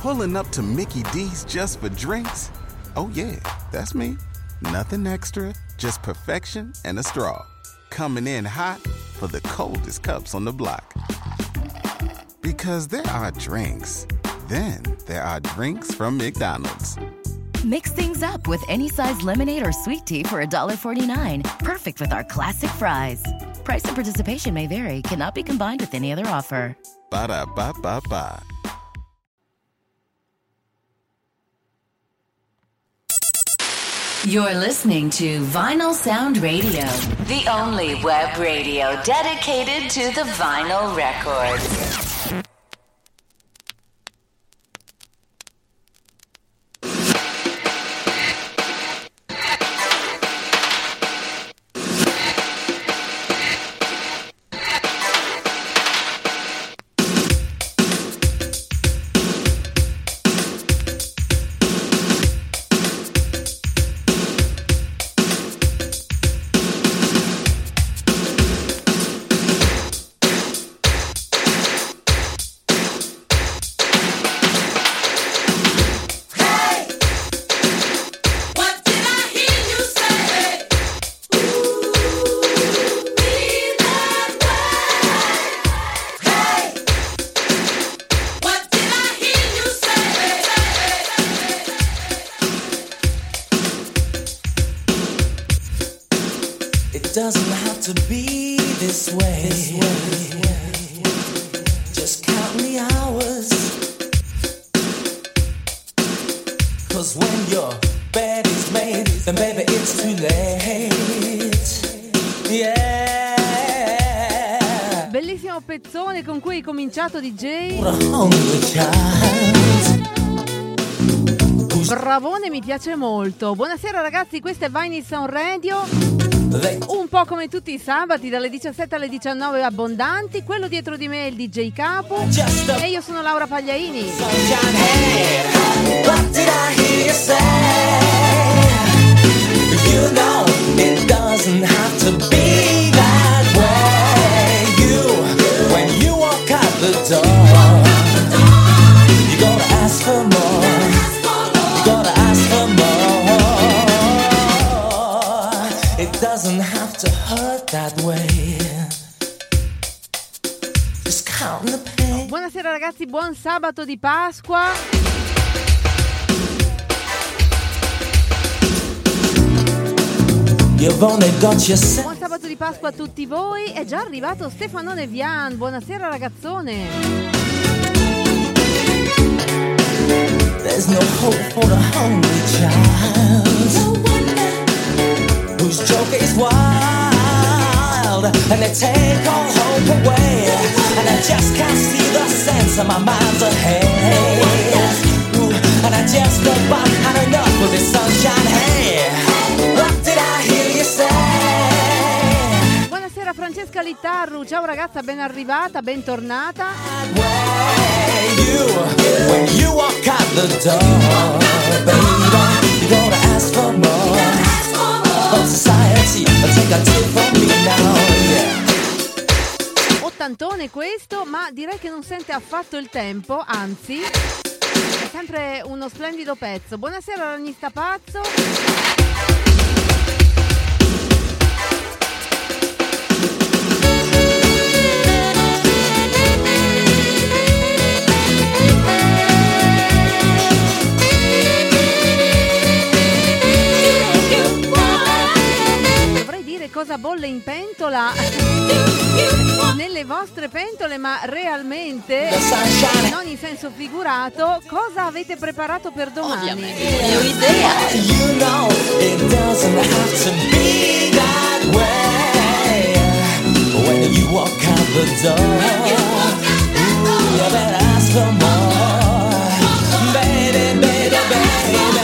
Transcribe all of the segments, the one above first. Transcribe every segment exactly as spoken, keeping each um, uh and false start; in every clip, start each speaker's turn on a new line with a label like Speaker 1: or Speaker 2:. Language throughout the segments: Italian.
Speaker 1: Pulling up to Mickey D's just for drinks? Oh yeah, that's me. Nothing extra, just perfection and a straw. Coming in hot for the coldest cups on the block. Because there are drinks. Then there are drinks from McDonald's.
Speaker 2: Mix things up with any size lemonade or sweet tea for one forty-nine. Perfect with our classic fries. Price and participation may vary. Cannot be combined with any other offer.
Speaker 1: Ba-da-ba-ba-ba.
Speaker 2: You're listening to Vinyl Sound Radio, the only web radio dedicated to the vinyl record.
Speaker 3: Doesn't have to be this way. This way. Just count the hours. Cause when your bed is made, then baby it's too late. Yeah.
Speaker 4: Bellissimo pezzone con cui hai cominciato, D J. Bravone, mi piace molto. Buonasera ragazzi, questo è Vinyl Sound Radio. Un po' come tutti i sabati dalle diciassette alle diciannove abbondanti. Quello dietro di me è il D J Capo e io sono Laura Pagliaini.
Speaker 3: What did I hear you say? You know it doesn't have to be that way. You, when you walk out the door, you gotta ask for more. You gotta ask for more. It doesn't have to hurt that way. Just count the pain.
Speaker 4: Buonasera ragazzi, buon sabato di Pasqua. Buon sabato di Pasqua a tutti voi. È già arrivato Stefanone Vian. Buonasera ragazzone.
Speaker 3: There's no hope for the hungry child whose joke is wild, and they take all hope away, and I just can't see the sense of my mind's ahead. Ooh, and I just go by and enough with this sunshine. Hey, what did I hear you say?
Speaker 4: Buonasera Francesca Littarru, ciao ragazza, ben arrivata, bentornata.
Speaker 3: You, when you walk out the door, baby, you gotta ask for more. Society, take a tip from me now, yeah.
Speaker 4: Ottantone questo, ma direi che non sente affatto il tempo, anzi è sempre uno splendido pezzo. Buonasera Ranista Pazzo. Cosa bolle in pentola nelle vostre pentole, ma realmente non in senso figurato. Cosa avete preparato per domani?
Speaker 2: Ovviamente non ho idea.
Speaker 3: You know it doesn't have to be that way. When you walk out the door, ooh, you better ask for more. Baby, baby, baby.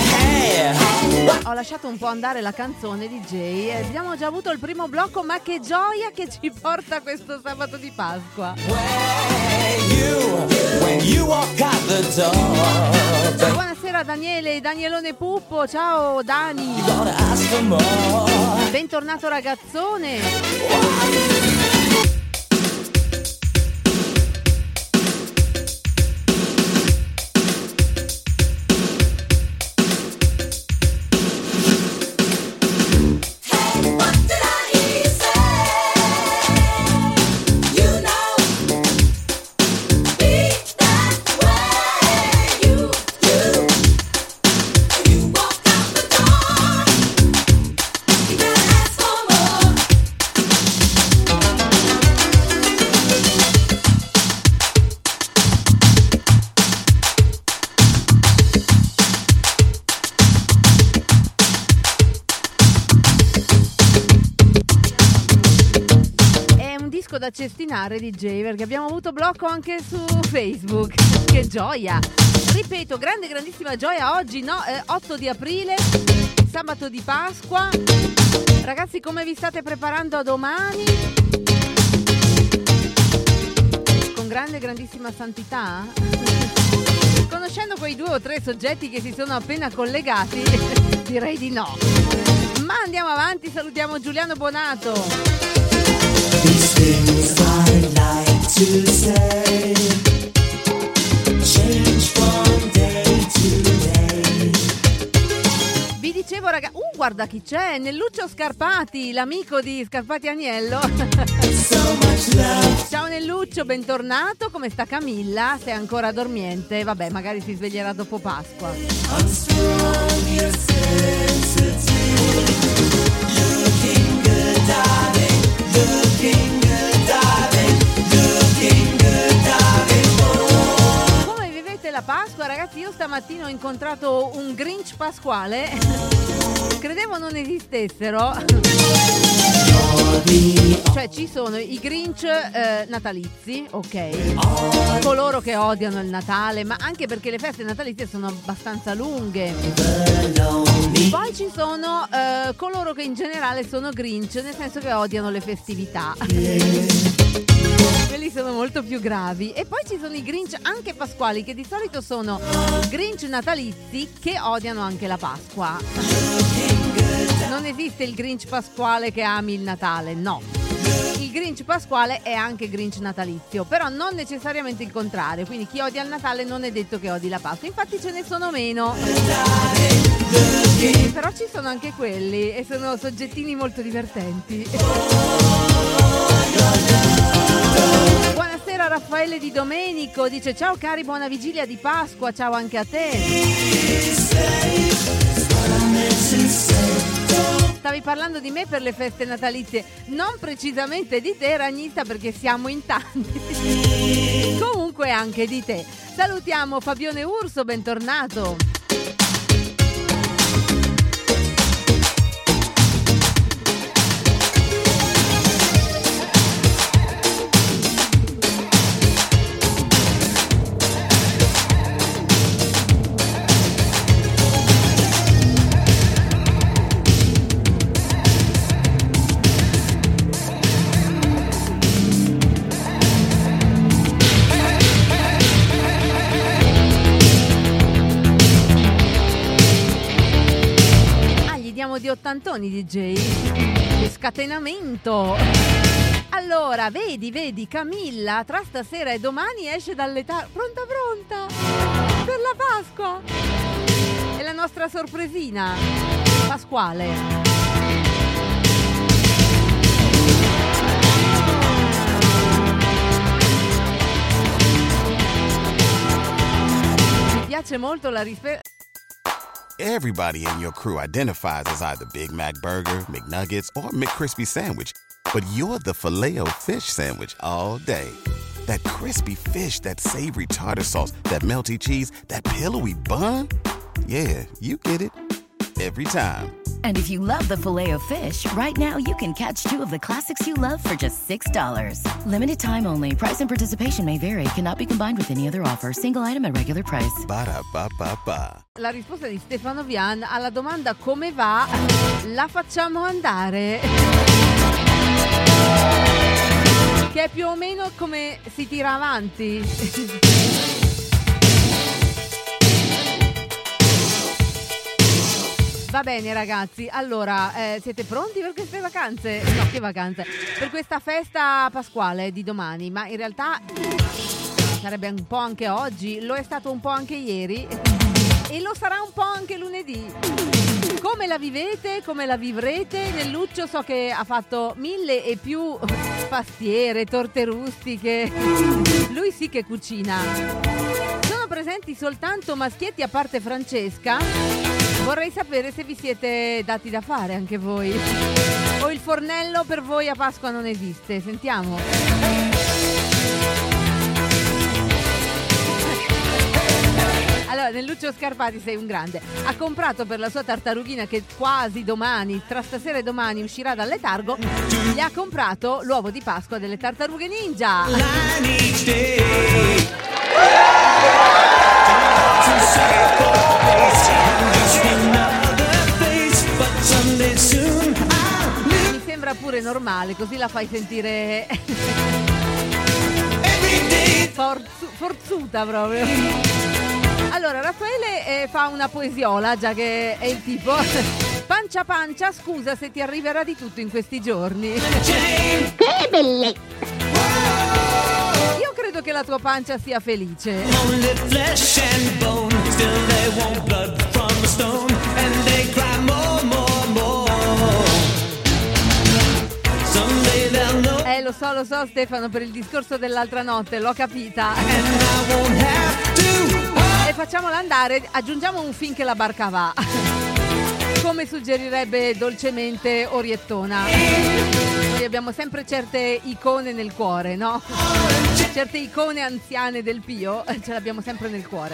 Speaker 4: Ho lasciato un po' andare la canzone D J. Abbiamo già avuto il primo blocco, ma che gioia che ci porta questo sabato di Pasqua. Buonasera Daniele, Danielone Puppo, ciao Dani. Bentornato ragazzone. blocco da cestinare, D J, perché abbiamo avuto blocco anche su Facebook. Che gioia! Ripeto, grande, grandissima gioia oggi, no? Eh, otto di aprile, sabato di Pasqua. Ragazzi, come vi state preparando a domani? Con grande, grandissima santità? Conoscendo quei due o tre soggetti che si sono appena collegati, direi di no. Ma andiamo avanti, salutiamo Giuliano Bonato.
Speaker 3: These things I like to say change from day to day.
Speaker 4: Vi dicevo, raga, uh, guarda chi c'è, Nelluccio Scarpati, l'amico di Scarpati Agnello.
Speaker 3: So much love.
Speaker 4: Ciao Nelluccio, bentornato. Come sta Camilla? Sei ancora dormiente? Vabbè, magari si sveglierà dopo Pasqua.
Speaker 3: I'm strong, you're sensitive. Looking good, darling. Looking good, darling. Looking good, darling. Oh.
Speaker 4: Come vivete la Pasqua, ragazzi? Io stamattina ho incontrato un Grinch pasquale. Credevo non esistessero. Cioè ci sono i Grinch eh, natalizi, ok, coloro che odiano il Natale, ma anche perché le feste natalizie sono abbastanza lunghe. Poi ci sono eh, coloro che in generale sono Grinch, nel senso che odiano le festività. Quelli sono molto più gravi. E poi ci sono i Grinch anche pasquali, che di solito sono Grinch natalizi che odiano anche la Pasqua. Non esiste il Grinch pasquale che ami il Natale, no. Il Grinch pasquale è anche Grinch natalizio, però non necessariamente il contrario. Quindi chi odia il Natale non è detto che odi la Pasqua. Infatti ce ne sono meno. Però ci sono anche quelli e sono soggettini molto divertenti. Buonasera Raffaele Di Domenico, dice ciao cari, buona vigilia di Pasqua, ciao anche a te. Stavi parlando di me per le feste natalizie, non precisamente di te Ragnista, perché siamo in tanti. Comunque anche di te. Salutiamo Fabione Urso, bentornato. Di ottantoni D J, che scatenamento. Allora vedi vedi Camilla, tra stasera e domani esce dall'età pronta pronta per la Pasqua. È la nostra sorpresina pasquale. Mi piace molto la risposta.
Speaker 1: Everybody in your crew identifies as either Big Mac Burger, McNuggets, or McCrispy Sandwich. But you're the Filet-O-Fish Sandwich all day. That crispy fish, that savory tartar sauce, that melty cheese, that pillowy bun. Yeah, you get it. Every time.
Speaker 2: And if you love the Filet-O-Fish, right now you can catch two of the classics you love for just six dollars. Limited time only. Price and participation may vary. Cannot be combined with any other offer. Single item at regular price.
Speaker 1: Ba-da-ba-ba-ba.
Speaker 4: La risposta di Stefano Vian alla domanda come va la facciamo andare, che è più o meno come si tira avanti. Va bene ragazzi, allora eh, siete pronti per queste vacanze? No, che vacanze? Per questa festa pasquale di domani, ma in realtà sarebbe un po' anche oggi, lo è stato un po' anche ieri e lo sarà un po' anche lunedì. Come la vivete? Come la vivrete? Nelluccio so che ha fatto mille e più pastiere, torte rustiche. Lui sì che cucina. Sono presenti soltanto maschietti a parte Francesca. Vorrei sapere se vi siete dati da fare anche voi. O il fornello per voi a Pasqua non esiste. Sentiamo. Allora, Nelluccio Scarpati sei un grande. Ha comprato per la sua tartarughina che quasi domani, tra stasera e domani uscirà dal letargo, gli ha comprato l'uovo di Pasqua delle tartarughe ninja. Mi sembra pure normale, così la fai sentire Forzu- forzuta proprio. Allora Raffaele eh, fa una poesiola, già che è il tipo. Pancia pancia, scusa se ti arriverà di tutto in questi giorni.
Speaker 5: Che bellezza!
Speaker 4: Io credo che la tua pancia sia felice. Eh, lo so, lo so Stefano, per il discorso dell'altra notte, l'ho capita. E facciamola andare, aggiungiamo un fin che la barca va. Come suggerirebbe dolcemente Oriettona. Noi abbiamo sempre certe icone nel cuore, no? Certe icone anziane del Pio, ce l'abbiamo sempre nel cuore.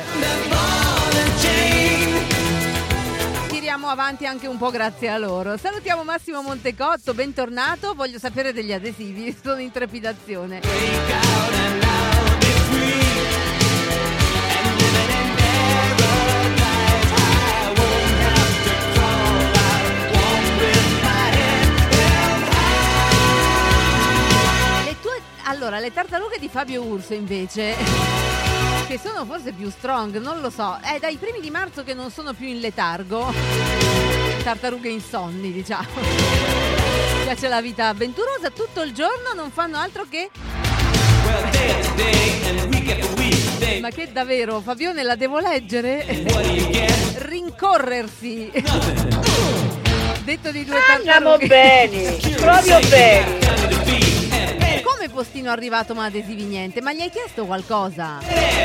Speaker 4: Tiriamo avanti anche un po' grazie a loro. Salutiamo Massimo Montecotto, bentornato. Voglio sapere degli adesivi, sono in trepidazione. Le tue... Allora, le tartarughe di Fabio Urso invece, che sono forse più strong, non lo so, è dai primi di marzo che non sono più in letargo, tartarughe insonni diciamo, piace la vita avventurosa, tutto il giorno non fanno altro che ma che davvero Fabione la devo leggere? Rincorrersi. Detto di due tartarughe.
Speaker 5: Andiamo bene, proprio bene.
Speaker 4: Come postino arrivato ma adesivi niente? Ma gli hai chiesto qualcosa?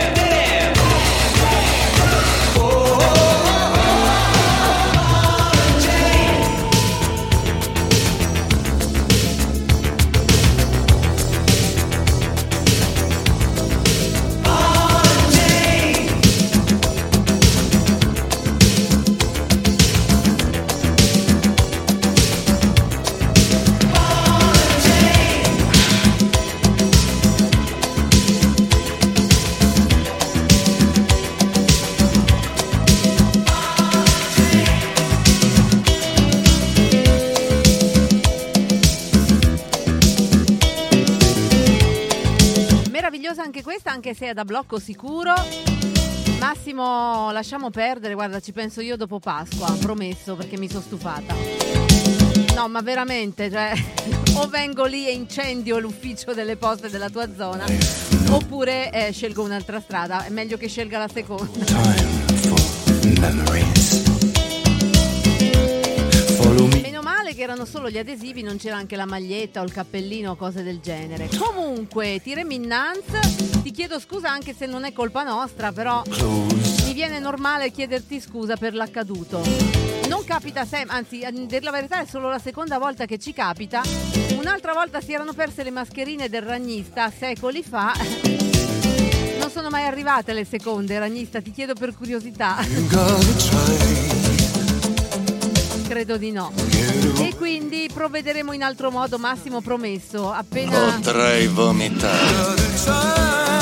Speaker 4: Anche questa, anche se è da blocco sicuro. Massimo, lasciamo perdere, guarda, ci penso io dopo Pasqua, promesso, perché mi sono stufata. No, ma veramente, cioè, o vengo lì e incendio l'ufficio delle poste della tua zona, oppure eh, scelgo un'altra strada. È meglio che scelga la seconda. Meno male che erano solo gli adesivi, non c'era anche la maglietta o il cappellino o cose del genere. Comunque, Tirem Innanz, ti chiedo scusa anche se non è colpa nostra, però mi viene normale chiederti scusa per l'accaduto. Non capita sempre, anzi, a dir la verità è solo la seconda volta che ci capita. Un'altra volta si erano perse le mascherine del ragnista secoli fa. Non sono mai arrivate le seconde, ragnista, ti chiedo per curiosità. Credo di no. E quindi provvederemo in altro modo, Massimo, promesso. Appena
Speaker 6: potrei vomitare.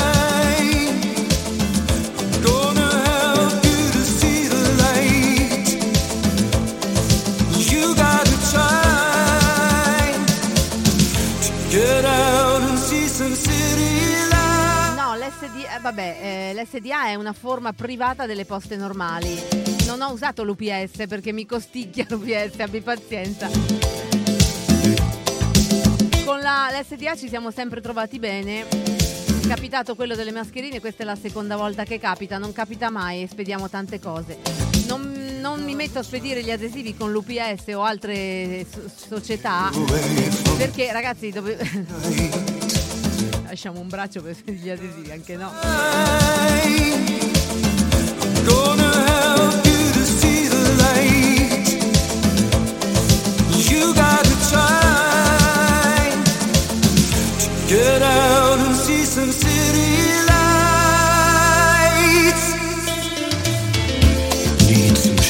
Speaker 4: No, l'S D A, vabbè, eh, l'S D A è una forma privata delle poste normali. Non ho usato l'U P S perché mi costicchia l'U P S, abbi pazienza. Con la, l'S D A ci siamo sempre trovati bene. È capitato quello delle mascherine, questa è la seconda volta che capita, non capita mai e spediamo tante cose. Non, non mi metto a spedire gli adesivi con l'U P S o altre so- società perché ragazzi dove... lasciamo un braccio per gli adesivi, anche no. You gotta try to get out and see some city lights.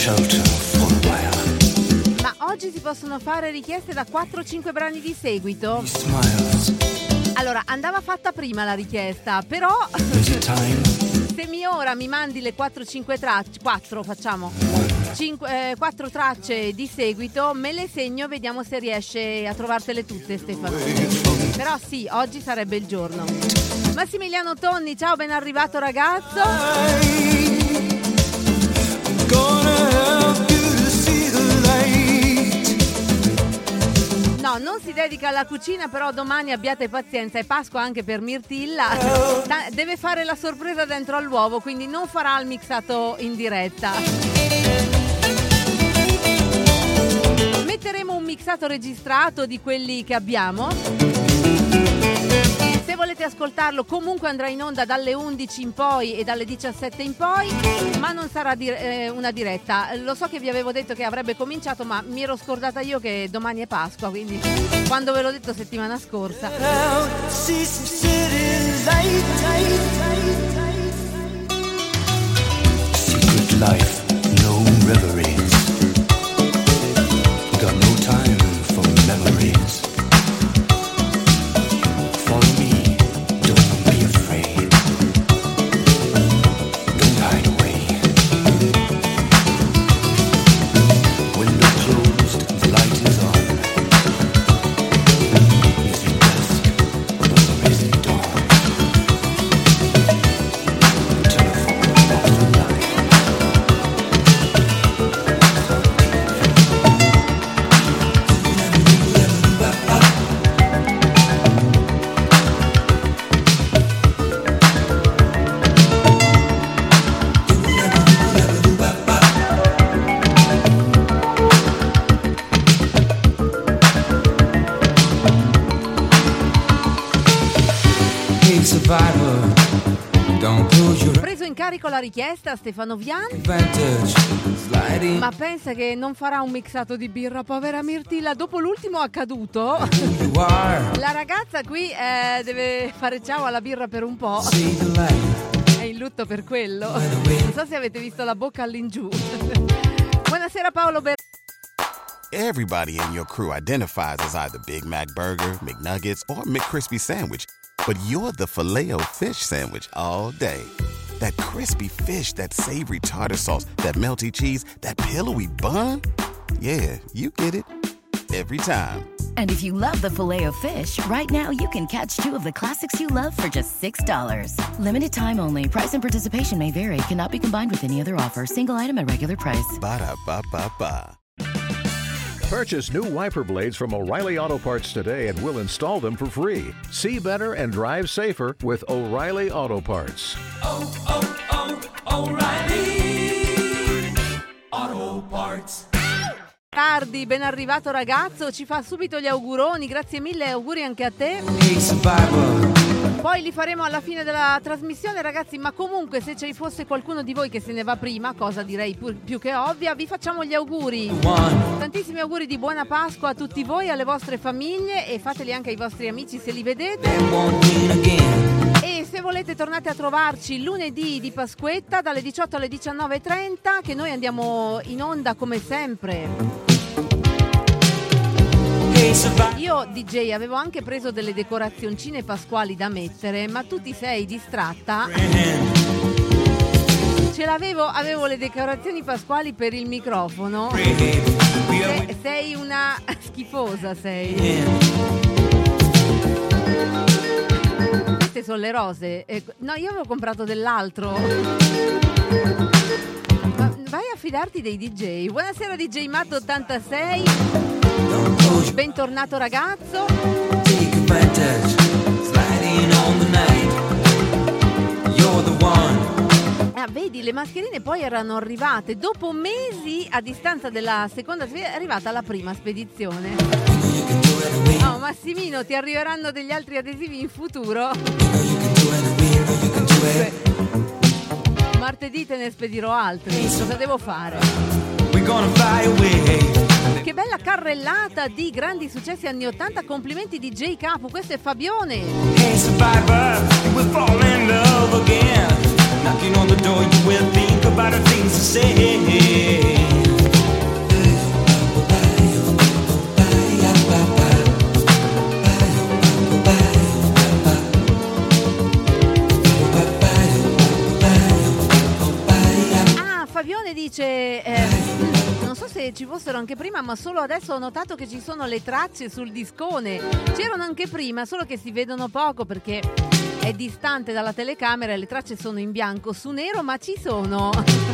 Speaker 3: shelter for a while.
Speaker 4: Ma oggi si possono fare richieste da quattro cinque brani di seguito.
Speaker 3: He smiles.
Speaker 4: Allora, andava fatta prima la richiesta, però
Speaker 3: There's a time.
Speaker 4: se mi ora mi mandi le quattro cinque tracce, quattro facciamo, cinque, eh, quattro tracce di seguito, me le segno, vediamo se riesce a trovartele tutte, Stefano. Però sì, oggi sarebbe il giorno. Massimiliano Tonni, ciao, ben arrivato ragazzo. No, non si dedica alla cucina, però domani abbiate pazienza, è Pasqua anche per Mirtilla. Da- deve fare la sorpresa dentro all'uovo, quindi non farà il mixato in diretta. Metteremo un mixato registrato di quelli che abbiamo. Se volete ascoltarlo, comunque andrà in onda dalle undici in poi e dalle diciassette in poi, ma non sarà di- eh, una diretta. Lo so che vi avevo detto che avrebbe cominciato, ma mi ero scordata io che domani è Pasqua, quindi quando ve l'ho detto settimana scorsa.
Speaker 3: Secret life, no reveries. Got no time for memories. Follow me, don't be afraid. Don't hide away. Window closed, the light is on. Is it dusk or is it dawn? Telephone off the line. Hey survivor, don't pull your
Speaker 4: Preso in carico la richiesta, Stefano Vian.
Speaker 3: advantage. Sliding
Speaker 4: Ma pensa che non farà un mixato di birra, povera Mirtilla. Dopo l'ultimo accaduto,
Speaker 3: you are.
Speaker 4: la ragazza qui eh, deve fare ciao alla birra per un po'.
Speaker 3: See the light.
Speaker 4: È in lutto per quello. Non so se avete visto la bocca all'ingiù. Buonasera Paolo Ber-
Speaker 1: Everybody in your crew identifies as either Big Mac Burger, McNuggets, or McCrispy Sandwich. But you're the Filet-O-Fish Sandwich all day. That crispy fish, that savory tartar sauce, that melty cheese, that pillowy bun. Yeah, you get it. Every time.
Speaker 2: And if you love the Filet-O-Fish, right now you can catch two of the classics you love for just six dollars. Limited time only. Price and participation may vary. Cannot be combined with any other offer. Single item at regular price.
Speaker 1: Ba-da-ba-ba-ba.
Speaker 6: Purchase new wiper blades from O'Reilly Auto Parts today and we'll install them for free. See better and drive safer with O'Reilly Auto Parts.
Speaker 3: Oh, oh, oh, O'Reilly Auto Parts.
Speaker 4: Tardi, ben arrivato ragazzo, ci fa subito gli auguroni, grazie mille, auguri anche a te.
Speaker 3: Hey survivor.
Speaker 4: Poi li faremo alla fine della trasmissione ragazzi, ma comunque se ci fosse qualcuno di voi che se ne va prima, cosa direi pu- più che ovvia, vi facciamo gli auguri.
Speaker 3: One.
Speaker 4: Tantissimi auguri di buona Pasqua a tutti voi, alle vostre famiglie e fateli anche ai vostri amici se li vedete.
Speaker 3: That won't win again.
Speaker 4: E se volete tornate a trovarci lunedì di Pasquetta dalle diciotto alle diciannove e trenta, che noi andiamo in onda come sempre.
Speaker 3: Hey survivor.
Speaker 4: Io D J avevo anche preso delle decorazioncine pasquali da mettere, ma tu ti sei distratta. Ce l'avevo, avevo le decorazioni pasquali per il microfono. Se- sei una schifosa, sei. Queste sono le rose. Eh, no, io avevo comprato dell'altro. Ma vai a fidarti dei D J. Buonasera D J Matt ottantasei. Bentornato ragazzo.
Speaker 3: Take advantage. Sliding on the night. You're the one.
Speaker 4: Ah, vedi, le mascherine poi erano arrivate dopo mesi a distanza della seconda spedizione, è arrivata la prima spedizione. No, Massimino, ti arriveranno degli altri adesivi in futuro. Comunque, martedì te ne spedirò altri. Cosa devo fare?
Speaker 3: We're gonna fly away.
Speaker 4: Che bella carrellata di grandi successi anni ottanta. Complimenti D J Capo, questo è Fabione.
Speaker 3: Hey survivor, we'll fall in love again. Knocking on the door, you will think about the things to say.
Speaker 4: Fabione dice eh, non so se ci fossero anche prima, ma solo adesso ho notato che ci sono le tracce sul discone. C'erano anche prima, solo che si vedono poco perché è distante dalla telecamera e le tracce sono in bianco su nero, ma ci sono.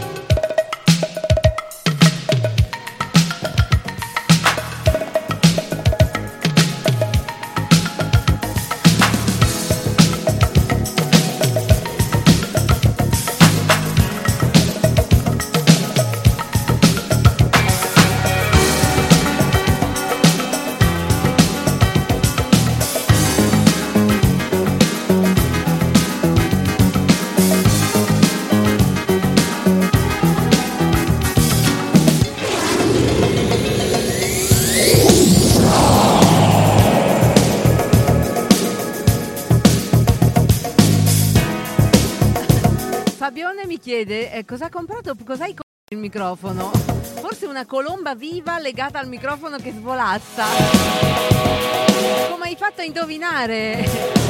Speaker 4: Fabione mi chiede eh, cosa ha comprato, cosa hai comprato il microfono? Forse una colomba viva legata al microfono che svolazza. Come hai fatto a indovinare?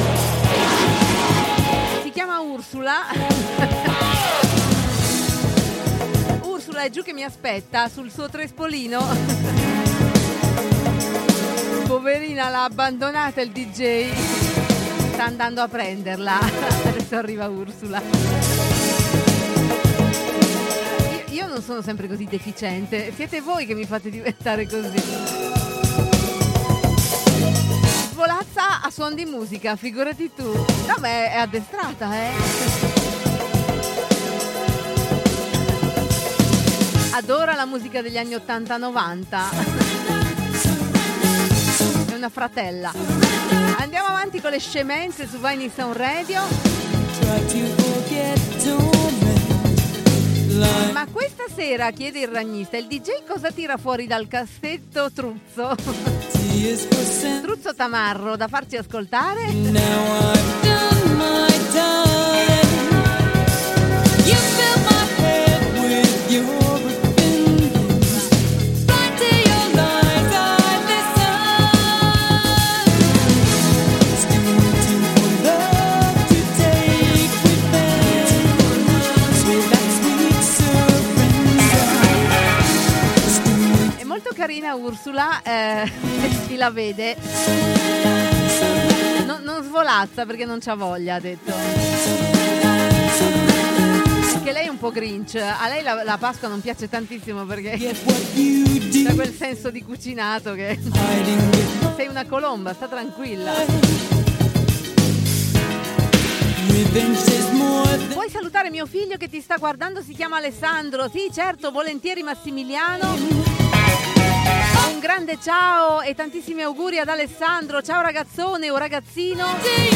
Speaker 4: Si chiama Ursula. Ursula è giù che mi aspetta sul suo trespolino. Poverina, l'ha abbandonata il D J. Sta andando a prenderla. Adesso arriva Ursula. Io non sono sempre così deficiente, siete voi che mi fate diventare così. Svolazza a suon di musica, figurati tu. No, ma è addestrata, eh. Adora la musica degli anni ottanta novanta. È una fratella. Andiamo avanti con le scemenze su Vinyl Sound Radio. Ma questa sera, chiede il ragnista, il D J cosa tira fuori dal cassetto Truzzo? Truzzo Tamarro da farci ascoltare? Carina Ursula, eh, chi la vede non, non svolazza perché non c'ha voglia, ha detto che lei è un po' Grinch. A lei la, la Pasqua non piace tantissimo perché c'è quel senso di cucinato che sei una colomba, sta tranquilla. Puoi salutare mio figlio che ti sta guardando, si chiama Alessandro. Sì, certo, volentieri Massimiliano. Un grande ciao e tantissimi auguri ad Alessandro. Ciao ragazzone o ragazzino.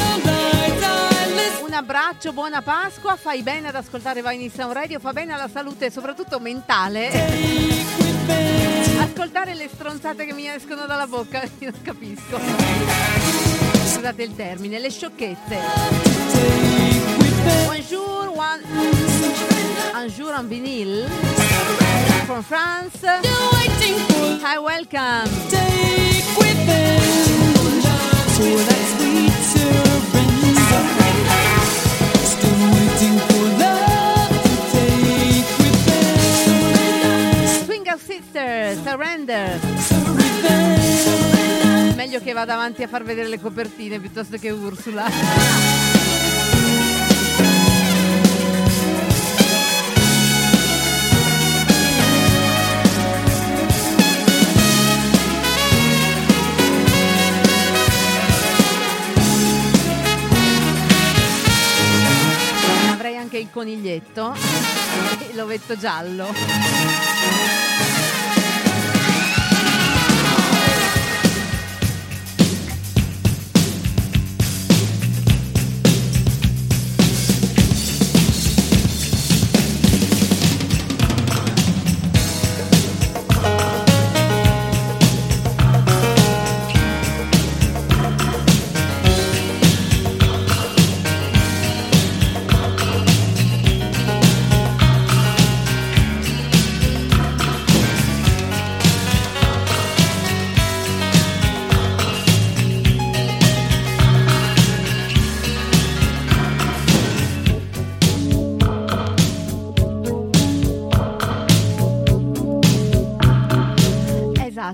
Speaker 4: Un abbraccio, buona Pasqua. Fai bene ad ascoltare Vinyl Sound Radio, fa bene alla salute, soprattutto mentale. Ascoltare le stronzate che mi escono dalla bocca, io non capisco. Scusate il termine, le sciocchezze. Bonjour, one. Bonjour en vinyle. From France. Hi, welcome. Take with them for that sweet surrender. Still waiting for love to take with them. Swing of Sisters, Surrender. Surrender. Meglio che vada avanti a far vedere le copertine piuttosto che Ursula. Anche il coniglietto e l'ovetto giallo.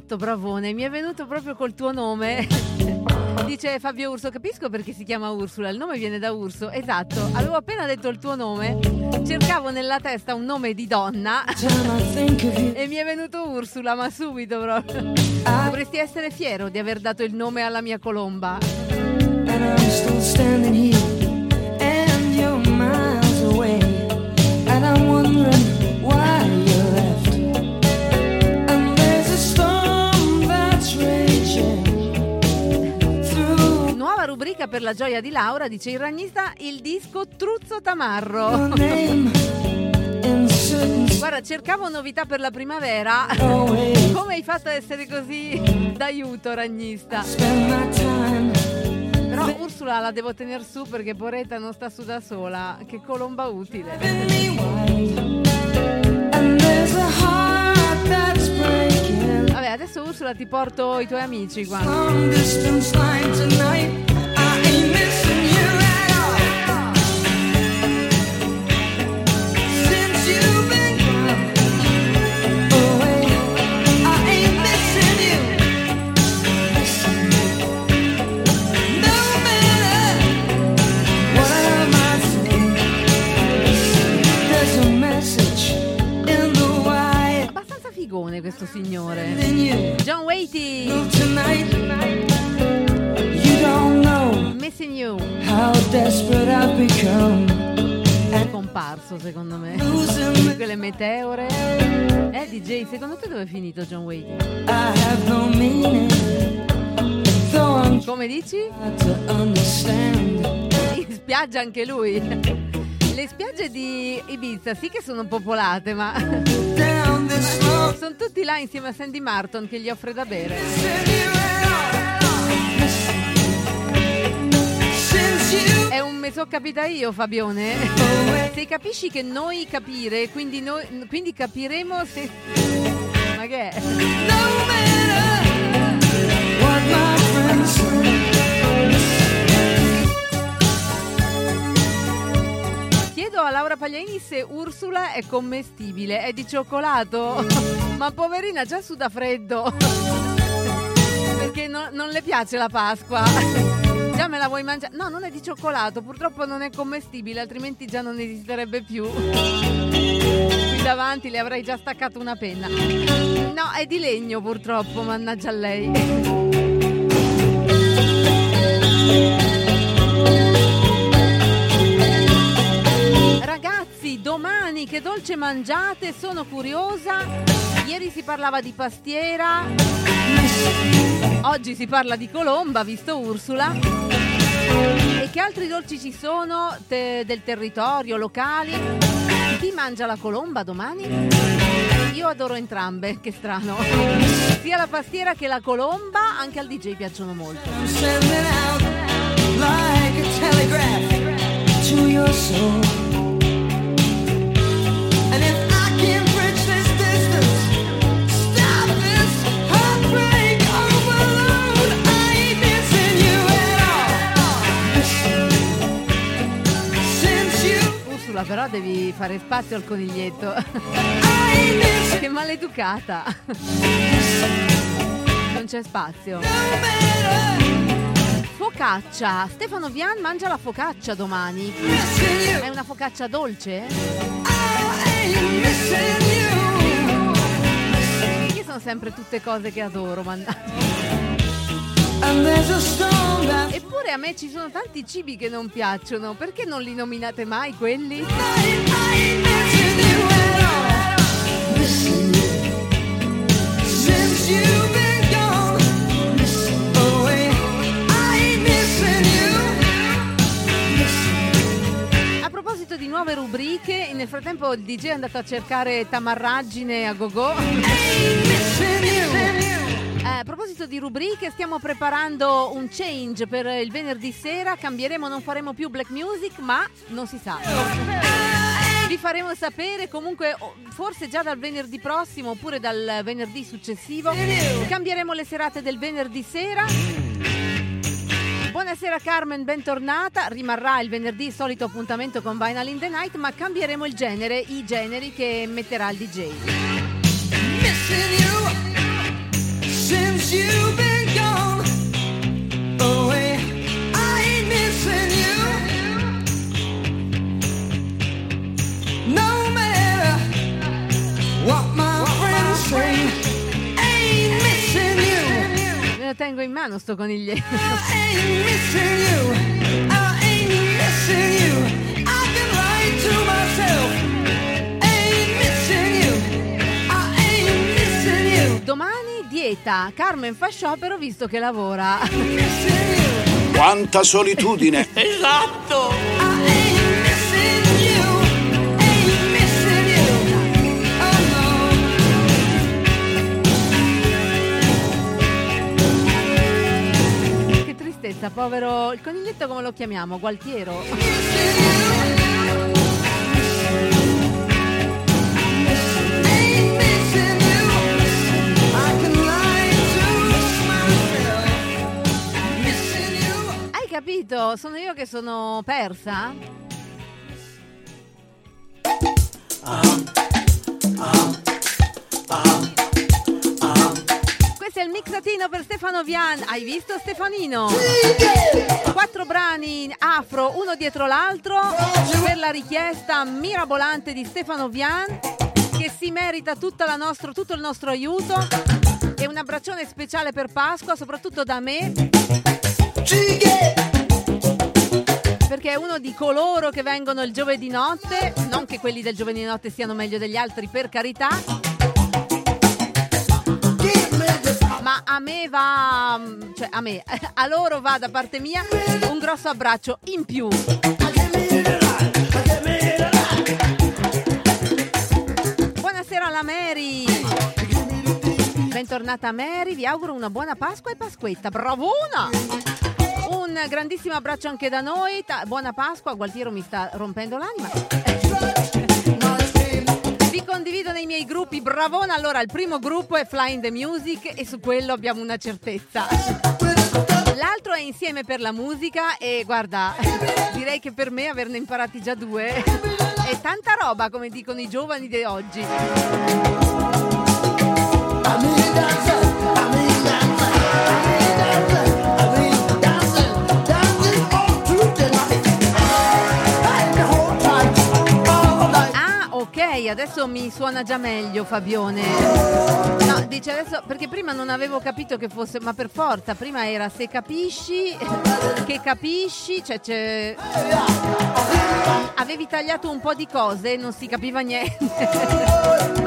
Speaker 4: Esatto, bravone, mi è venuto proprio col tuo nome. Dice Fabio Urso, capisco perché si chiama Ursula, il nome viene da Urso. Esatto, avevo appena detto il tuo nome, cercavo nella testa un nome di donna e mi è venuto Ursula, ma subito proprio. Dovresti essere fiero di aver dato il nome alla mia colomba.
Speaker 3: And I'm still standing here, and you're miles away, and I'm wondering why you left. And there's a storm that's raging through.
Speaker 4: Nuova rubrica per la gioia di Laura, dice il ragnista, il disco Truzzo Tamarro.
Speaker 3: Your name in certain
Speaker 4: Guarda, cercavo novità per la primavera.
Speaker 3: ways.
Speaker 4: Come hai fatto a essere così d'aiuto, ragnista?
Speaker 3: Spend my time.
Speaker 4: Però Ursula la devo tenere su perché poretta non sta su da sola. Che colomba utile.
Speaker 3: Me wide. And there's a heart that's breaking.
Speaker 4: Vabbè, adesso Ursula ti porto i tuoi amici qua.
Speaker 3: Long distance line tonight. I ain't missing you at all. Since you've been gone away, I ain't missing you. Missing you. No matter what I might say, there's a message in the wire.
Speaker 4: Abbastanza figone questo signore.
Speaker 3: In you.
Speaker 4: John Waity,
Speaker 3: Tonight, you don't know
Speaker 4: Missing You.
Speaker 3: how desperate I've become.
Speaker 4: È comparso secondo me.
Speaker 3: Losing,
Speaker 4: Quelle meteore. Eh D J, secondo te dove è finito John Waity?
Speaker 3: I have no meaning. Though I'm
Speaker 4: Come dici?
Speaker 3: trying to understand.
Speaker 4: In spiaggia anche lui. Le spiagge di Ibiza sì che sono popolate, ma
Speaker 3: Down this road,
Speaker 4: sono tutti là insieme a Sandy Martin che gli offre da bere.
Speaker 3: since you
Speaker 4: È un me so capita io, Fabione. Se capisci che noi capire, quindi, noi, quindi capiremo se... Ma che è?
Speaker 3: no matter what my friends say.
Speaker 4: Chiedo a Laura Pagliani se Ursula è commestibile. È di cioccolato? Ma poverina, già suda freddo. Perché no- non le piace la Pasqua. Già me la vuoi mangiare? No, non è di cioccolato, purtroppo non è commestibile, altrimenti già non esisterebbe più. Qui davanti le avrei già staccato una penna. No, è di legno purtroppo, mannaggia a lei. Ragazzi, domani che dolce mangiate? Sono curiosa. Ieri si parlava di pastiera, oggi si parla di colomba, visto Ursula. E che altri dolci ci sono te- del territorio, locali? Chi mangia la colomba domani? Io adoro entrambe, che strano. Sia la pastiera che la colomba, anche al D J piacciono molto.
Speaker 3: I'm sending out like a telegraph to your soul. And if I can bridge this distance, stop this heartbreak overload, I ain't missing you at all. Since you,
Speaker 4: Ursula, però devi fare spazio al coniglietto.
Speaker 3: I ain't missing
Speaker 4: Che maleducata. Non c'è spazio.
Speaker 3: no matter,
Speaker 4: Focaccia. Stefano Vian mangia la focaccia domani.
Speaker 3: missing you,
Speaker 4: È una focaccia dolce?
Speaker 3: I ain't missing you.
Speaker 4: Io sono sempre tutte cose che adoro, mannaggia.
Speaker 3: And there's a storm that
Speaker 4: Eppure a me ci sono tanti cibi che non piacciono. Perché non li nominate mai quelli?
Speaker 3: I ain't missing you at all. Missing you. Since you've been gone, missing away. I ain't missing you. Missing
Speaker 4: A proposito di nuove rubriche, nel frattempo il D J è andato a cercare tamarraggine a gogo.
Speaker 3: ain't missing you.
Speaker 4: Eh, a proposito di rubriche, stiamo preparando un change per il venerdì sera. Cambieremo, non faremo più black music, ma non si sa. Vi faremo sapere comunque, o- forse già dal venerdì prossimo oppure dal venerdì successivo. Cambieremo le serate del venerdì sera. Buonasera Carmen, bentornata. Rimarrà il venerdì il solito appuntamento con Vinyl in the Night, ma cambieremo il genere, i generi che metterà il D J.
Speaker 3: Missing you. since you've been gone away. I ain't missing you. No matter what my friends say, ain't missing you.
Speaker 4: Me lo tengo in mano sto coniglietto.
Speaker 3: I ain't missing you. I ain't missing you. I can lie to myself.
Speaker 4: Domani dieta, Carmen fa sciopero visto che lavora.
Speaker 7: Quanta solitudine!
Speaker 3: Esatto!
Speaker 4: Che tristezza, povero il coniglietto, come lo chiamiamo? Gualtiero. Capito? Sono io che sono persa? Uh-huh. Uh-huh. Uh-huh. Uh-huh. Questo è il mixatino per Stefano Vian. Hai visto Stefanino? Quattro brani afro, uno dietro l'altro, per la richiesta mirabolante di Stefano Vian, che si merita tutta la nostro, tutto il nostro aiuto. E un abbraccione speciale per Pasqua, soprattutto da me, perché è uno di coloro che vengono il giovedì notte. Non che quelli del giovedì notte siano meglio degli altri, per carità, ma a me va, cioè a me, a loro va da parte mia un grosso abbraccio in più. Buonasera alla Mary, bentornata Mary, vi auguro una buona Pasqua e Pasquetta, bravona! Un grandissimo abbraccio anche da noi. Ta- buona Pasqua. Gualtiero mi sta rompendo l'anima. Vi condivido nei miei gruppi. Bravona. Allora, il primo gruppo è Flying the Music e su quello abbiamo una certezza. L'altro è Insieme per la musica e guarda, direi che per me averne imparati già due è tanta roba, come dicono i giovani di oggi. Ok, adesso mi suona già meglio Fabione. No, dice adesso, perché prima non avevo capito che fosse, ma per forza, prima era se capisci, che capisci, cioè c'è... avevi tagliato un po' di cose e non si capiva niente.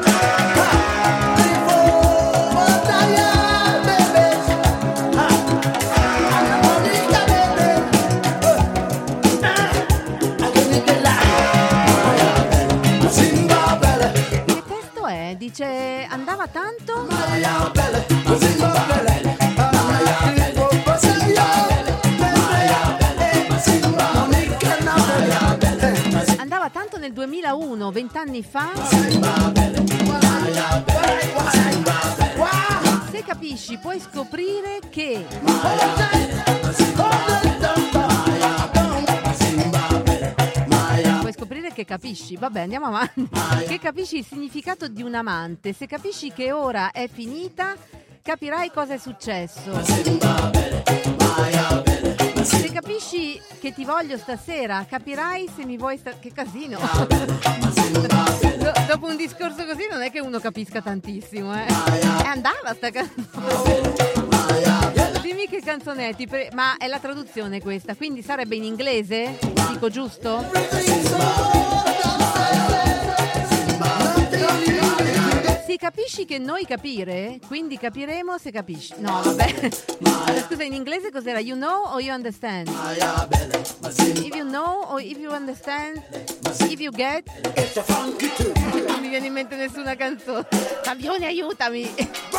Speaker 4: Dice andava tanto andava tanto nel duemilauno, vent'anni fa. Se capisci puoi scoprire che che capisci, vabbè andiamo avanti, che capisci il significato di un amante, se capisci che ora è finita capirai cosa è successo, se capisci che ti voglio stasera capirai se mi vuoi sta... che casino. Do- dopo un discorso così non è che uno capisca tantissimo, eh, e andava sta canzone. Dimmi che canzonetti, pre- ma è la traduzione questa, quindi sarebbe in inglese? Dico giusto? Si capisci che noi capire, quindi capiremo se capisci. No, vabbè. Scusa, in inglese cos'era? You know or you understand? If you know or if you understand, if you get. Non mi viene in mente nessuna canzone. Fabione, aiutami.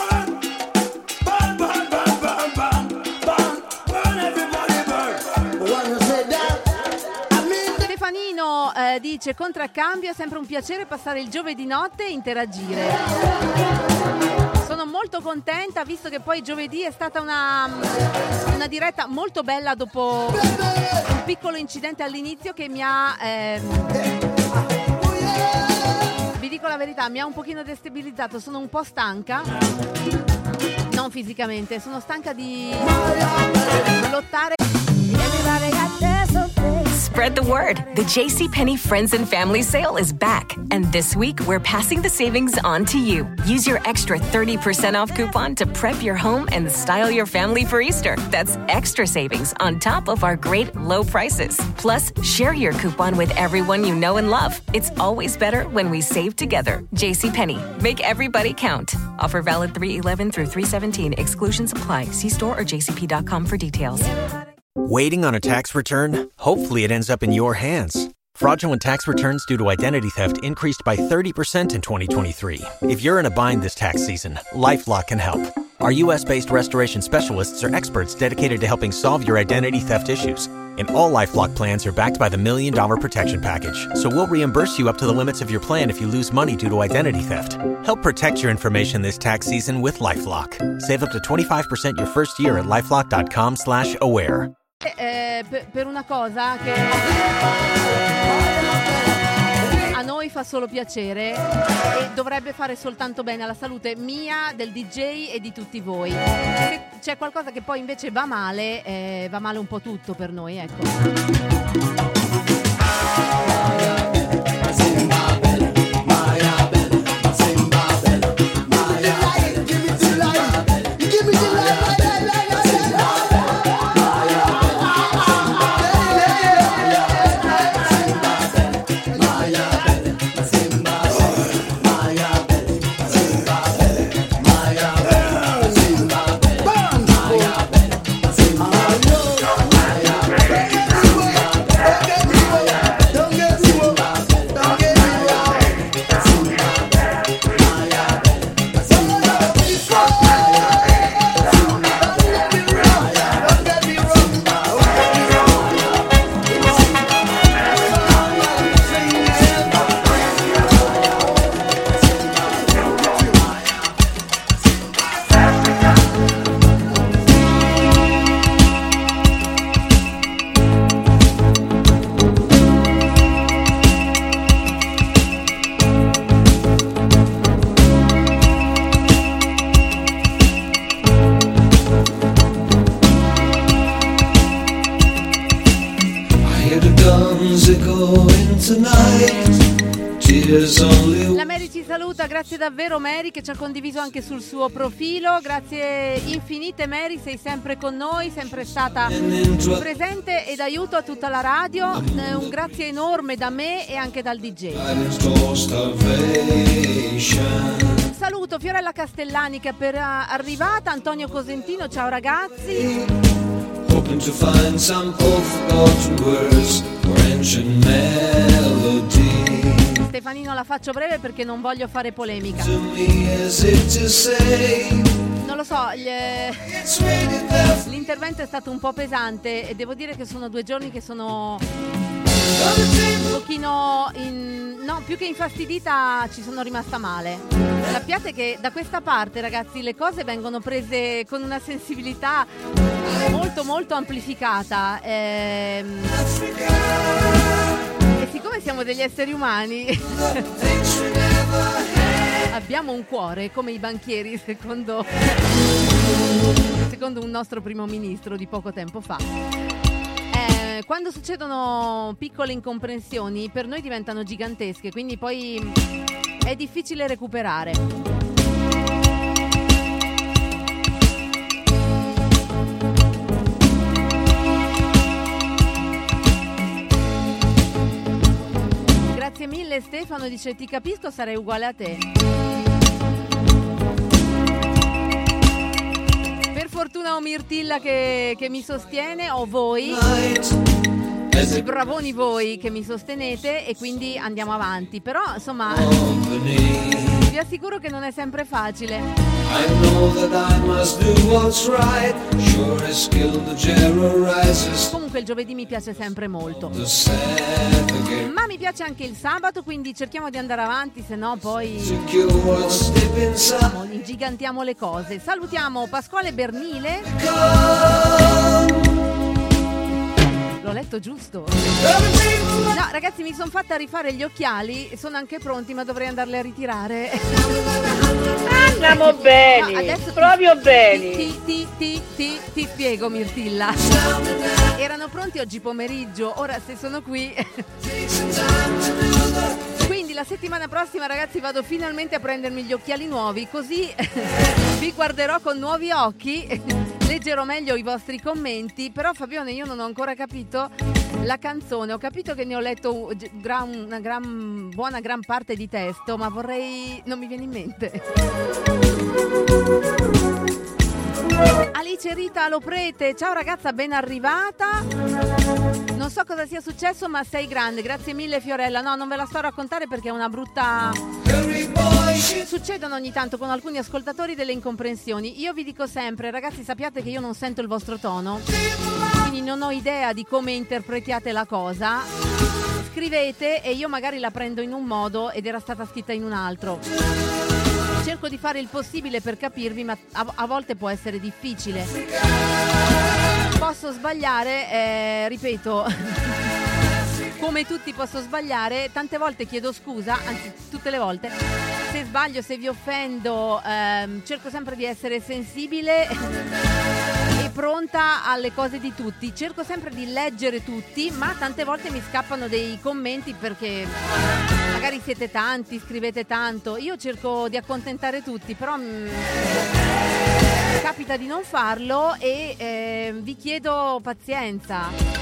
Speaker 4: Stefanino eh, dice contraccambio, è sempre un piacere passare il giovedì notte e interagire. Sono molto contenta visto che poi giovedì è stata una, una diretta molto bella dopo un piccolo incidente all'inizio che mi ha ehm, vi dico la verità, mi ha un pochino destabilizzato, sono un po' stanca. non fisicamente, sono stanca di lottare.
Speaker 8: Spread the word. The JCPenney Friends and Family Sale is back. And this week, we're passing the savings on to you. Use your extra thirty percent off coupon to prep your home and style your family for Easter. That's extra savings on top of our great low prices. Plus, share your coupon with everyone you know and love. It's always better when we save together. JCPenney. Make everybody count. Offer valid three eleven through three seventeen. Exclusions apply. See store or j c p dot com for details.
Speaker 9: Waiting on a tax return? Hopefully it ends up in your hands. Fraudulent tax returns due to identity theft increased by thirty percent in twenty twenty-three. If you're in a bind this tax season, LifeLock can help. Our U S-based restoration specialists are experts dedicated to helping solve your identity theft issues. And all LifeLock plans are backed by the Million Dollar Protection Package. So we'll reimburse you up to the limits of your plan if you lose money due to identity theft. Help protect your information this tax season with LifeLock. Save up to twenty-five percent your first year at LifeLock.com slash aware.
Speaker 4: Eh, per, per una cosa che a noi fa solo piacere e dovrebbe fare soltanto bene alla salute mia, del D J e di tutti voi. Se c'è qualcosa che poi invece va male, eh, va male un po' tutto per noi, ecco. La Mary ci saluta, grazie davvero Mary che ci ha condiviso anche sul suo profilo, grazie infinite Mary, sei sempre con noi, sempre stata presente e d'aiuto a tutta la radio, un grazie enorme da me e anche dal D J. Saluto Fiorella Castellani che è appena arrivata, Antonio Cosentino, ciao ragazzi. Hoping to find some old forgotten words or ancient melody. Stefanino la faccio breve perché non voglio fare polemica. Non lo so, gli... l'intervento è stato un po' pesante e devo dire che sono due giorni che sono un pochino in... no, più che infastidita ci sono rimasta male. Sappiate che da questa parte, ragazzi, le cose vengono prese con una sensibilità molto molto amplificata. Ehm... E siccome siamo degli esseri umani abbiamo un cuore come i banchieri, secondo secondo un nostro primo ministro di poco tempo fa. Eh, quando succedono piccole incomprensioni per noi diventano gigantesche, quindi poi è difficile recuperare. Grazie mille Stefano, dice ti capisco, sarei uguale a te. Per fortuna ho Mirtilla che, che mi sostiene, ho voi, bravoni voi che mi sostenete e quindi andiamo avanti. Però insomma vi assicuro che non è sempre facile. Comunque il giovedì mi piace sempre molto, ma mi piace anche il sabato, quindi cerchiamo di andare avanti, se no poi diciamo, ingigantiamo le cose. Salutiamo Pasquale Bernile, lo l'ho letto giusto. No, ragazzi, mi sono fatta rifare gli occhiali, sono anche pronti, ma dovrei andarli a ritirare.
Speaker 5: Andiamo bene, no, adesso proprio
Speaker 4: ti,
Speaker 5: bene.
Speaker 4: Ti, ti, ti, ti, ti spiego, Mirtilla. Erano pronti oggi pomeriggio, ora se sono qui... Quindi la settimana prossima, ragazzi, vado finalmente a prendermi gli occhiali nuovi, così vi guarderò con nuovi occhi, leggerò meglio i vostri commenti. Però Fabione, io non ho ancora capito la canzone, ho capito che ne ho letto gran, una gran, buona gran parte di testo, ma vorrei... non mi viene in mente. Alice Rita Loprete, ciao ragazza, ben arrivata. Non so cosa sia successo, ma sei grande, grazie mille Fiorella. No, non ve la sto a raccontare perché è una brutta... Succedono ogni tanto con alcuni ascoltatori delle incomprensioni. Io vi dico sempre, ragazzi, sappiate che io non sento il vostro tono, quindi non ho idea di come interpretiate la cosa. Scrivete e io magari la prendo in un modo ed era stata scritta in un altro. Cerco di fare il possibile per capirvi, ma a, a volte può essere difficile. Posso sbagliare, eh, ripeto, come tutti posso sbagliare, tante volte chiedo scusa, anzi tutte le volte, se sbaglio, se vi offendo, ehm, cerco sempre di essere sensibile e pronta alle cose di tutti. Cerco sempre di leggere tutti, ma tante volte mi scappano dei commenti perché magari siete tanti, scrivete tanto. Io cerco di accontentare tutti, però mh, capita di non farlo e eh, vi chiedo pazienza.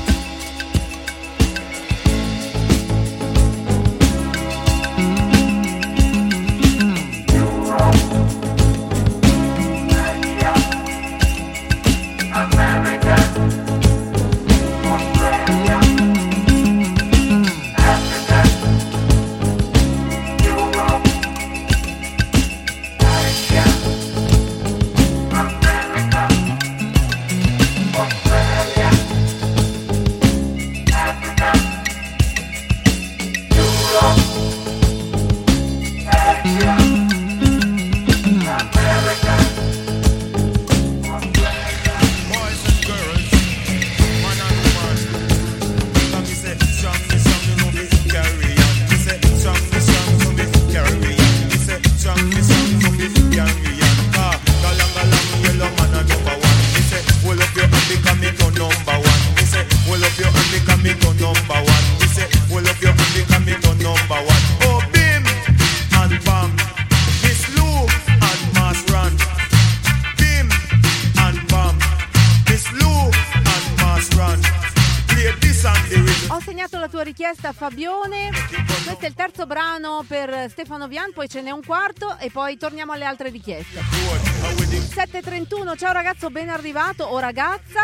Speaker 4: Fabione, questo è il terzo brano per Stefano Vian, poi ce n'è un quarto e poi torniamo alle altre richieste. sette e trentuno, ciao ragazzo, ben arrivato o ragazza.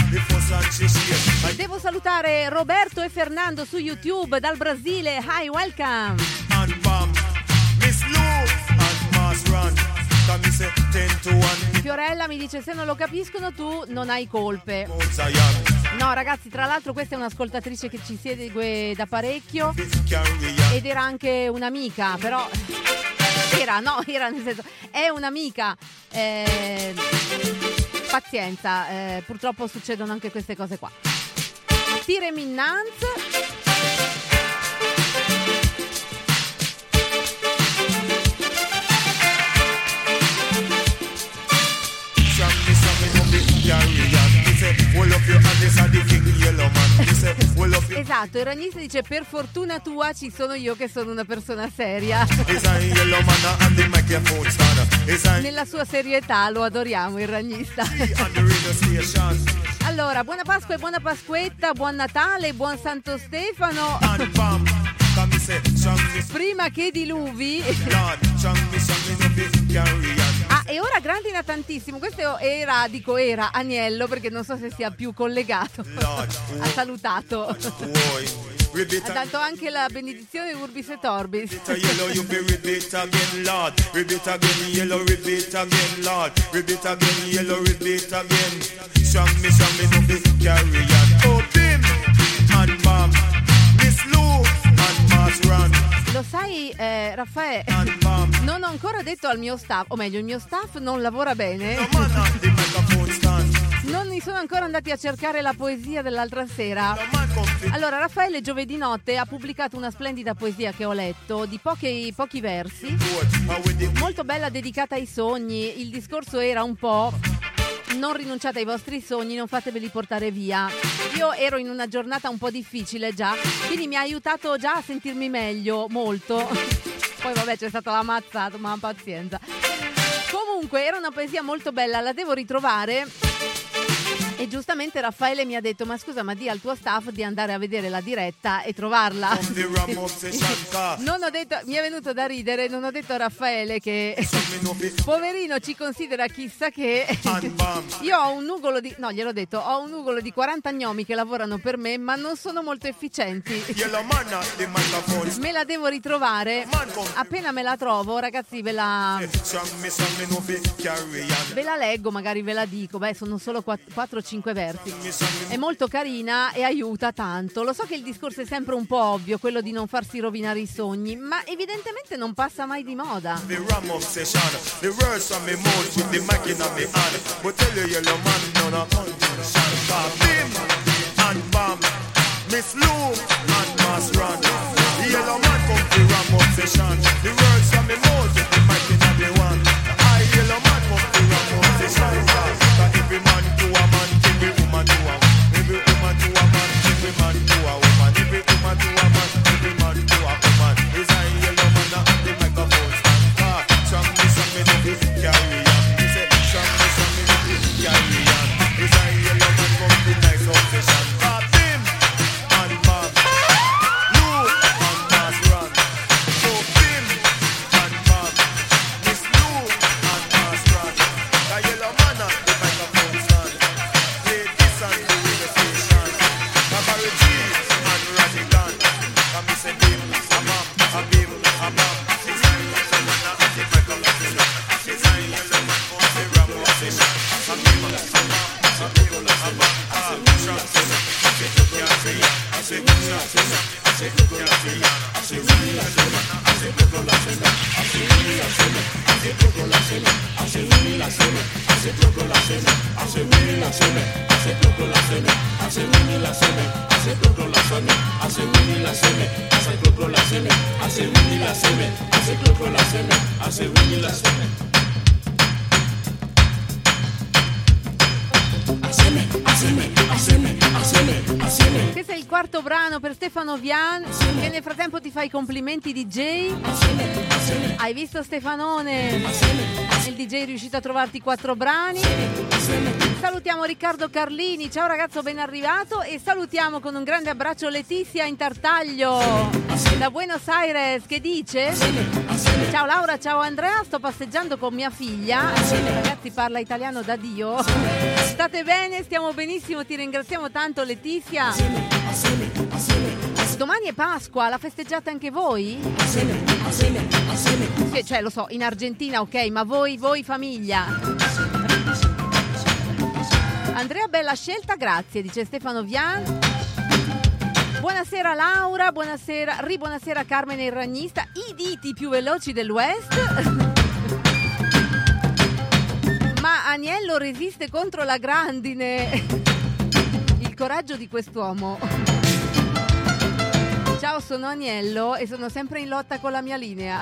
Speaker 4: Devo salutare Roberto e Fernando su YouTube dal Brasile. Hi, welcome. Fiorella mi dice: se non lo capiscono tu non hai colpe. No ragazzi, tra l'altro questa è un'ascoltatrice che ci segue da parecchio ed era anche un'amica, però era, no, era nel senso, è un'amica, eh, pazienza, eh, purtroppo succedono anche queste cose qua. Tire Minnanz. Esatto, il ragnista dice: per fortuna tua ci sono io che sono una persona seria. Nella sua serietà lo adoriamo il ragnista. Allora, buona Pasqua e buona Pasquetta, buon Natale, buon Santo Stefano. Prima che diluvi. Ah, e ora grandina tantissimo. Questo era, dico era, Agnello, perché non so se sia più collegato. Ha salutato. Ha dato anche la benedizione Urbis et Orbis. Lo sai, eh, Raffaele, non ho ancora detto al mio staff, o meglio il mio staff non lavora bene. Non mi sono ancora andati a cercare la poesia dell'altra sera. Allora, Raffaele giovedì notte ha pubblicato una splendida poesia che ho letto, di pochi, pochi versi, molto bella, dedicata ai sogni. Il discorso era un po': non rinunciate ai vostri sogni, non fateveli portare via. Io ero in una giornata un po' difficile già, quindi mi ha aiutato già a sentirmi meglio, molto. Poi vabbè, c'è stata la mazzata, ma pazienza. Comunque era una poesia molto bella, la devo ritrovare. E giustamente Raffaele mi ha detto: ma scusa, ma di al tuo staff di andare a vedere la diretta e trovarla. Non ho detto, mi è venuto da ridere, non ho detto a Raffaele che poverino ci considera chissà che. Io ho un nugolo di, no, gliel'ho detto, ho un nugolo di quaranta gnomi che lavorano per me, ma non sono molto efficienti. Me la devo ritrovare. Appena me la trovo, ragazzi, ve la ve la leggo, magari ve la dico. Beh, sono solo quattro cinque versi. È molto carina e aiuta tanto. Lo so che il discorso è sempre un po' ovvio, quello di non farsi rovinare i sogni, ma evidentemente non passa mai di moda.
Speaker 10: Miss Lou and Mass Run. The yellow man come to ram obsession. The words from me mouth with the mic in the one. I yellow man come to ram obsession. Cause every man to a man, every woman to a every woman to a man, every man to a woman, every woman to a man, every man to a woman. Is I yellow man at the microphone stand. Ah, some me some me no be carry on. He say some me some me no be carry on. Is I yellow man come to nice obsession.
Speaker 4: Questo è il quarto brano per Stefano Vian, che nel frattempo ti fa i complimenti D J. Hai visto Stefanone? Il D J è riuscito a trovarti quattro brani. Salutiamo Riccardo Carlini, ciao ragazzo, ben arrivato. E salutiamo con un grande abbraccio Letizia in Tartaglio da Buenos Aires, che dice: ciao Laura, ciao Andrea, sto passeggiando con mia figlia. Ragazzi, parla italiano da Dio. State bene? Stiamo benissimo, ti ringraziamo tanto Letizia. Domani è Pasqua, la festeggiate anche voi? Sì, cioè lo so, in Argentina ok, ma voi, voi famiglia? Andrea, bella scelta, grazie, dice Stefano Vian. Buonasera Laura, buonasera, ribuonasera Carmine il Ragnista, i diti più veloci del West. Ma Agnello resiste contro la grandine. Il coraggio di quest'uomo. Ciao, sono Agnello e sono sempre in lotta con la mia linea.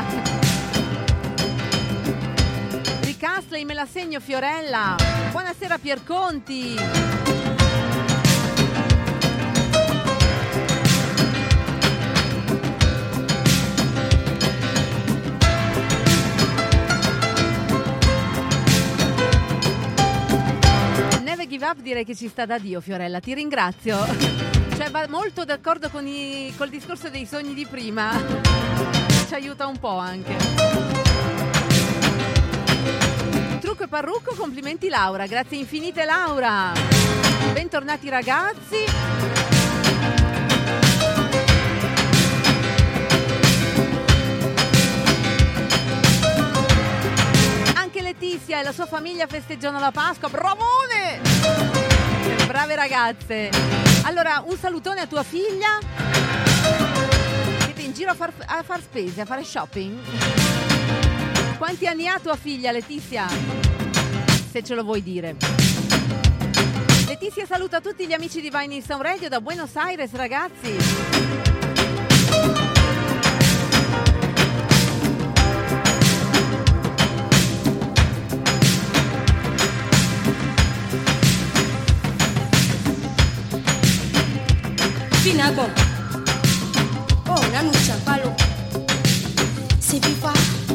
Speaker 4: Rick Astley, me la segno Fiorella. Buonasera Pierconti. Never give up, direi che ci sta da Dio, Fiorella, ti ringrazio. Cioè, va molto d'accordo con i, col discorso dei sogni di prima. Ci aiuta un po' anche. Trucco e parrucco, complimenti Laura, grazie infinite Laura. Bentornati ragazzi. Anche Letizia e la sua famiglia festeggiano la Pasqua. Bravone! Brave ragazze. Allora, un salutone a tua figlia. Siete in giro a far, a far spese, a fare shopping? Quanti anni ha tua figlia, Letizia? Se ce lo vuoi dire. Letizia saluta tutti gli amici di Vine in Sound Radio da Buenos Aires, ragazzi.
Speaker 11: Pinaco. Oh, nanucha palo. Si pipa.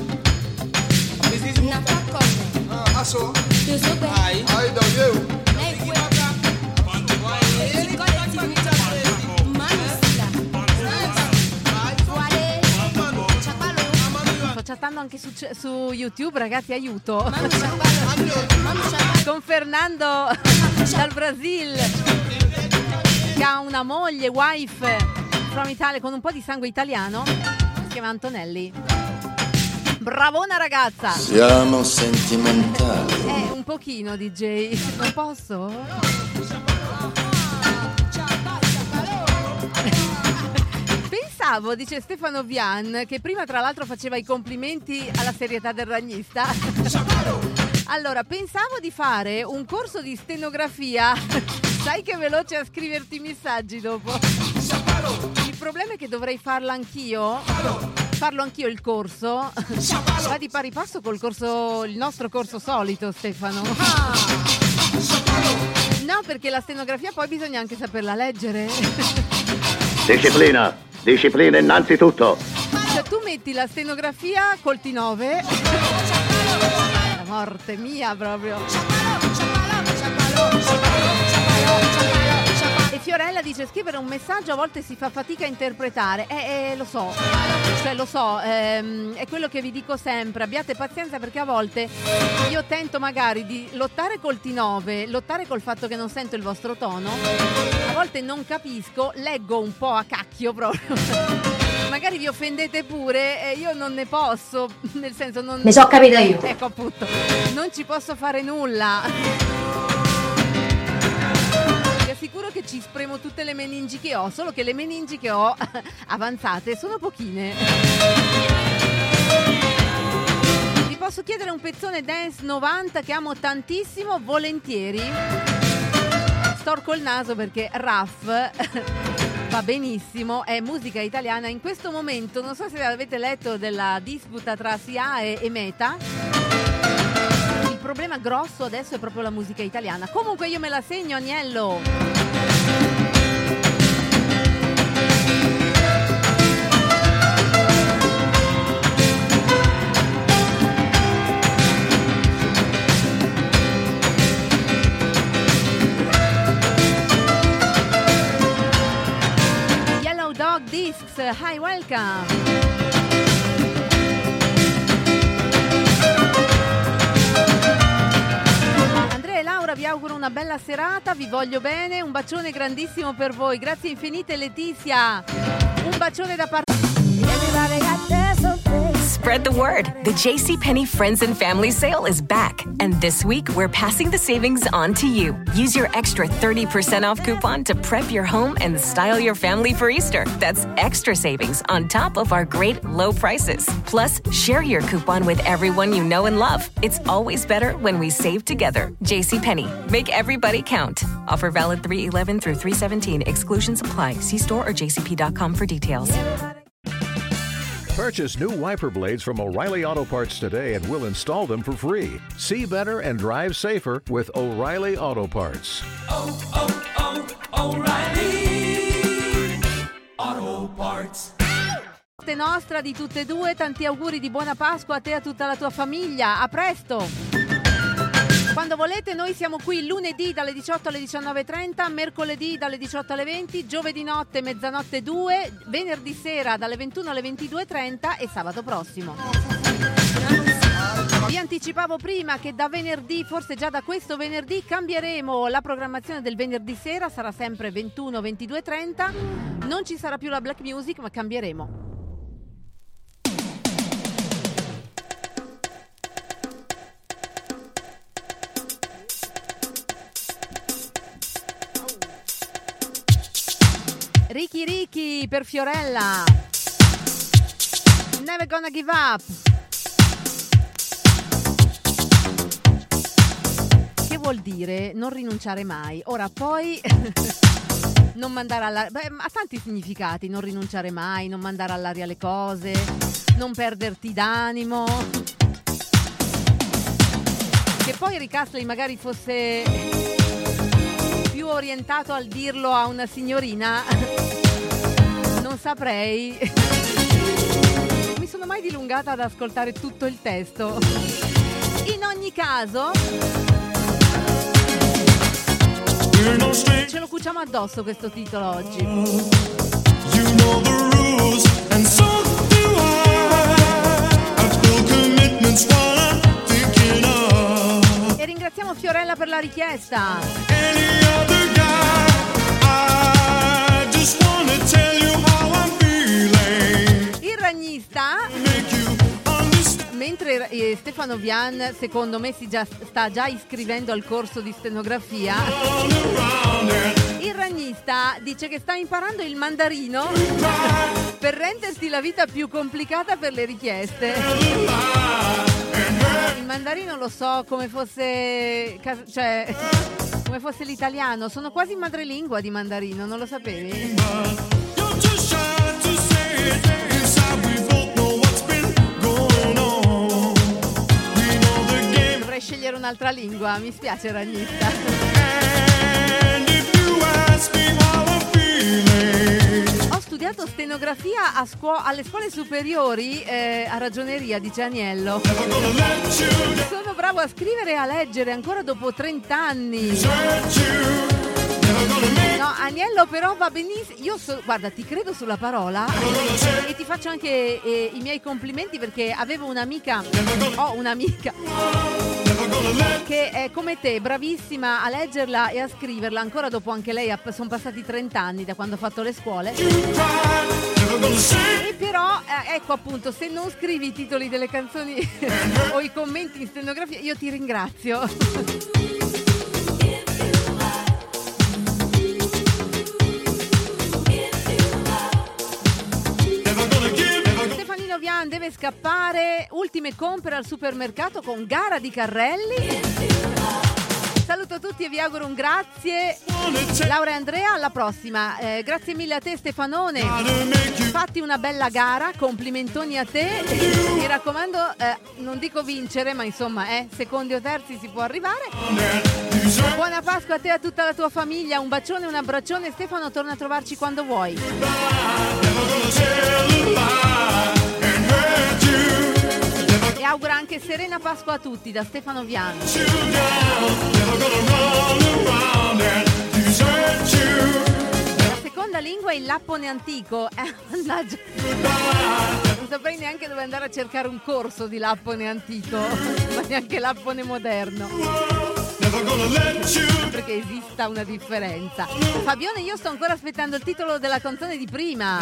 Speaker 11: Na pakone.
Speaker 12: Ah, aso.
Speaker 11: Yosobe.
Speaker 12: Ai, ai da eu.
Speaker 4: Sto chattando anche su, su YouTube, ragazzi, aiuto. Con Fernando dal Brasil, che ha una moglie, wife from Italia, con un po' di sangue italiano. Si chiama Antonelli. Bravona ragazza.
Speaker 13: Siamo sentimentali.
Speaker 4: Eh, un pochino D J. Non posso? Pensavo, dice Stefano Vian, che prima tra l'altro faceva i complimenti alla serietà del ragnista. Allora, pensavo di fare un corso di stenografia. Sai che veloce a scriverti i messaggi dopo. Il problema è che dovrei farlo anch'io. Farlo anch'io il corso. Va di pari passo col corso, il nostro corso solito, Stefano. No, perché la stenografia poi bisogna anche saperla leggere.
Speaker 14: Disciplina, disciplina innanzitutto.
Speaker 4: Cioè tu metti la stenografia col T nove. La morte mia proprio. E Fiorella dice: scrivere un messaggio a volte si fa fatica a interpretare. Eh, eh lo so, cioè lo so, ehm, è quello che vi dico sempre. Abbiate pazienza, perché a volte io tento magari di lottare col T nove, lottare col fatto che non sento il vostro tono. A volte non capisco, leggo un po' a cacchio proprio. Magari vi offendete pure e io non ne posso, nel senso non...
Speaker 11: Mi so capito io.
Speaker 4: Ecco appunto, non ci posso fare nulla. Vi assicuro che ci spremo tutte le meningi che ho, solo che le meningi che ho avanzate sono pochine. Vi posso chiedere un pezzone dance novanta che amo tantissimo? Volentieri. Storco il naso perché Raff va benissimo, è musica italiana. In questo momento, non so se avete letto della disputa tra S I A E, e Meta. Il problema grosso adesso è proprio la musica italiana. Comunque io me la segno, Agnello. Dog Discs, hi, welcome. Andrea e Laura vi auguro una bella serata, vi voglio bene, un bacione grandissimo per voi, grazie infinite Letizia, un bacione da parte.
Speaker 8: Spread the word. The JCPenney Friends and Family Sale is back. And this week, we're passing the savings on to you. Use your extra thirty percent off coupon to prep your home and style your family for Easter. That's extra savings on top of our great low prices. Plus, share your coupon with everyone you know and love. It's always better when we save together. JCPenney. Make everybody count. Offer valid three eleven through three seventeen. Exclusions apply. See store or j c p dot com for details.
Speaker 6: Purchase new wiper blades from O'Reilly Auto Parts today and we'll install them for free. See better and drive safer with O'Reilly Auto Parts.
Speaker 3: Oh, oh, oh, O'Reilly Auto Parts.
Speaker 4: Nostra di tutte e due, tanti auguri di buona Pasqua a te e a tutta la tua famiglia. A presto! Quando volete, noi siamo qui lunedì dalle diciotto alle diciannove e trenta, mercoledì dalle diciotto alle venti, giovedì notte mezzanotte due, venerdì sera dalle ventuno alle ventidue e trenta e sabato prossimo. Vi anticipavo prima che da venerdì, forse già da questo venerdì, cambieremo la programmazione del venerdì sera, sarà sempre ventuno ventidue e trenta, non ci sarà più la black music, ma cambieremo. Ricky Ricky per Fiorella. Never gonna give up. Che vuol dire non rinunciare mai. Ora poi non mandare alla... Beh, ha tanti significati, non rinunciare mai, non mandare all'aria le cose, non perderti d'animo. Che poi Rick Astley magari fosse più orientato al dirlo a una signorina, non saprei. Mi sono mai dilungata ad ascoltare tutto il testo. In ogni caso, ce lo cuciamo addosso questo titolo oggi. You know the rules, and so do I. I feel commitments while I'm thinking of. E ringraziamo Fiorella per la richiesta. Any other guy, I just wanna tell you how I'm feeling. Il ragnista, mentre eh, Stefano Vian secondo me si già, sta già iscrivendo al corso di stenografia, il ragnista dice che sta imparando il mandarino per renderti la vita più complicata per le richieste. Il mandarino lo so come fosse, cioè, come fosse l'italiano, sono quasi madrelingua di mandarino, non lo sapevi? Dovrei scegliere un'altra lingua, mi spiace ragnista. Ho studiato stenografia a scuo- alle scuole superiori eh, a ragioneria, dice Aniello. Sono bravo a scrivere e a leggere ancora dopo trenta anni. No, Agnello però va benissimo. Io so, guarda, ti credo sulla parola e ti faccio anche eh, i miei complimenti perché avevo un'amica, ho un'amica che è come te, bravissima a leggerla e a scriverla ancora dopo anche lei, sono passati trenta anni da quando ho fatto le scuole. E però eh, ecco appunto, se non scrivi i titoli delle canzoni o i commenti in stenografia, io ti ringrazio. Vian deve scappare, ultime compere al supermercato con gara di carrelli. Saluto tutti e vi auguro un grazie. Laura e Andrea, alla prossima. Eh, grazie mille a te Stefanone, fatti una bella gara, complimentoni a te. Mi raccomando, eh, non dico vincere, ma insomma eh, secondi o terzi si può arrivare. Buona Pasqua a te e a tutta la tua famiglia, un bacione e un abbraccione. Stefano, torna a trovarci quando vuoi. E augura anche serena Pasqua a tutti da Stefano Vian. La seconda lingua è il lappone antico. Eh, mannaggia. Non saprei neanche dove andare a cercare un corso di lappone antico, ma neanche lappone moderno. Perché esista una differenza. Fabione, io sto ancora aspettando il titolo della canzone di prima.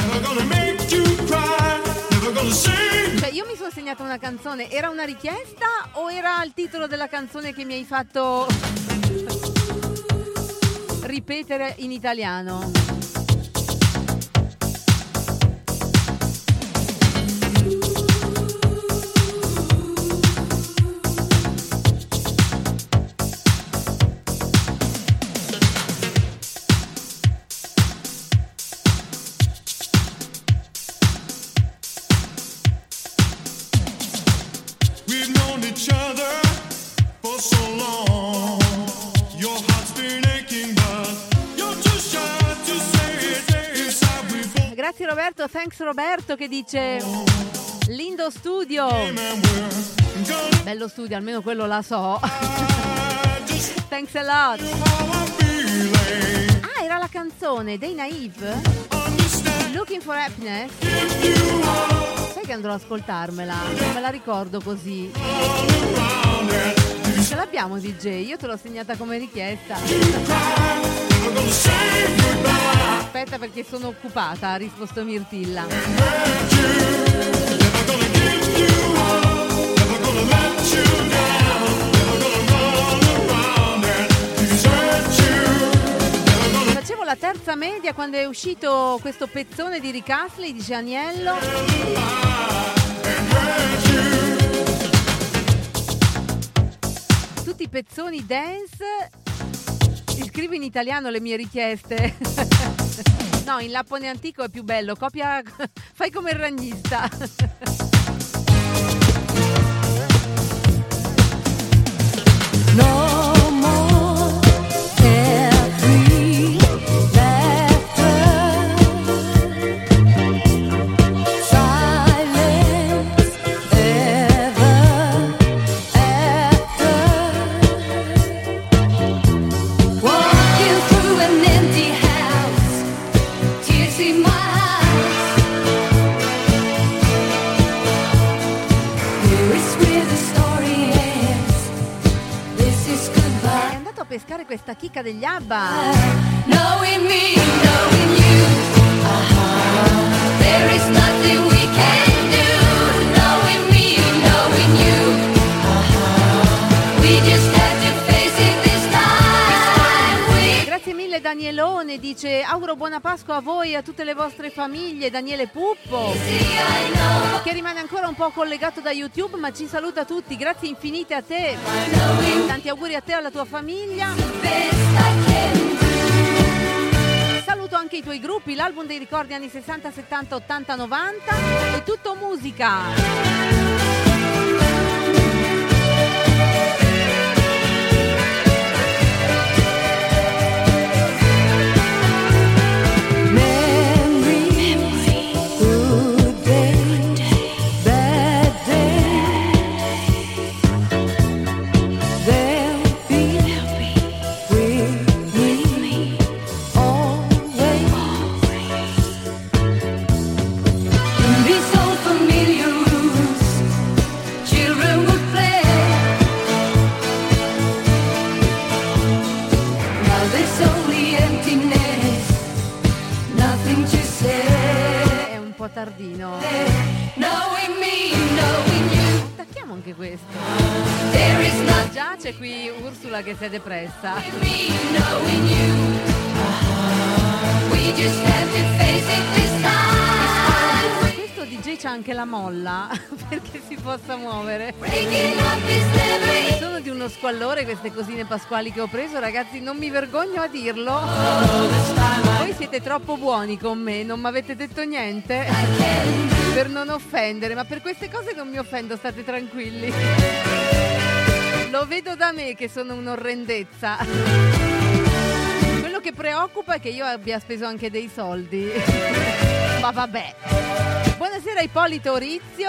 Speaker 4: Cioè io mi sono segnata una canzone, era una richiesta o era il titolo della canzone che mi hai fatto ripetere in italiano? Grazie Roberto, thanks Roberto che dice lindo studio, bello studio, almeno quello la so. Thanks a lot. Ah, era la canzone dei Naive, Looking for Happiness. Sai che andrò ad ascoltarmela, non me la ricordo così. Ce l'abbiamo D J, io te l'ho segnata come richiesta. Aspetta perché sono occupata, ha risposto Mirtilla. Facevo la terza media quando è uscito questo pezzone di Rick Astley, dice Aniello. Tutti pezzoni dance. Scrivi in italiano le mie richieste. No, in lappone antico è più bello. Copia, fai come il ragnista.
Speaker 3: No more every laughter, silence ever after. Walking through an empty house, tears in my eyes. Here is where the story ends. This is goodbye.
Speaker 4: È andato a pescare questa chicca degli ABBA.
Speaker 3: Knowing me, knowing you. Uh-huh. There is nothing we can do. Knowing me, knowing you. Uh-huh. We just have to face it this time. We...
Speaker 4: Grazie mille Danielone, dice auguro buona Pasqua a voi e a tutte le vostre famiglie. Daniele Puppo, che rimane ancora un po' collegato da YouTube, ma ci saluta tutti. Grazie infinite a te, tanti auguri a te e alla tua famiglia. Saluto anche i tuoi gruppi, l'album dei ricordi anni sessanta, settanta, ottanta, novanta e tutto musica. È un po' tardino. Attacchiamo anche questo. Già c'è qui Ursula che si è depressa. Questo D J c'ha anche la molla perché si possa muovere. Sono di uno squallore queste cosine pasquali che ho preso, ragazzi, non mi vergogno a dirlo. Voi siete troppo buoni con me, non mi avete detto niente per non offendere, ma per queste cose non mi offendo, state tranquilli. Lo vedo da me che sono un'orrendezza. Quello che preoccupa è che io abbia speso anche dei soldi. Ma vabbè. Buonasera Ippolito Orizio.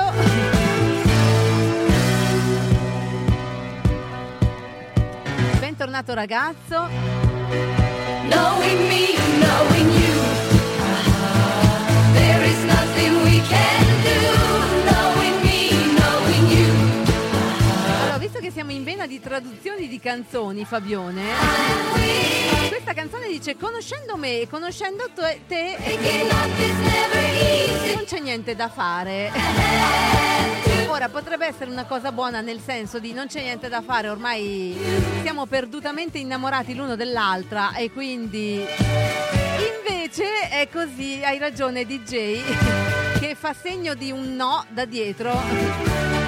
Speaker 4: Bentornato ragazzo.
Speaker 3: Knowing me, knowing you. Uh-huh. There is nothing we can do. Knowing me, knowing you. Uh-huh.
Speaker 4: Allora, visto che siamo in vena di traduzioni di canzoni, Fabione, questa canzone dice: conoscendo me e conoscendo te, te non c'è niente da fare. Ora potrebbe essere una cosa buona, nel senso di non c'è niente da fare, ormai siamo perdutamente innamorati l'uno dell'altra e quindi invece è così, hai ragione D J, che fa segno di un no da dietro.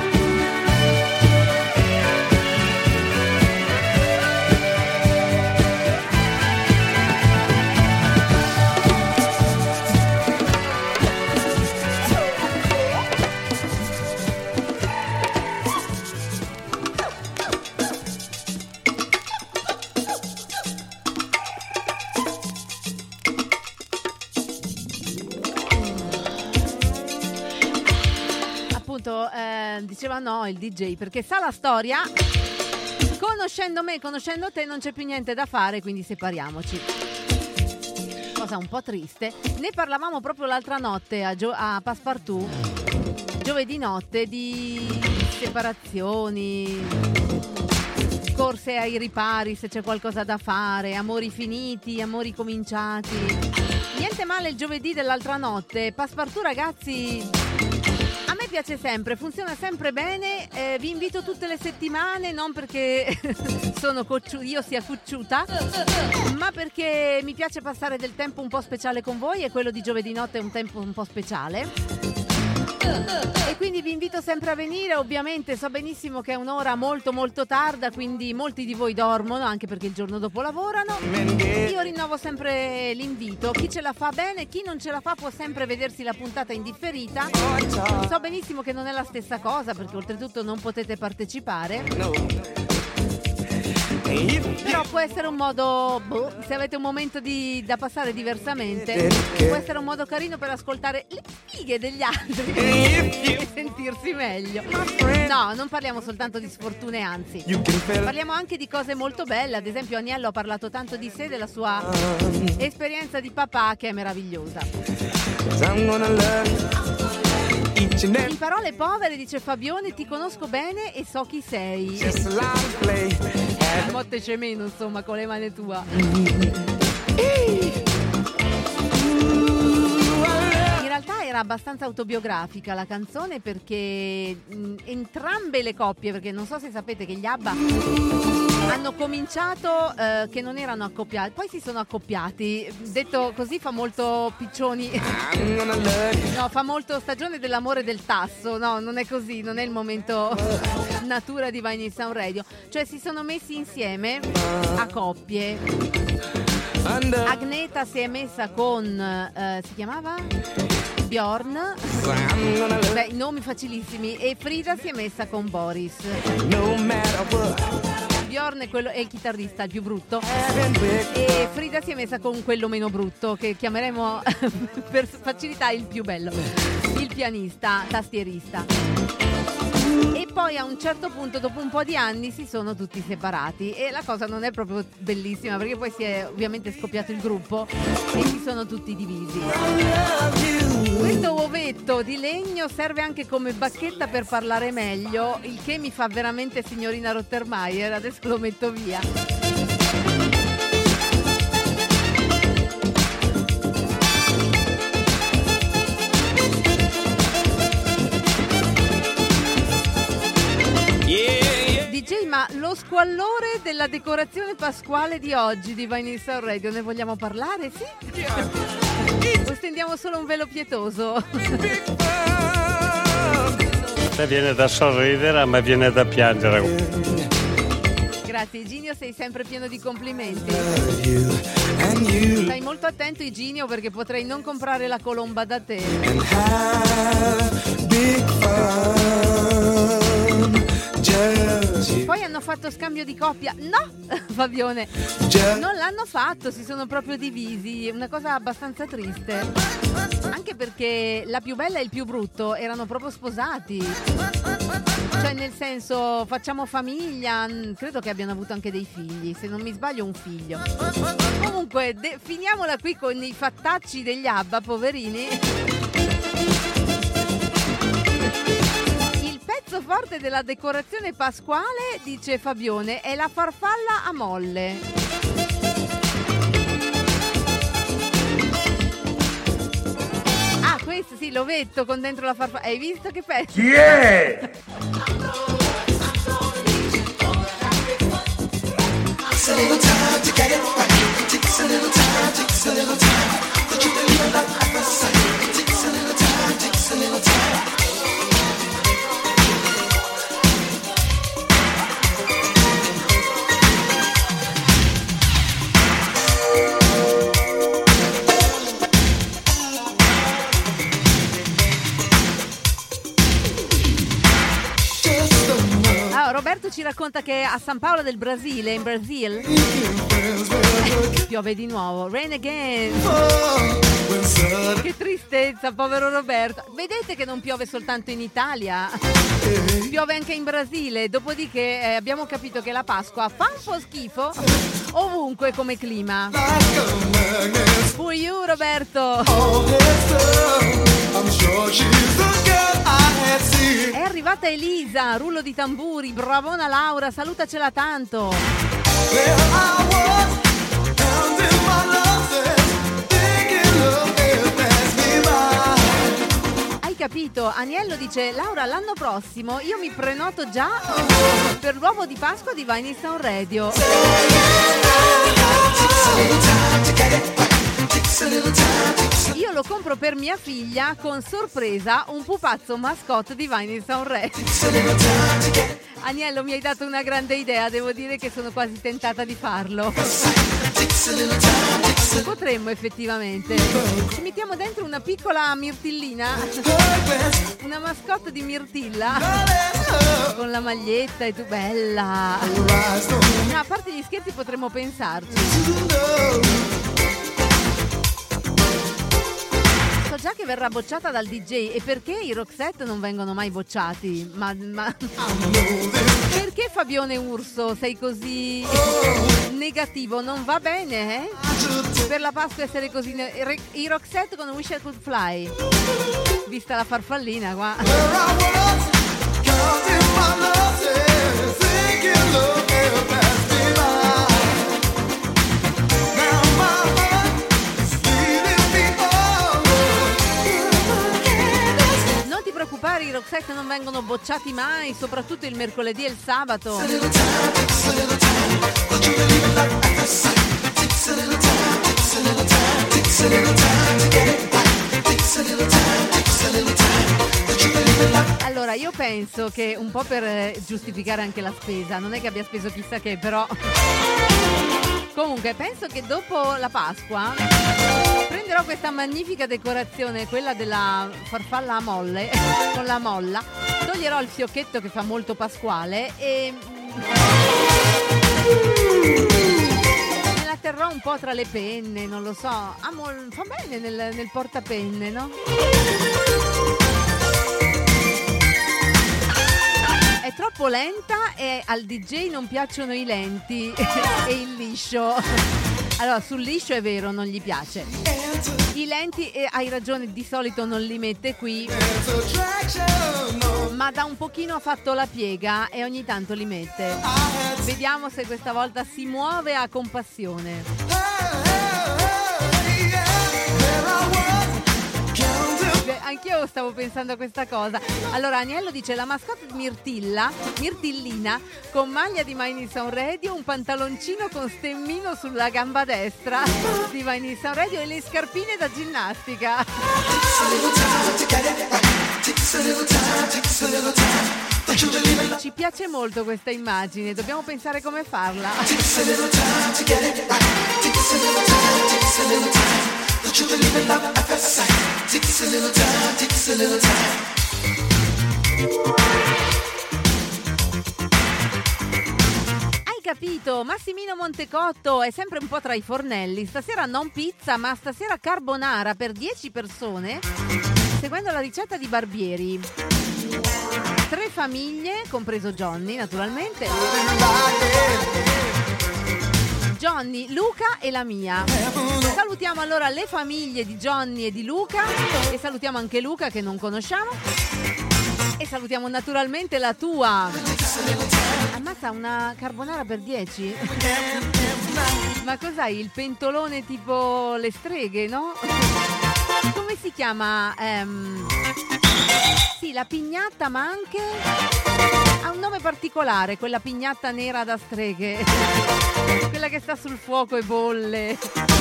Speaker 4: Eh, diceva no il D J perché sa la storia. Conoscendo me, conoscendo te non c'è più niente da fare, quindi separiamoci. Cosa un po' triste. Ne parlavamo proprio l'altra notte a, Gio- a Passepartout, giovedì notte, di separazioni, corse ai ripari se c'è qualcosa da fare, amori finiti, amori cominciati. Niente male il giovedì dell'altra notte. Passepartout, ragazzi, a me piace sempre, funziona sempre bene, eh, vi invito tutte le settimane, non perché sono cocciu- io sia cucciuta, ma perché mi piace passare del tempo un po' speciale con voi e quello di giovedì notte è un tempo un po' speciale. E quindi vi invito sempre a venire. Ovviamente so benissimo che è un'ora molto molto tarda, quindi molti di voi dormono anche perché il giorno dopo lavorano. Io rinnovo sempre l'invito, chi ce la fa bene, chi non ce la fa può sempre vedersi la puntata in differita. So benissimo che non è la stessa cosa perché oltretutto non potete partecipare, però può essere un modo, boh, se avete un momento di, da passare diversamente, può essere un modo carino per ascoltare le fighe degli altri e sentirsi meglio. No, non parliamo soltanto di sfortune, anzi parliamo anche di cose molto belle. Ad esempio Aniello ha parlato tanto di sé, della sua esperienza di papà, che è meravigliosa. In parole povere, dice Fabione, ti conosco bene e so chi sei. Motte c'è meno, insomma, con le mani tua. In realtà era abbastanza autobiografica la canzone perché mh, entrambe le coppie, perché non so se sapete che gli ABBA hanno cominciato eh, che non erano accoppiati, poi si sono accoppiati. Detto così fa molto Piccioni. No, fa molto Stagione dell'amore del tasso. No, non è così, non è il momento natura di Vai in Sound Radio. Cioè si sono messi insieme a coppie. Agneta si è messa con eh, si chiamava? Bjorn. Beh, nomi facilissimi. E Frida si è messa con Boris. Bjorn è, quello, è il chitarrista, il più brutto, e Frida si è messa con quello meno brutto, che chiameremo per facilità il più bello, il pianista, tastierista. E poi a un certo punto, dopo un po' di anni, si sono tutti separati e la cosa non è proprio bellissima, perché poi si è ovviamente scoppiato il gruppo e si sono tutti divisi. Questo uovetto di legno serve anche come bacchetta per parlare meglio, il che mi fa veramente signorina Rottermeier. Adesso lo metto via. D J, ma lo squallore della decorazione pasquale di oggi di Vai in Sound Radio, ne vogliamo parlare? Sì? O stendiamo solo un velo pietoso?
Speaker 12: A viene da sorridere, a me viene da piangere.
Speaker 4: Grazie Iginio, sei sempre pieno di complimenti. Stai molto attento Iginio, perché potrei non comprare la colomba da te. Poi hanno fatto scambio di coppia. No, Fabione, non l'hanno fatto, si sono proprio divisi. Una cosa abbastanza triste, anche perché la più bella e il più brutto erano proprio sposati. Cioè, nel senso, facciamo famiglia. Credo che abbiano avuto anche dei figli, se non mi sbaglio un figlio. Comunque de- finiamola qui con i fattacci degli ABBA, poverini. Il pezzo forte della decorazione pasquale, dice Fabione, è la farfalla a molle. Ah, questo sì, l'ovetto con dentro la farfalla. Hai visto che pezzo?
Speaker 10: Chi è?
Speaker 3: Takes a little time to get it right. Takes a little time, takes a little time. The truth ain't even like I say. Takes a little time, takes a little time.
Speaker 4: Roberto ci racconta che a San Paolo del Brasile, in Brasil, piove di nuovo. Rain again. Che tristezza, povero Roberto. Vedete che non piove soltanto in Italia, piove anche in Brasile. Dopodiché eh, abbiamo capito che la Pasqua fa un po' schifo ovunque come clima. For you, Roberto. È arrivata Elisa, rullo di tamburi, bravona Laura, salutacela tanto. Hai capito? Agnello dice: Laura, l'anno prossimo io mi prenoto già per l'uovo di Pasqua di Vai in Sound Radio. Io lo compro per mia figlia con sorpresa un pupazzo mascotte di Vine in Sanremo. Agnello, mi hai dato una grande idea, devo dire che sono quasi tentata di farlo. Potremmo effettivamente. Ci mettiamo dentro una piccola mirtillina, una mascotte di Mirtilla con la maglietta e tu bella. No, a parte gli scherzi potremmo pensarci. So già che verrà bocciata dal D J. E perché i Roxette non vengono mai bocciati? Ma, ma... perché Fabione Urso sei così negativo? Non va bene, eh? Per la Pasqua essere così ne... i Roxette con Wish I Could Fly, vista la farfallina qua. Non ti preoccupare, i Roxette non vengono bocciati mai, soprattutto il mercoledì e il sabato. Allora, io penso che un po' per giustificare anche la spesa, non è che abbia speso chissà che, però comunque penso che dopo la Pasqua prenderò questa magnifica decorazione, quella della farfalla a molle, con la molla, toglierò il fiocchetto che fa molto pasquale e me la terrò un po' tra le penne, non lo so. Amo, fa bene nel, nel portapenne, no? È troppo lenta e al D J non piacciono i lenti e il liscio. Allora, sul liscio è vero, non gli piace. I lenti, eh, hai ragione, di solito non li mette qui, ma da un pochino ha fatto la piega e ogni tanto li mette. Vediamo se questa volta si muove a compassione. Anch'io stavo pensando a questa cosa. Allora, Agnello dice la mascotte Mirtilla, Mirtillina, con maglia di Vine in Sound Radio, un pantaloncino con stemmino sulla gamba destra di Vine in Sound Radio e le scarpine da ginnastica. Ci piace molto questa immagine, dobbiamo pensare come farla. Hai capito? Massimino Montecotto è sempre un po' tra i fornelli. Stasera non pizza, ma stasera carbonara per dieci persone, seguendo la ricetta di Barbieri. Tre famiglie, compreso Johnny naturalmente. Johnny, Luca e la mia. Salutiamo allora le famiglie di Johnny e di Luca e salutiamo anche Luca che non conosciamo e salutiamo naturalmente la tua. Ammazza, una carbonara per dieci? Ma cos'hai? Il pentolone tipo le streghe, no? Come si chiama? Ehm... Sì, la pignatta, ma anche ha un nome particolare, quella pignatta nera da streghe, quella che sta sul fuoco e bolle.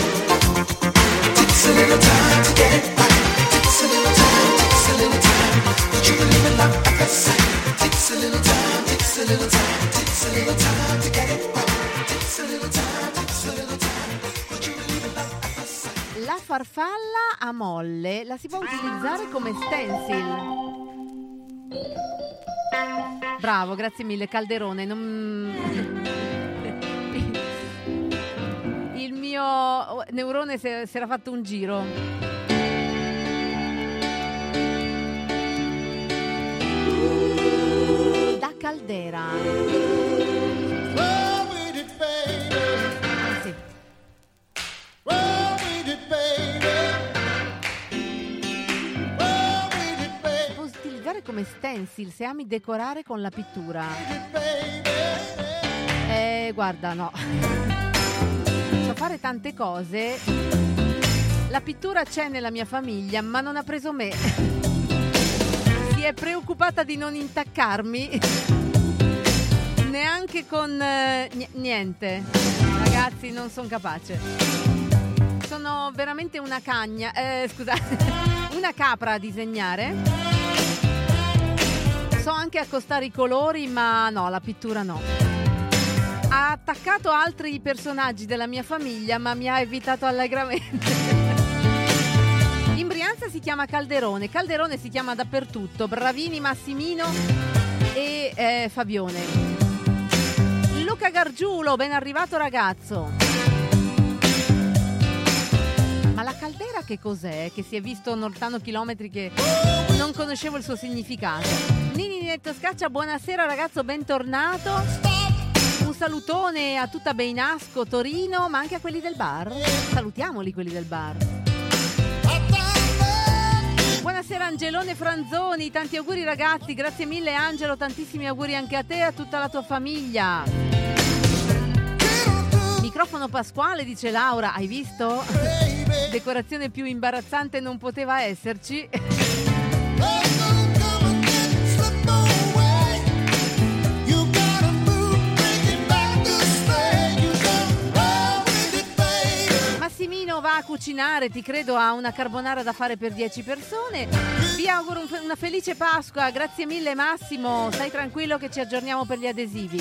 Speaker 4: La farfalla a molle la si può utilizzare come stencil. Bravo, grazie mille Calderone. Non... il mio neurone si era fatto un giro. Da Caldera. Sì. Come stencil se ami decorare con la pittura. Eh, guarda, no. So fare tante cose. La pittura c'è nella mia famiglia, ma non ha preso me. Si è preoccupata di non intaccarmi. Neanche con eh, niente. Ragazzi, non sono capace. sono veramente una cagna, eh, scusate, una capra a disegnare. So anche accostare i colori, ma no, la pittura no. Ha attaccato altri personaggi della mia famiglia, ma mi ha evitato allegramente. In Brianza si chiama Calderone, Calderone si chiama dappertutto, Bravini, Massimino e eh, Fabione. Luca Gargiulo, ben arrivato ragazzo. Ma la caldera che cos'è? Che si è visto lontano chilometri che non conoscevo il suo significato. Nini Netto Scaccia, buonasera ragazzo, bentornato. Un salutone a tutta Beinasco, Torino, ma anche a quelli del bar. Salutiamoli quelli del bar. Buonasera Angelone Franzoni, tanti auguri ragazzi, grazie mille Angelo, tantissimi auguri anche a te e a tutta la tua famiglia. Microfono Pasquale, dice Laura, hai visto? Decorazione più imbarazzante non poteva esserci. Massimino va a cucinare, ti credo ha una carbonara da fare per dieci persone. Vi auguro un fe- una felice Pasqua, grazie mille Massimo, stai tranquillo che ci aggiorniamo per gli adesivi.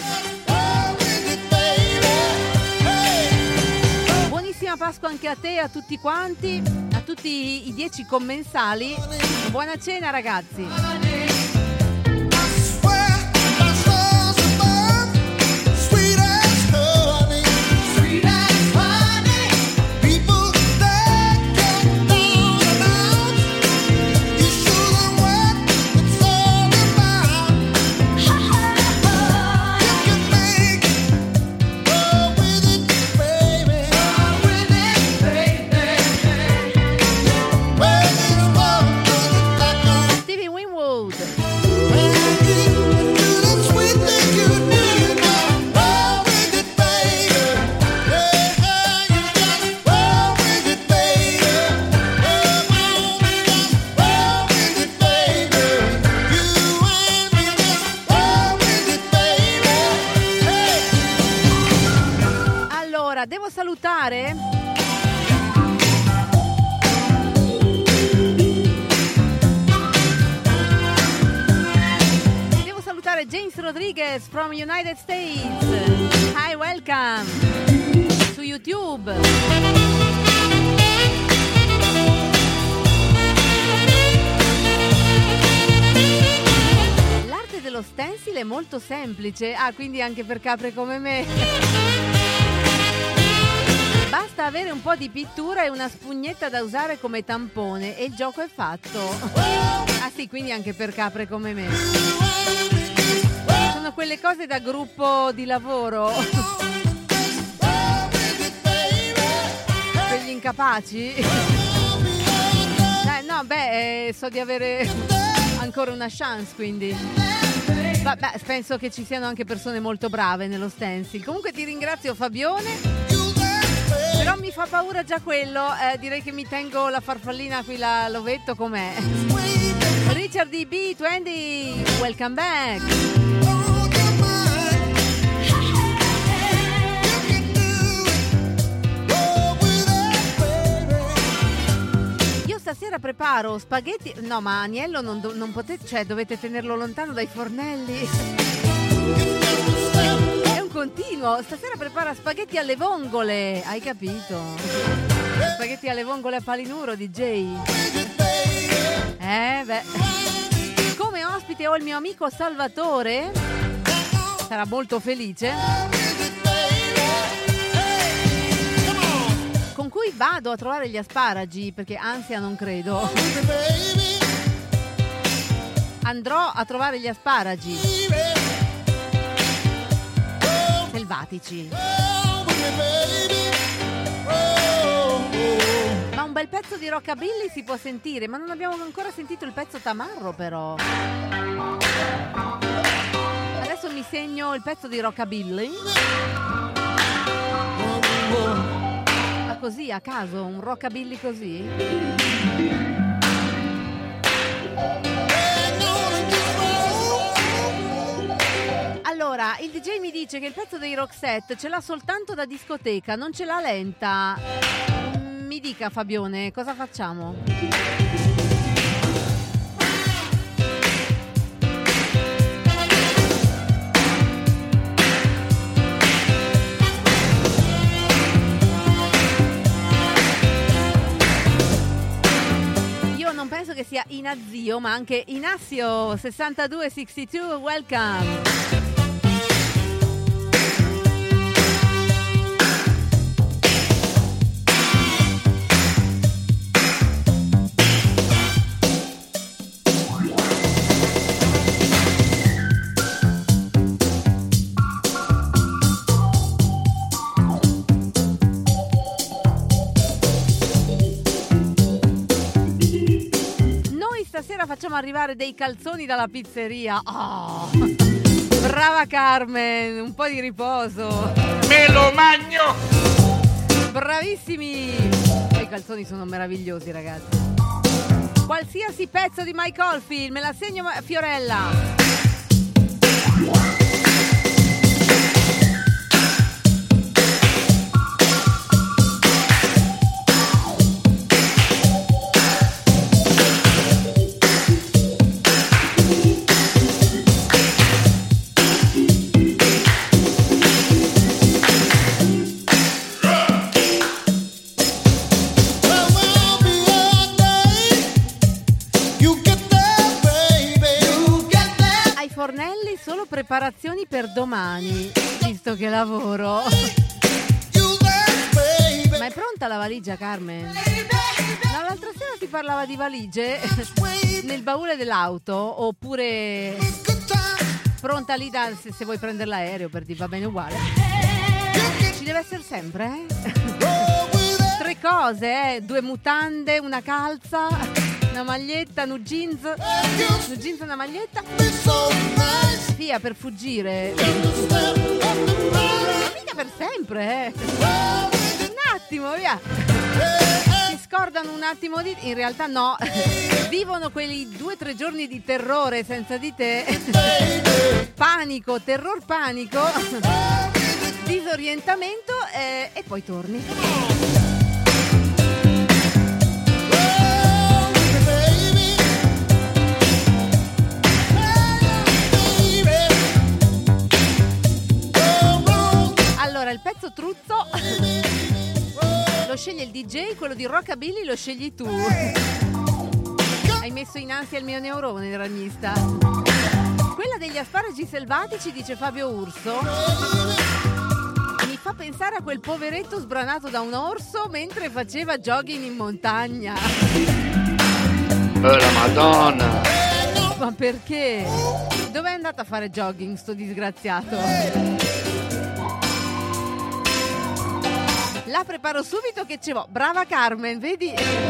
Speaker 4: Buonissima Pasqua anche a te, a tutti quanti, a tutti i dieci commensali. Buona cena ragazzi. Devo salutare Devo salutare James Rodriguez from United States. Hi, welcome su YouTube. L'arte dello stencil è molto semplice. Ah, quindi anche per capre come me. Basta avere un po' di pittura e una spugnetta da usare come tampone e il gioco è fatto. Ah sì, quindi anche per capre come me. Sono quelle cose da gruppo di lavoro. Per gli incapaci. Eh, no, beh, eh, so di avere ancora una chance, quindi. Vabbè, penso che ci siano anche persone molto brave nello stencil. Comunque ti ringrazio Fabione. Però mi fa paura già quello, eh, direi che mi tengo la farfallina qui, la l'ovetto com'è. Richard D B venti, welcome back. Io stasera preparo spaghetti, no ma Agnello non, do, non potete, cioè dovete tenerlo lontano dai fornelli. Continuo, stasera prepara spaghetti alle vongole, hai capito? Spaghetti alle vongole a Palinuro D J. Eh beh. Come ospite ho il mio amico Salvatore, sarà molto felice, con cui vado a trovare gli asparagi, perché ansia non credo. Andrò a trovare gli asparagi selvatici. Ma un bel pezzo di rockabilly si può sentire, ma non abbiamo ancora sentito il pezzo tamarro però. Adesso mi segno il pezzo di rockabilly. Ma così a caso, un rockabilly così? Allora, il D J mi dice che il pezzo dei Roxette ce l'ha soltanto da discoteca, non ce l'ha lenta. mi dica Fabione, cosa facciamo? Io non penso che sia Inazio, ma anche Inassio sessantadue sessantadue, welcome. Stasera facciamo arrivare dei calzoni dalla pizzeria. Oh, brava Carmen, un po' di riposo.
Speaker 7: Me lo magno!
Speaker 4: Bravissimi! I calzoni sono meravigliosi, ragazzi. Qualsiasi pezzo di Mike Oldfield, me la segno Fiorella. Solo preparazioni per domani, visto che lavoro. Ma è pronta la valigia, Carmen? No, l'altra sera si parlava di valigie nel baule dell'auto, oppure pronta lì da, se, se vuoi prendere l'aereo, per dire, va bene uguale. Ci deve essere sempre, eh? Tre cose, eh? Due mutande, una calza, una maglietta, un jeans, un jeans e una maglietta. Via per fuggire. Ma mica per sempre, eh. Un attimo, via. Si scordano un attimo di... In realtà no. Vivono quelli due o tre giorni di terrore senza di te. Panico, terror panico. Disorientamento eh, e poi torni. Allora, il pezzo truzzo lo sceglie il D J, quello di Rockabilly lo scegli tu. Hai messo in ansia il mio neurone, il ragnista. Quella degli asparagi selvatici, dice Fabio Urso, mi fa pensare a quel poveretto sbranato da un orso mentre faceva jogging in montagna.
Speaker 7: Oh, la Madonna!
Speaker 4: Ma perché? Dove è andato a fare jogging sto disgraziato? La preparo subito che ce l'ho. Brava Carmen, vedi?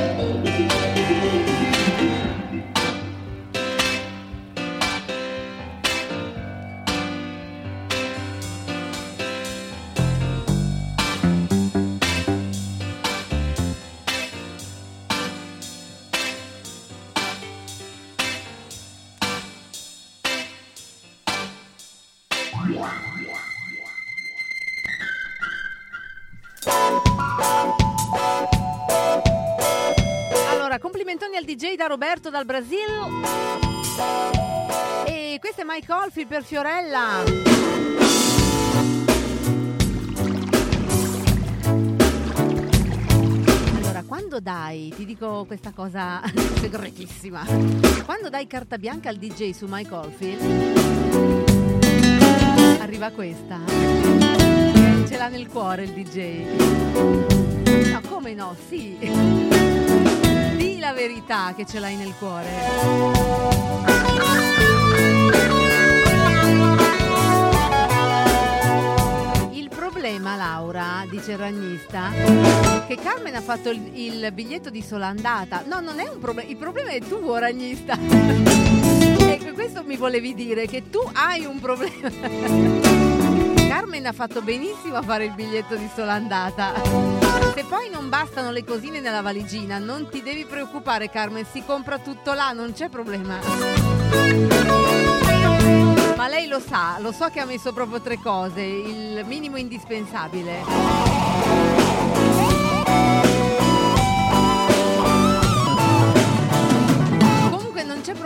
Speaker 4: Allora, complimentoni al D J da Roberto dal Brasile. E questo è Mike Oldfield per Fiorella. Allora, quando dai, ti dico questa cosa segretissima, quando dai carta bianca al D J su Mike Oldfield, arriva questa. Ce l'ha nel cuore il D J. No, come no? Sì. Dì la verità che ce l'hai nel cuore. Il problema, Laura, dice il ragnista, che Carmen ha fatto il, il biglietto di sola andata. No, non è un problema. Il problema è tuo, ragnista. E questo mi volevi dire, che tu hai un problema. Carmen ha fatto benissimo a fare il biglietto di sola andata. Se poi non bastano le cosine nella valigina, non ti devi preoccupare, Carmen, si compra tutto là, non c'è problema. Ma lei lo sa, lo so che ha messo proprio tre cose, il minimo indispensabile.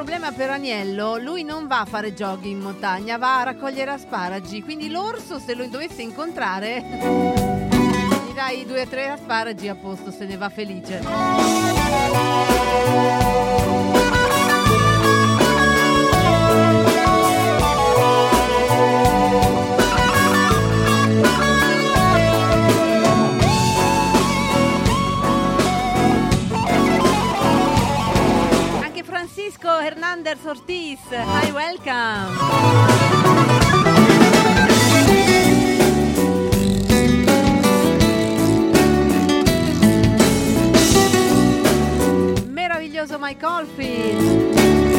Speaker 4: problema per Agnello, lui non va a fare jogging in montagna, va a raccogliere asparagi, quindi l'orso se lo dovesse incontrare gli dai due o tre asparagi, a posto, se ne va felice. Francisco Hernandez Ortiz, hi, welcome. Meraviglioso Mike Oldfield.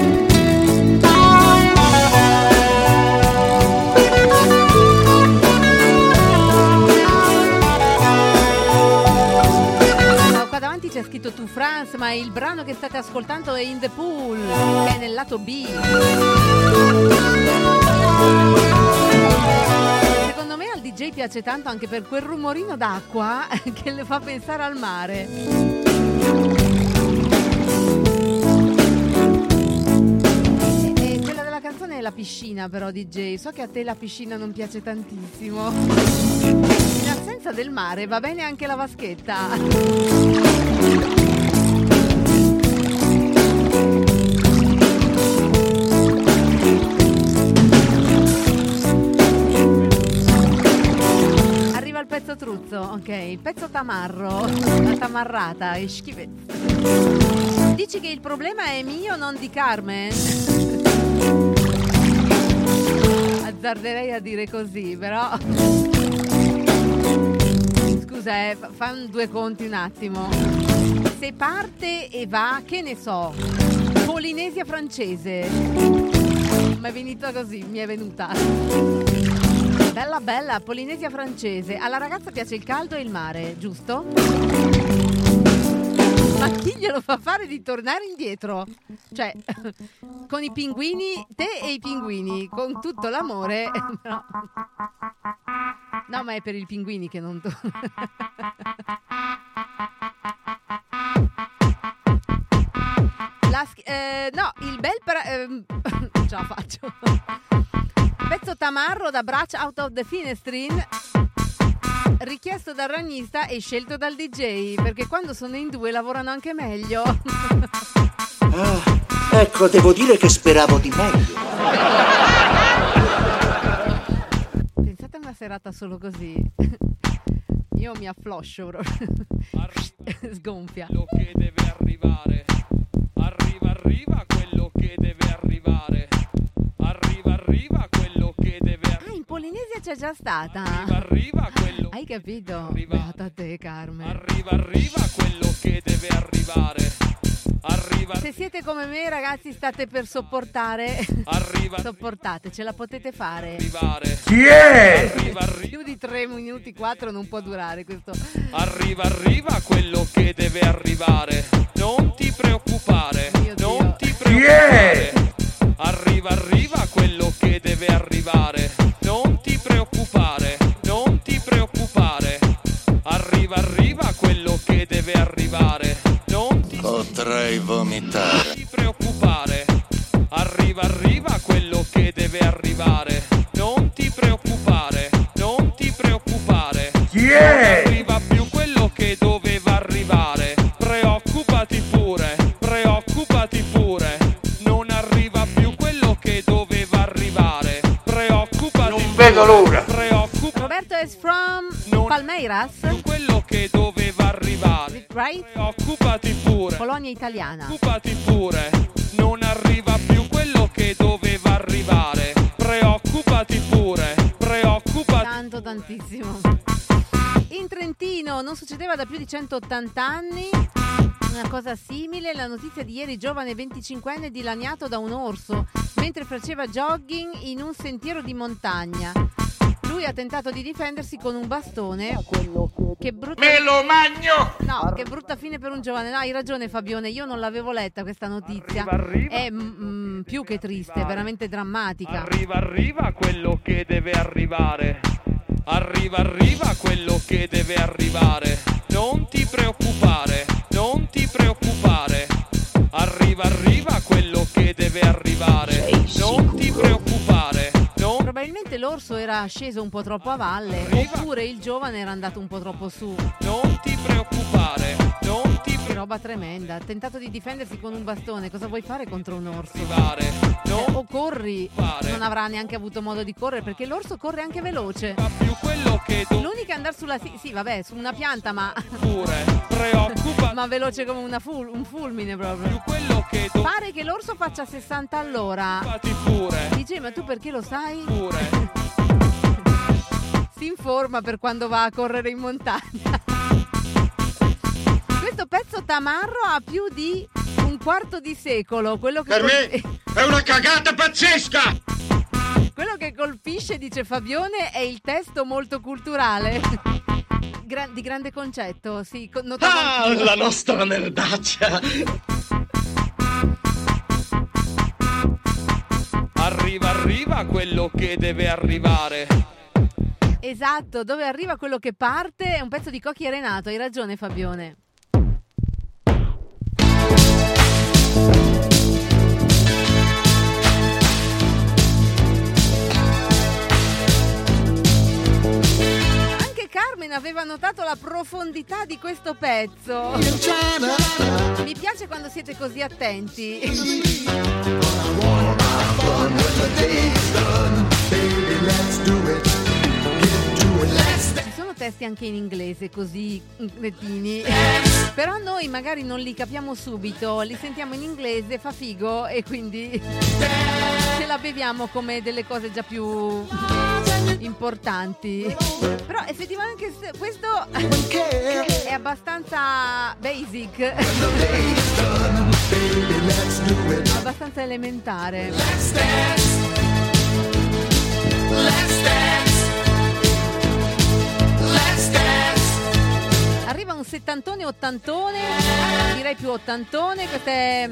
Speaker 4: C'è scritto To France, ma il brano che state ascoltando è In the Pool, che è nel lato B. Secondo me al D J piace tanto anche per quel rumorino d'acqua che le fa pensare al mare. E quella della canzone è la piscina, però, D J. So che a te la piscina non piace tantissimo. In assenza del mare va bene anche la vaschetta. Arriva il pezzo truzzo, ok, il pezzo tamarro, la tamarrata, è schifezza. Dici che il problema è mio, non di Carmen? Azzarderei a dire così, però scusa, eh, fanno due conti un attimo. Se parte e va, che ne so, Polinesia francese, mi è venuta così, mi è venuta bella bella Polinesia francese. Alla ragazza piace il caldo e il mare, giusto? Ma chi glielo fa fare di tornare indietro? Cioè, con i pinguini, te e i pinguini, con tutto l'amore, no. No, ma è per i pinguini che non... La, eh, no, il bel... Pra- eh, ce la faccio. Pezzo tamarro da Brush Out of the Finestrin, richiesto dal ragnista e scelto dal D J, perché quando sono in due lavorano anche meglio.
Speaker 15: Ah, ecco, devo dire che speravo di meglio.
Speaker 4: Pensate a una serata solo così. Io mi affloscio. Sgonfia.
Speaker 16: Quello che deve arrivare. Arriva, arriva quello che deve arrivare. Arriva, arriva quello che deve arrivare.
Speaker 4: Ah, in Polinesia c'è già stata.
Speaker 16: Arriva, arriva quello.
Speaker 4: Hai capito? Beata a te, Carmen.
Speaker 16: Arriva, arriva quello che deve arrivare. Arriva.
Speaker 4: Se siete come me, ragazzi, state per sopportare.
Speaker 16: Arriva.
Speaker 4: Sopportate, ce la potete fare.
Speaker 16: Arrivare.
Speaker 4: Chi è? Arriva, arriva. Più di tre minuti, quattro non può durare questo.
Speaker 16: Arriva, arriva quello che deve arrivare. Non ti preoccupare. Non ti preoccupare. Arriva, arriva quello che deve arrivare. Non ti preoccupare. Non ti preoccupare. Arriva, arriva quello che deve arrivare. Non ti
Speaker 13: Potrei vomitare.
Speaker 16: Non ti preoccupare. Arriva, arriva quello che deve arrivare. Non ti preoccupare. Non ti preoccupare.
Speaker 10: Chi è?
Speaker 16: Non arriva più quello che doveva arrivare. Preoccupati pure. Preoccupati pure. Non arriva più quello che doveva arrivare. Preoccupati.
Speaker 10: Non vedo l'ora.
Speaker 16: Preoccupati.
Speaker 4: Roberto is from
Speaker 16: Non
Speaker 4: Palmeiras.
Speaker 16: Quello che doveva arrivare.
Speaker 4: Right?
Speaker 16: Preoccupati pure.
Speaker 4: Polonia italiana.
Speaker 16: Preoccupati pure. Non arriva più quello che doveva arrivare. Preoccupati pure. Preoccupati.
Speaker 4: Tanto, tantissimo. In Trentino non succedeva da più di centottanta anni una cosa simile. La notizia di ieri: giovane venticinquenne dilaniato da un orso mentre faceva jogging in un sentiero di montagna. Lui ha tentato di difendersi con un bastone. Che brutta...
Speaker 7: Me lo magno!
Speaker 4: No, che brutta fine per un giovane. No, hai ragione, Fabione, io non l'avevo letta questa notizia.
Speaker 16: Arriva, arriva.
Speaker 4: È mm, più che triste, veramente drammatica.
Speaker 16: Arriva, arriva quello che deve arrivare. Arriva, arriva quello che deve arrivare. Non ti preoccupare. Non ti preoccupare. Arriva, arriva quello che deve
Speaker 4: l'orso era sceso un po' troppo a valle, oppure il giovane era andato un po' troppo su.
Speaker 16: Non ti preoccupare, non ti
Speaker 4: Che roba tremenda. Ha tentato di difendersi con un bastone. Cosa vuoi fare contro un orso?
Speaker 16: preoccupare, non
Speaker 4: Eh, o corri,
Speaker 16: fare.
Speaker 4: non avrà neanche avuto modo di correre perché l'orso corre anche veloce.
Speaker 16: più quello che tu
Speaker 4: L'unica è andare sulla sì, sì, vabbè, su una pianta, ma
Speaker 16: pure preoccupa
Speaker 4: ma veloce come una ful- un fulmine proprio.
Speaker 16: più quello che tu
Speaker 4: Pare che l'orso faccia sessanta all'ora.
Speaker 16: fatti pure,
Speaker 4: Dice, ma tu perché lo sai?
Speaker 16: pure.
Speaker 4: Si informa per quando va a correre in montagna. Questo pezzo tamarro ha più di un quarto di secolo. Quello che
Speaker 7: Per me
Speaker 4: colp-
Speaker 7: è una cagata pazzesca!
Speaker 4: Quello che colpisce, dice Fabione, è il testo molto culturale. Gra- di grande concetto, sì. co- notavo
Speaker 17: Ah,
Speaker 4: anch'io.
Speaker 17: la nostra nerdaccia!
Speaker 16: Arriva, arriva quello che deve arrivare.
Speaker 4: Esatto, dove arriva quello che parte è un pezzo di Cocchi e Renato. Hai ragione, Fabione. Anche Carmen aveva notato la profondità di questo pezzo. Mi piace quando siete così attenti. Ci sono testi anche in inglese così cretini, però noi magari non li capiamo subito, li sentiamo in inglese, fa figo e quindi ce la beviamo come delle cose già più importanti. Però effettivamente se- questo è abbastanza basic, abbastanza elementare. Arriva un settantone ottantone, direi più ottantone, questo è...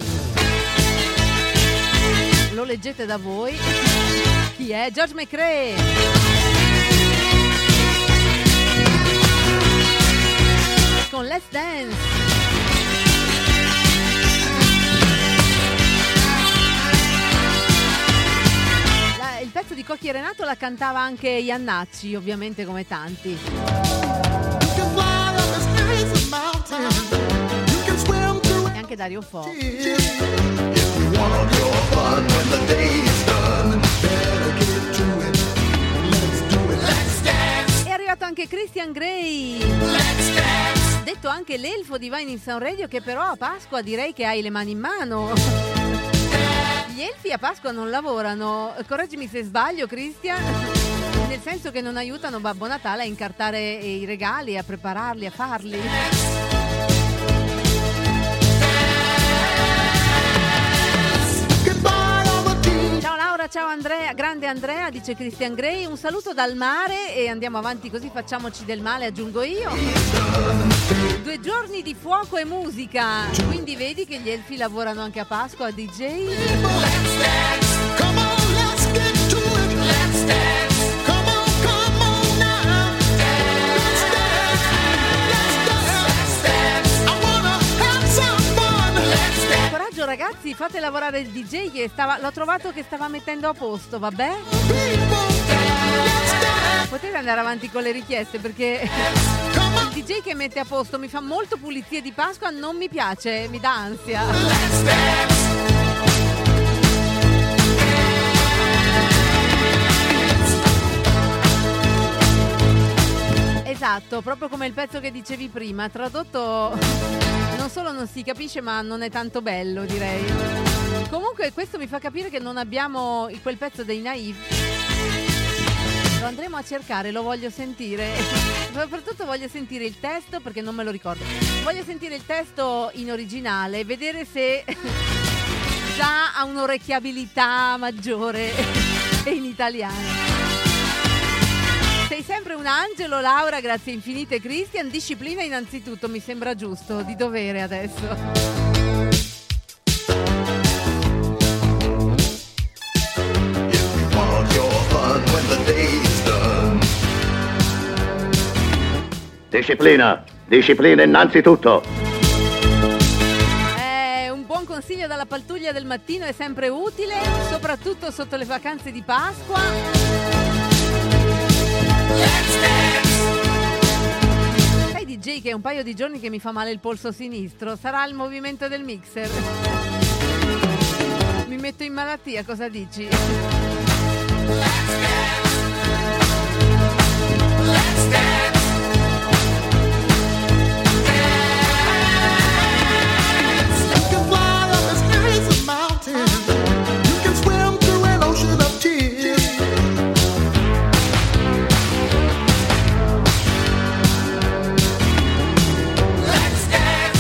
Speaker 4: lo leggete da voi. Chi è? George McRae. Con Let's Dance. La- il pezzo di Cocchi e Renato la cantava anche Iannacci, ovviamente come tanti. E anche Dario Fo. È arrivato anche Christian Grey, detto anche l'elfo di Vine in Sound Radio, che però a Pasqua direi che hai le mani in mano. Gli elfi a Pasqua non lavorano, correggimi se sbaglio, Christian, nel senso che non aiutano Babbo Natale a incartare i regali, a prepararli, a farli. Ciao Laura, ciao Andrea, grande Andrea, dice Christian Grey, un saluto dal mare e andiamo avanti così facciamoci del male, aggiungo io. Due giorni di fuoco e musica, quindi vedi che gli elfi lavorano anche a Pasqua, D J. Coraggio ragazzi, fate lavorare il D J che stava, l'ho trovato che stava mettendo a posto, vabbè? Potete andare avanti con le richieste perché il D J che mette a posto mi fa molto pulizie di Pasqua, non mi piace, mi dà ansia. Esatto, proprio come il pezzo che dicevi prima, tradotto non solo non si capisce ma non è tanto bello, direi. Comunque questo mi fa capire che non abbiamo quel pezzo dei Naive. Lo andremo a cercare, lo voglio sentire. Soprattutto voglio sentire il testo perché non me lo ricordo. Voglio sentire il testo in originale, vedere se già ha un'orecchiabilità maggiore in italiano. Sei sempre un angelo, Laura, grazie infinite, Christian. Disciplina innanzitutto, mi sembra giusto, di dovere adesso.
Speaker 14: Disciplina, disciplina innanzitutto.
Speaker 4: Eh, un buon consiglio dalla pattuglia del mattino è sempre utile, soprattutto sotto le vacanze di Pasqua. D J che è un paio di giorni che mi fa male il polso sinistro. Sarà il movimento del mixer? Mi metto in malattia, cosa dici?
Speaker 3: Let's dance. You can fly up the skies of mountains. You can swim through an ocean of tears.
Speaker 4: Let's dance.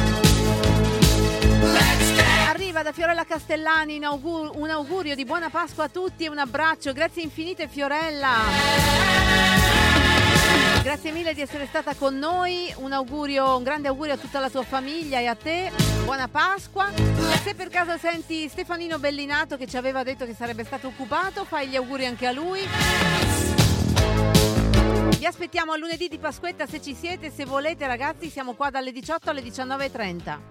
Speaker 4: Let's dance. Arriva da Fiorella Castellani un, augur- un augurio di buona Pasqua a tutti e un abbraccio. Grazie infinite Fiorella. Grazie mille di essere stata con noi, un augurio, un grande augurio a tutta la tua famiglia e a te, buona Pasqua. E se per caso senti Stefanino Bellinato che ci aveva detto che sarebbe stato occupato, fai gli auguri anche a lui. Vi aspettiamo a lunedì di Pasquetta se ci siete, se volete ragazzi, siamo qua dalle diciotto alle diciannove e trenta.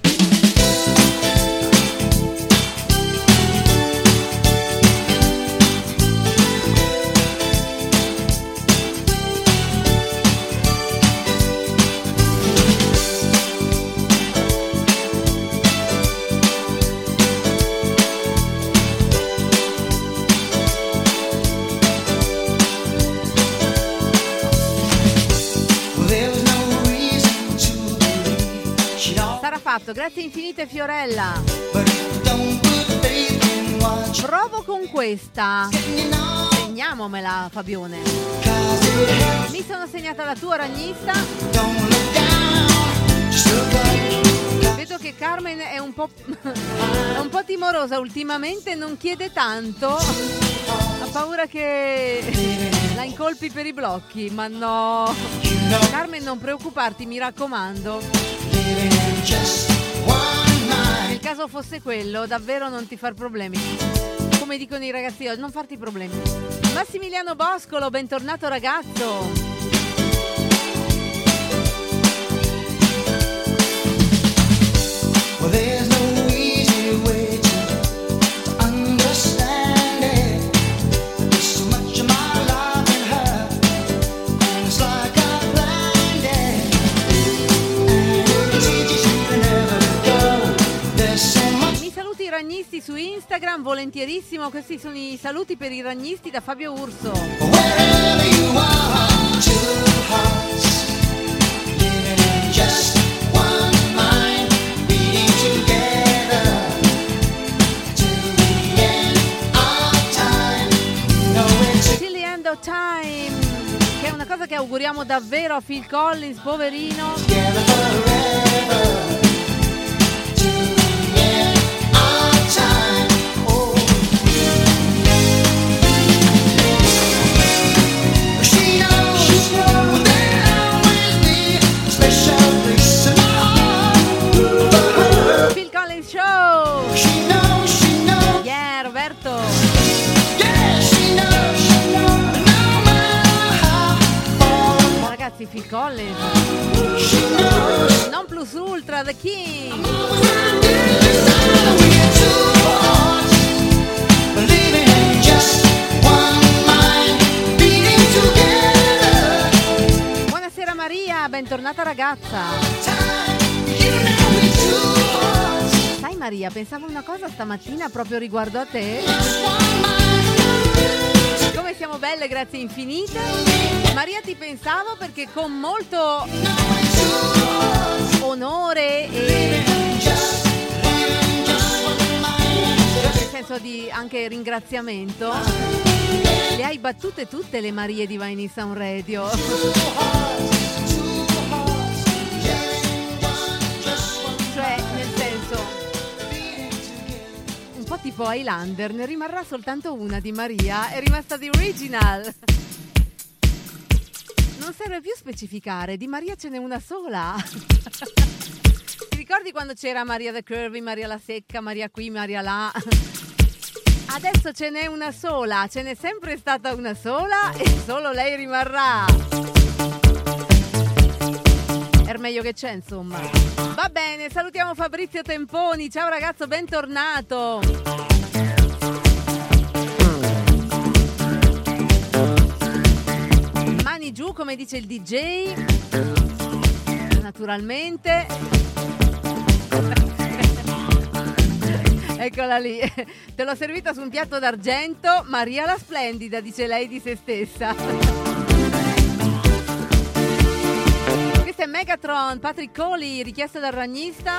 Speaker 4: Sarà fatto, grazie infinite Fiorella. Provo con questa. Segnamomela Fabione. Mi sono segnata la tua ragnista. Vedo che Carmen è un po' è un po' timorosa ultimamente, non chiede tanto. Ha paura che la incolpi per i blocchi, ma no. Carmen, non preoccuparti, mi raccomando. Se il caso fosse quello, davvero non ti far problemi. Come dicono i ragazzi oggi, non farti problemi. Massimiliano Boscolo, bentornato ragazzo.
Speaker 3: Well, there's no easy way to understand it. There's so much of my life in her, and it's like I planned it. And it teaches you to never go. There's so much.
Speaker 4: Mi saluti i ragnisti su Instagram, volentierissimo. Questi sono i saluti per i ragnisti da Fabio Urso.
Speaker 3: Wherever you are, two hearts living in just one mind.
Speaker 4: Till the end of time, che è una cosa che auguriamo davvero a Phil Collins, poverino. Phil Collins Show. Yeah, Roberto. Ragazzi, Phil Collins, non plus ultra, The King. Buonasera Maria, bentornata ragazza. Sai Maria, pensavo una cosa stamattina proprio riguardo a te. Come siamo belle, grazie infinite. Maria, ti pensavo perché con molto onore e nel senso di anche ringraziamento le hai battute tutte le Marie di Vai in Sound Radio. Cioè, nel senso, un po' tipo Highlander, ne rimarrà soltanto una di Maria, è rimasta di original. Non serve più specificare, di Maria ce n'è una sola. Ti ricordi quando c'era Maria the Curvy, Maria la Secca, Maria qui, Maria là? Adesso ce n'è una sola, ce n'è sempre stata una sola e solo lei rimarrà. È meglio che c'è, insomma. Va bene, salutiamo Fabrizio Temponi. Ciao ragazzo, bentornato. Mani giù, come dice il D J. naturalmente. Eccola lì, te l'ho servita su un piatto d'argento. Maria la Splendida, dice lei di se stessa. Questo è Megatron, Patrick Coley, richiesto dal ragnista.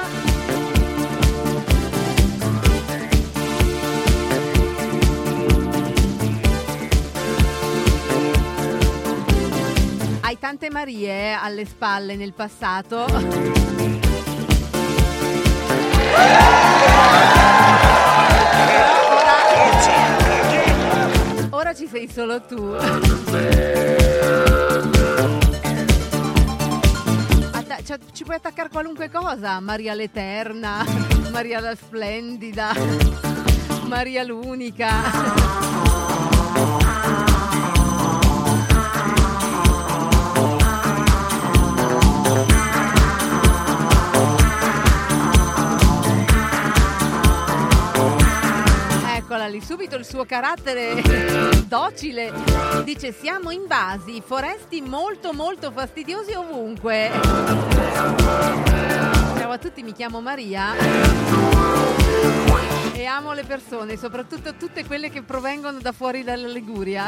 Speaker 4: Hai tante Marie eh, alle spalle nel passato. Ora, ora ci sei solo tu. Atta- cioè, ci puoi attaccare qualunque cosa. Maria l'Eterna, Maria la Splendida, Maria l'Unica. Eccola lì, subito il suo carattere docile. Dice: siamo invasi, foresti molto molto fastidiosi ovunque. Ciao a tutti, mi chiamo Maria e amo le persone, soprattutto tutte quelle che provengono da fuori dalla Liguria.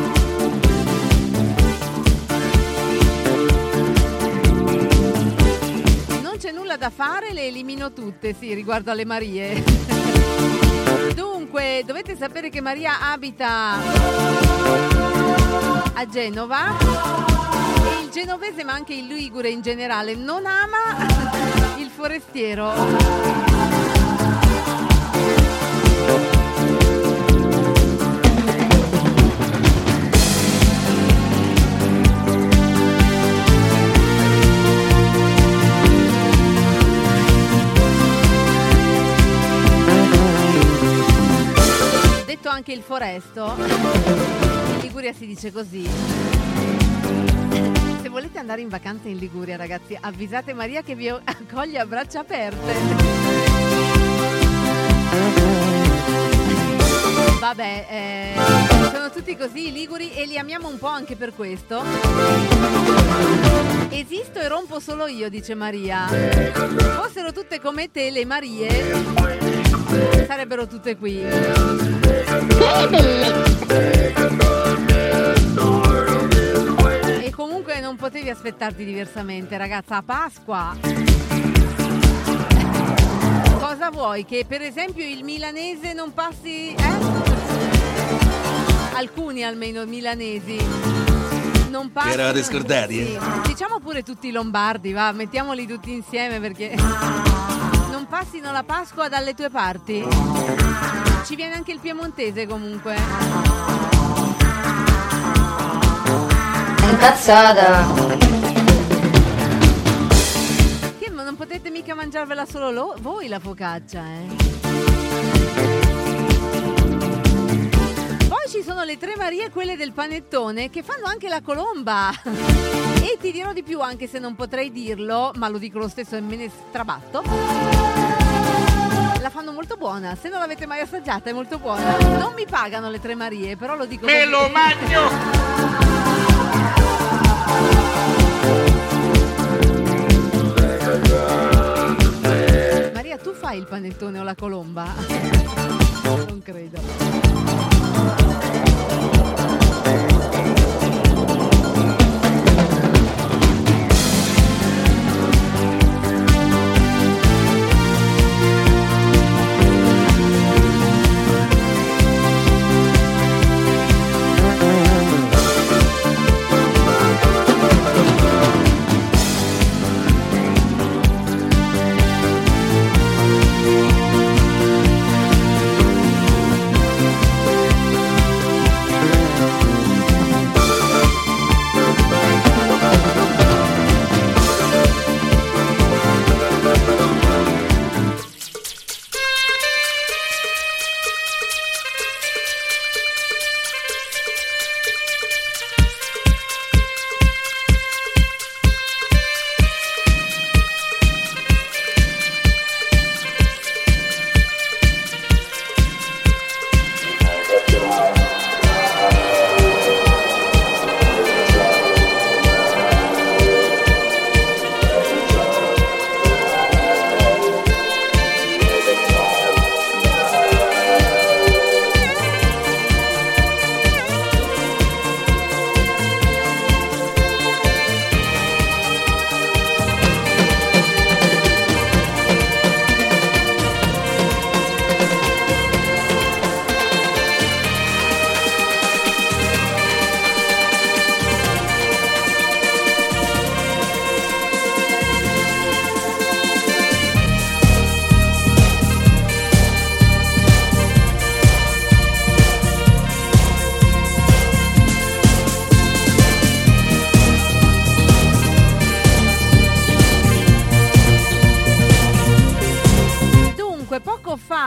Speaker 4: Non c'è nulla da fare, le elimino tutte, sì, riguardo alle Marie. Dunque, dovete sapere che Maria abita a Genova e il genovese, ma anche il ligure in generale, non ama il forestiero. Detto anche il foresto, in Liguria si dice così. Se volete andare in vacanza in Liguria, ragazzi, avvisate Maria che vi accoglie a braccia aperte. Vabbè, eh, sono tutti così i liguri e li amiamo un po' anche per questo. Esisto e rompo solo io, dice Maria. Fossero tutte come te le Marie, sarebbero tutte qui. Che bellezza! E comunque non potevi aspettarti diversamente, ragazza. A Pasqua cosa vuoi? Che per esempio il milanese non passi? Eh? Alcuni almeno milanesi non passano.
Speaker 18: Che eravate scordati,
Speaker 4: sì.
Speaker 18: eh?
Speaker 4: Diciamo pure tutti i lombardi, va, mettiamoli tutti insieme perché non passino la Pasqua dalle tue parti. Ci viene anche il piemontese comunque.
Speaker 11: Incazzata.
Speaker 4: Che non potete mica mangiarvela solo lo- voi la focaccia, eh? Poi ci sono le tre Marie, quelle del panettone, che fanno anche la colomba. E ti dirò di più, anche se non potrei dirlo, ma lo dico lo stesso e me ne strabatto. La fanno molto buona, se non l'avete mai assaggiata è molto buona. Non mi pagano le tre Marie, però lo dico.
Speaker 7: Me
Speaker 4: così.
Speaker 7: lo mangio!
Speaker 4: Maria, tu fai il panettone o la colomba? Non credo.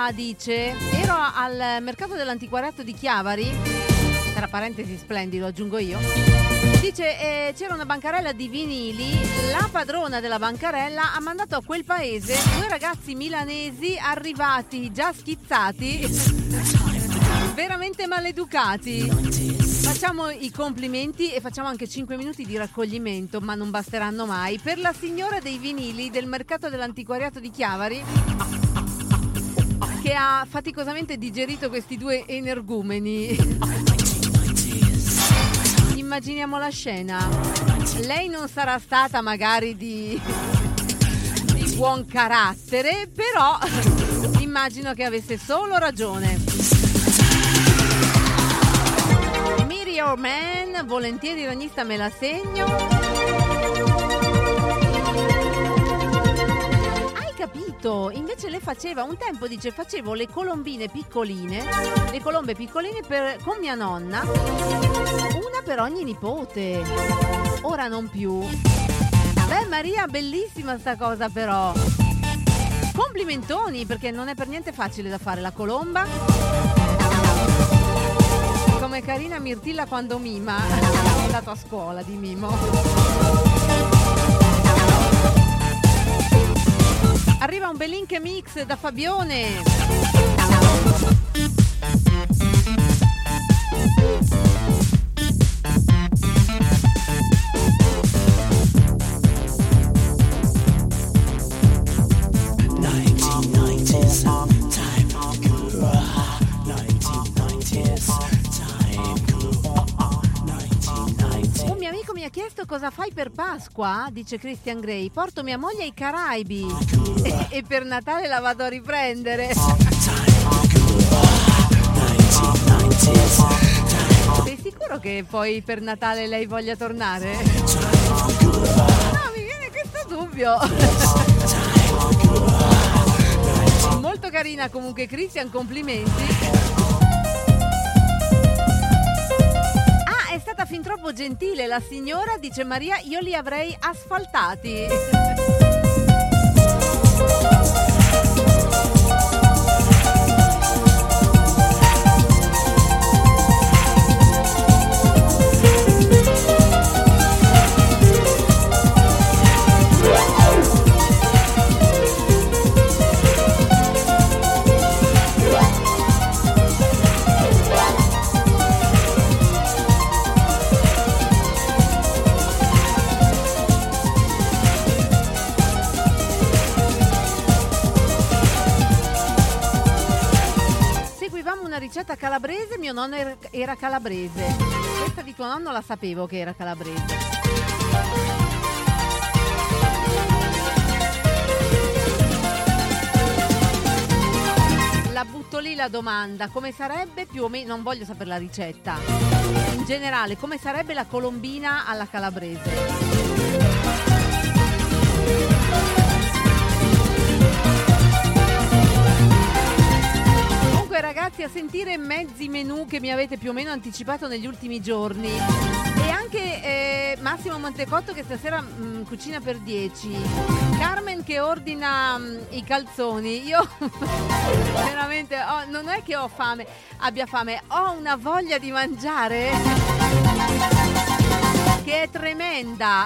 Speaker 4: dice: ero al mercato dell'antiquariato di Chiavari, tra parentesi splendido aggiungo io, dice eh, c'era una bancarella di vinili, la padrona della bancarella ha mandato a quel paese due ragazzi milanesi arrivati già schizzati, veramente maleducati. Facciamo i complimenti e facciamo anche cinque minuti di raccoglimento, ma non basteranno mai, per la signora dei vinili del mercato dell'antiquariato di Chiavari, che ha faticosamente digerito questi due energumeni. Immaginiamo la scena. Lei non sarà stata magari di, di buon carattere, però immagino che avesse solo ragione. Your Man, volentieri ranista me la segno. Hai capito? Invece le faceva un tempo, dice, facevo le colombine piccoline, le colombe piccoline per, con mia nonna, una per ogni nipote. Ora non più. Beh Maria, bellissima sta cosa però. Complimentoni, perché non è per niente facile da fare la colomba. Come carina Mirtilla quando mima. È andato a scuola di mimo. Arriva un bel link mix da Fabione. Mi ha chiesto cosa fai per Pasqua, dice Christian Grey. Porto mia moglie ai Caraibi e, e per Natale la vado a riprendere. Sei sicuro che poi per Natale lei voglia tornare? No, mi viene questo dubbio. Molto carina comunque Christian, complimenti. È stata fin troppo gentile la signora, dice Maria, io li avrei asfaltati. Ricetta calabrese, mio nonno era calabrese. Questa di tuo nonno la sapevo che era calabrese. La butto lì la domanda, come sarebbe più o meno, non voglio sapere la ricetta, in generale come sarebbe la colombina alla calabrese? Ragazzi, a sentire mezzi menù che mi avete più o meno anticipato negli ultimi giorni, e anche eh, Massimo Montecotto che stasera mh, cucina per dieci, Carmen che ordina mh, i calzoni. Io veramente oh, non è che ho fame, abbia fame, ho una voglia di mangiare che è tremenda.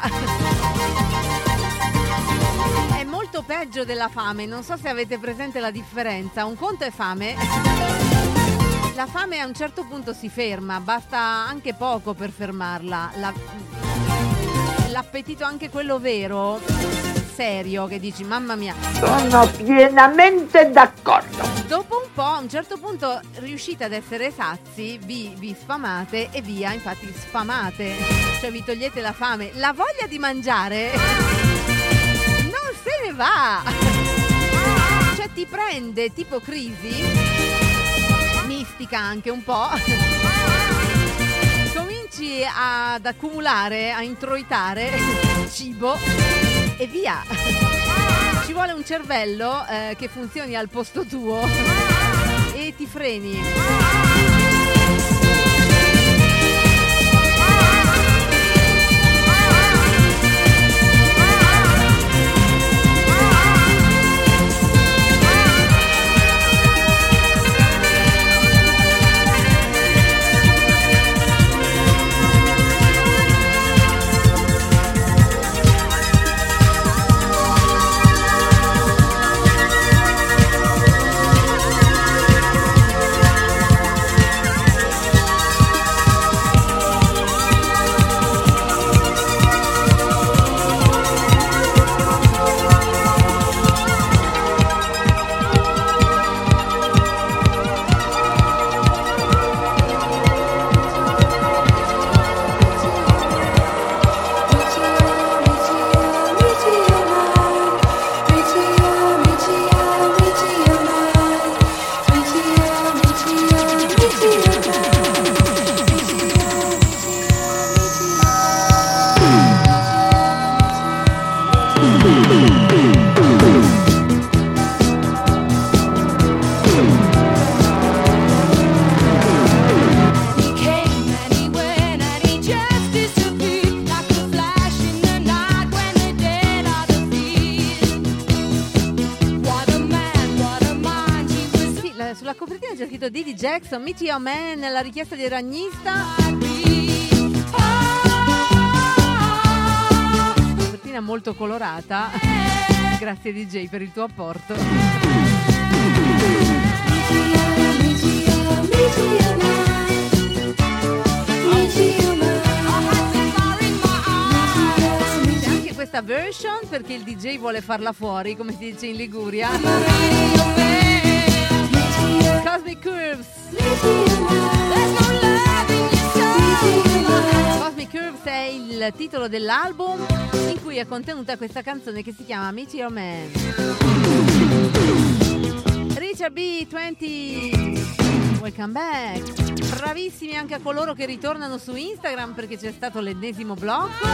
Speaker 4: È molto peggio della fame, non so se avete presente la differenza. Un conto è fame, la fame a un certo punto si ferma, basta anche poco per fermarla. La, l'appetito, anche quello vero, serio, che dici mamma mia.
Speaker 5: Sono pienamente d'accordo.
Speaker 4: Dopo un po', a un certo punto riuscite ad essere sazi, vi, vi sfamate e via, infatti sfamate, cioè vi togliete la fame, la voglia di mangiare se ne va, cioè ti prende tipo crisi mistica anche un po', cominci ad accumulare, a introitare cibo e via, ci vuole un cervello eh, che funzioni al posto tuo e ti freni. ha già scritto Didi Jackson, Meet Your Man, la richiesta di Ragnista. Copertina molto colorata. Grazie D J per il tuo apporto. C'è anche questa version perché il D J vuole farla fuori, come si dice in Liguria. Cosmic Curves. Cosmic Curves è il titolo dell'album in cui è contenuta questa canzone che si chiama Meet Your Man. Richard B venti, welcome back. Bravissimi anche a coloro che ritornano su Instagram perché c'è stato l'ennesimo blocco.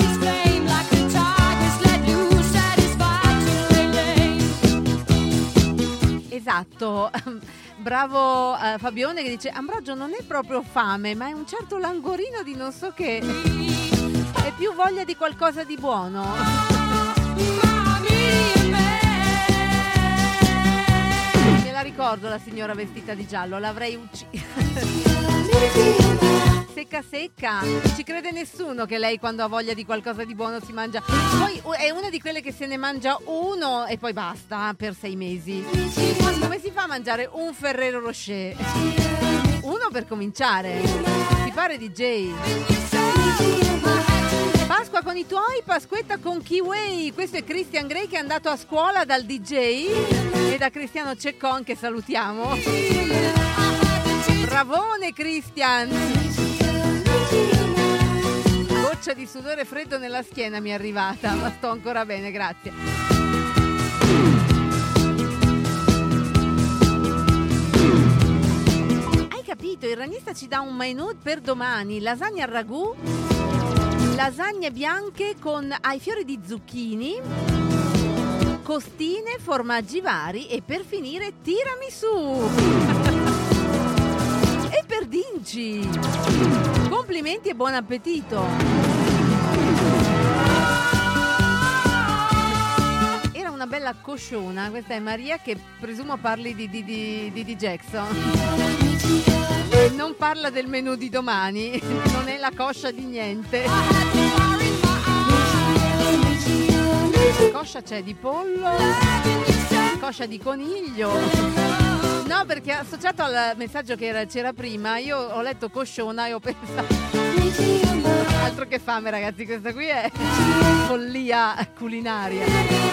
Speaker 4: Esatto. Bravo uh, Fabione che dice Ambrogio non è proprio fame ma è un certo languorino di non so che, è più voglia di qualcosa di buono. Me la ricordo la signora vestita di giallo, l'avrei uccisa. Secca secca, non ci crede nessuno che lei quando ha voglia di qualcosa di buono si mangia. Poi è una di quelle che se ne mangia uno e poi basta per sei mesi. Come si fa a mangiare un Ferrero Rocher? Uno per cominciare. Si pare D J. Pasqua con i tuoi, Pasquetta con Kiwi. Questo è Christian Grey che è andato a scuola dal D J e da Cristiano Ceccon che salutiamo. Bravone Christian. Goccia di sudore freddo nella schiena mi è arrivata, ma sto ancora bene, grazie. Hai capito? Il ranista ci dà un menù per domani: lasagna al ragù, lasagne bianche con ai fiori di zucchini, costine, formaggi vari e per finire tiramisù. E per Dinci. Complimenti e buon appetito. Era una bella cosciona. Questa è Maria che presumo parli di di, di, di, di Jackson. Non parla del menù di domani. Non è la coscia di niente. Coscia c'è di pollo, coscia di coniglio. No, perché associato al messaggio che era, c'era prima, io ho letto cosciona e ho pensato altro che fame, ragazzi, questa qui è follia culinaria.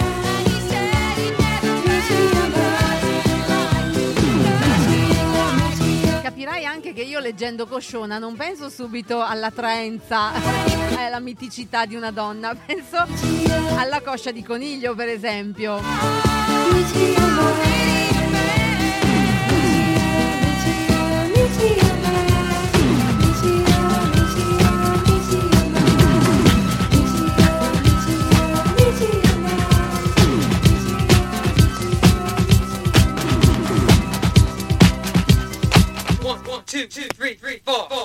Speaker 4: Capirai anche che io leggendo cosciona non penso subito all'attraenza e alla miticità di una donna, penso alla coscia di coniglio, per esempio.
Speaker 17: One, two, two, three, three, four, four.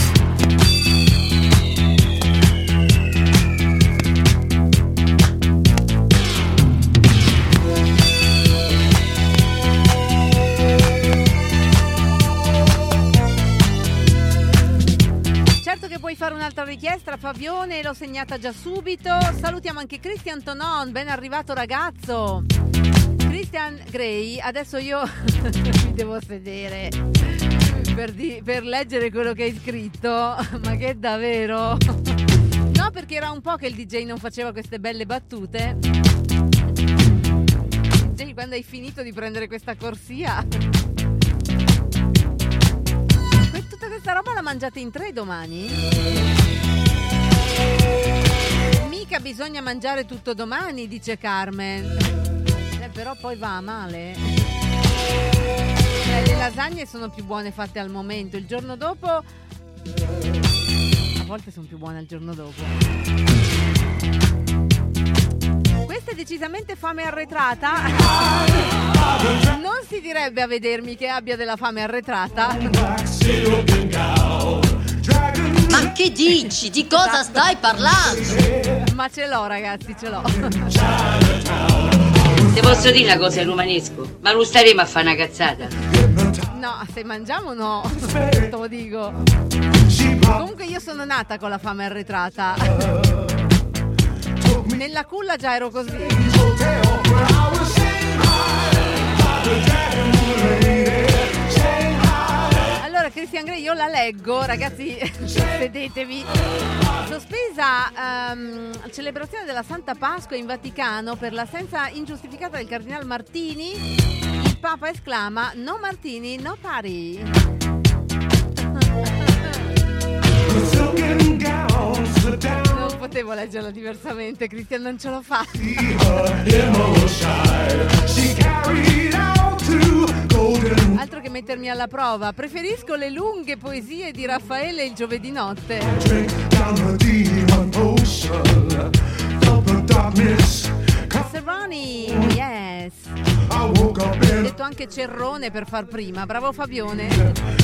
Speaker 4: Certo che puoi fare un'altra richiesta, Fabione, l'ho segnata già subito. Salutiamo anche Christian Tonon, ben arrivato ragazzo. Christian Grey, adesso io mi devo sedere per, di- per leggere quello che hai scritto, ma che davvero? No, perché era un po' che il D J non faceva queste belle battute. D J, quando hai finito di prendere questa corsia, tutta questa roba la mangiate in tre domani? Mica bisogna mangiare tutto domani, dice Carmen. Eh, però poi va a male. Eh, le lasagne sono più buone fatte al momento. Il giorno dopo, a volte sono più buone al giorno dopo. Questa è decisamente fame arretrata. Non si direbbe a vedermi che abbia della fame arretrata.
Speaker 18: Ma che dici? Di cosa stai parlando?
Speaker 4: Ma ce l'ho, ragazzi, ce l'ho.
Speaker 18: Ti posso dire una cosa in romanesco? Ma non staremo a fare una cazzata?
Speaker 4: no, se mangiamo no, te lo dico. Comunque io sono nata con la fame arretrata. Nella culla già ero così. Allora Christian Grey io la leggo, ragazzi, sedetevi. Sospesa um, celebrazione della Santa Pasqua in Vaticano per l'assenza ingiustificata del cardinale Martini. Il Papa esclama: no Martini, no party. Non potevo leggerla diversamente, Cristian, non ce l'ho fatta. Altro che mettermi alla prova, preferisco le lunghe poesie di Raffaele il giovedì notte. Serrani, yes. Ho detto anche Cerrone per far prima, bravo Fabione.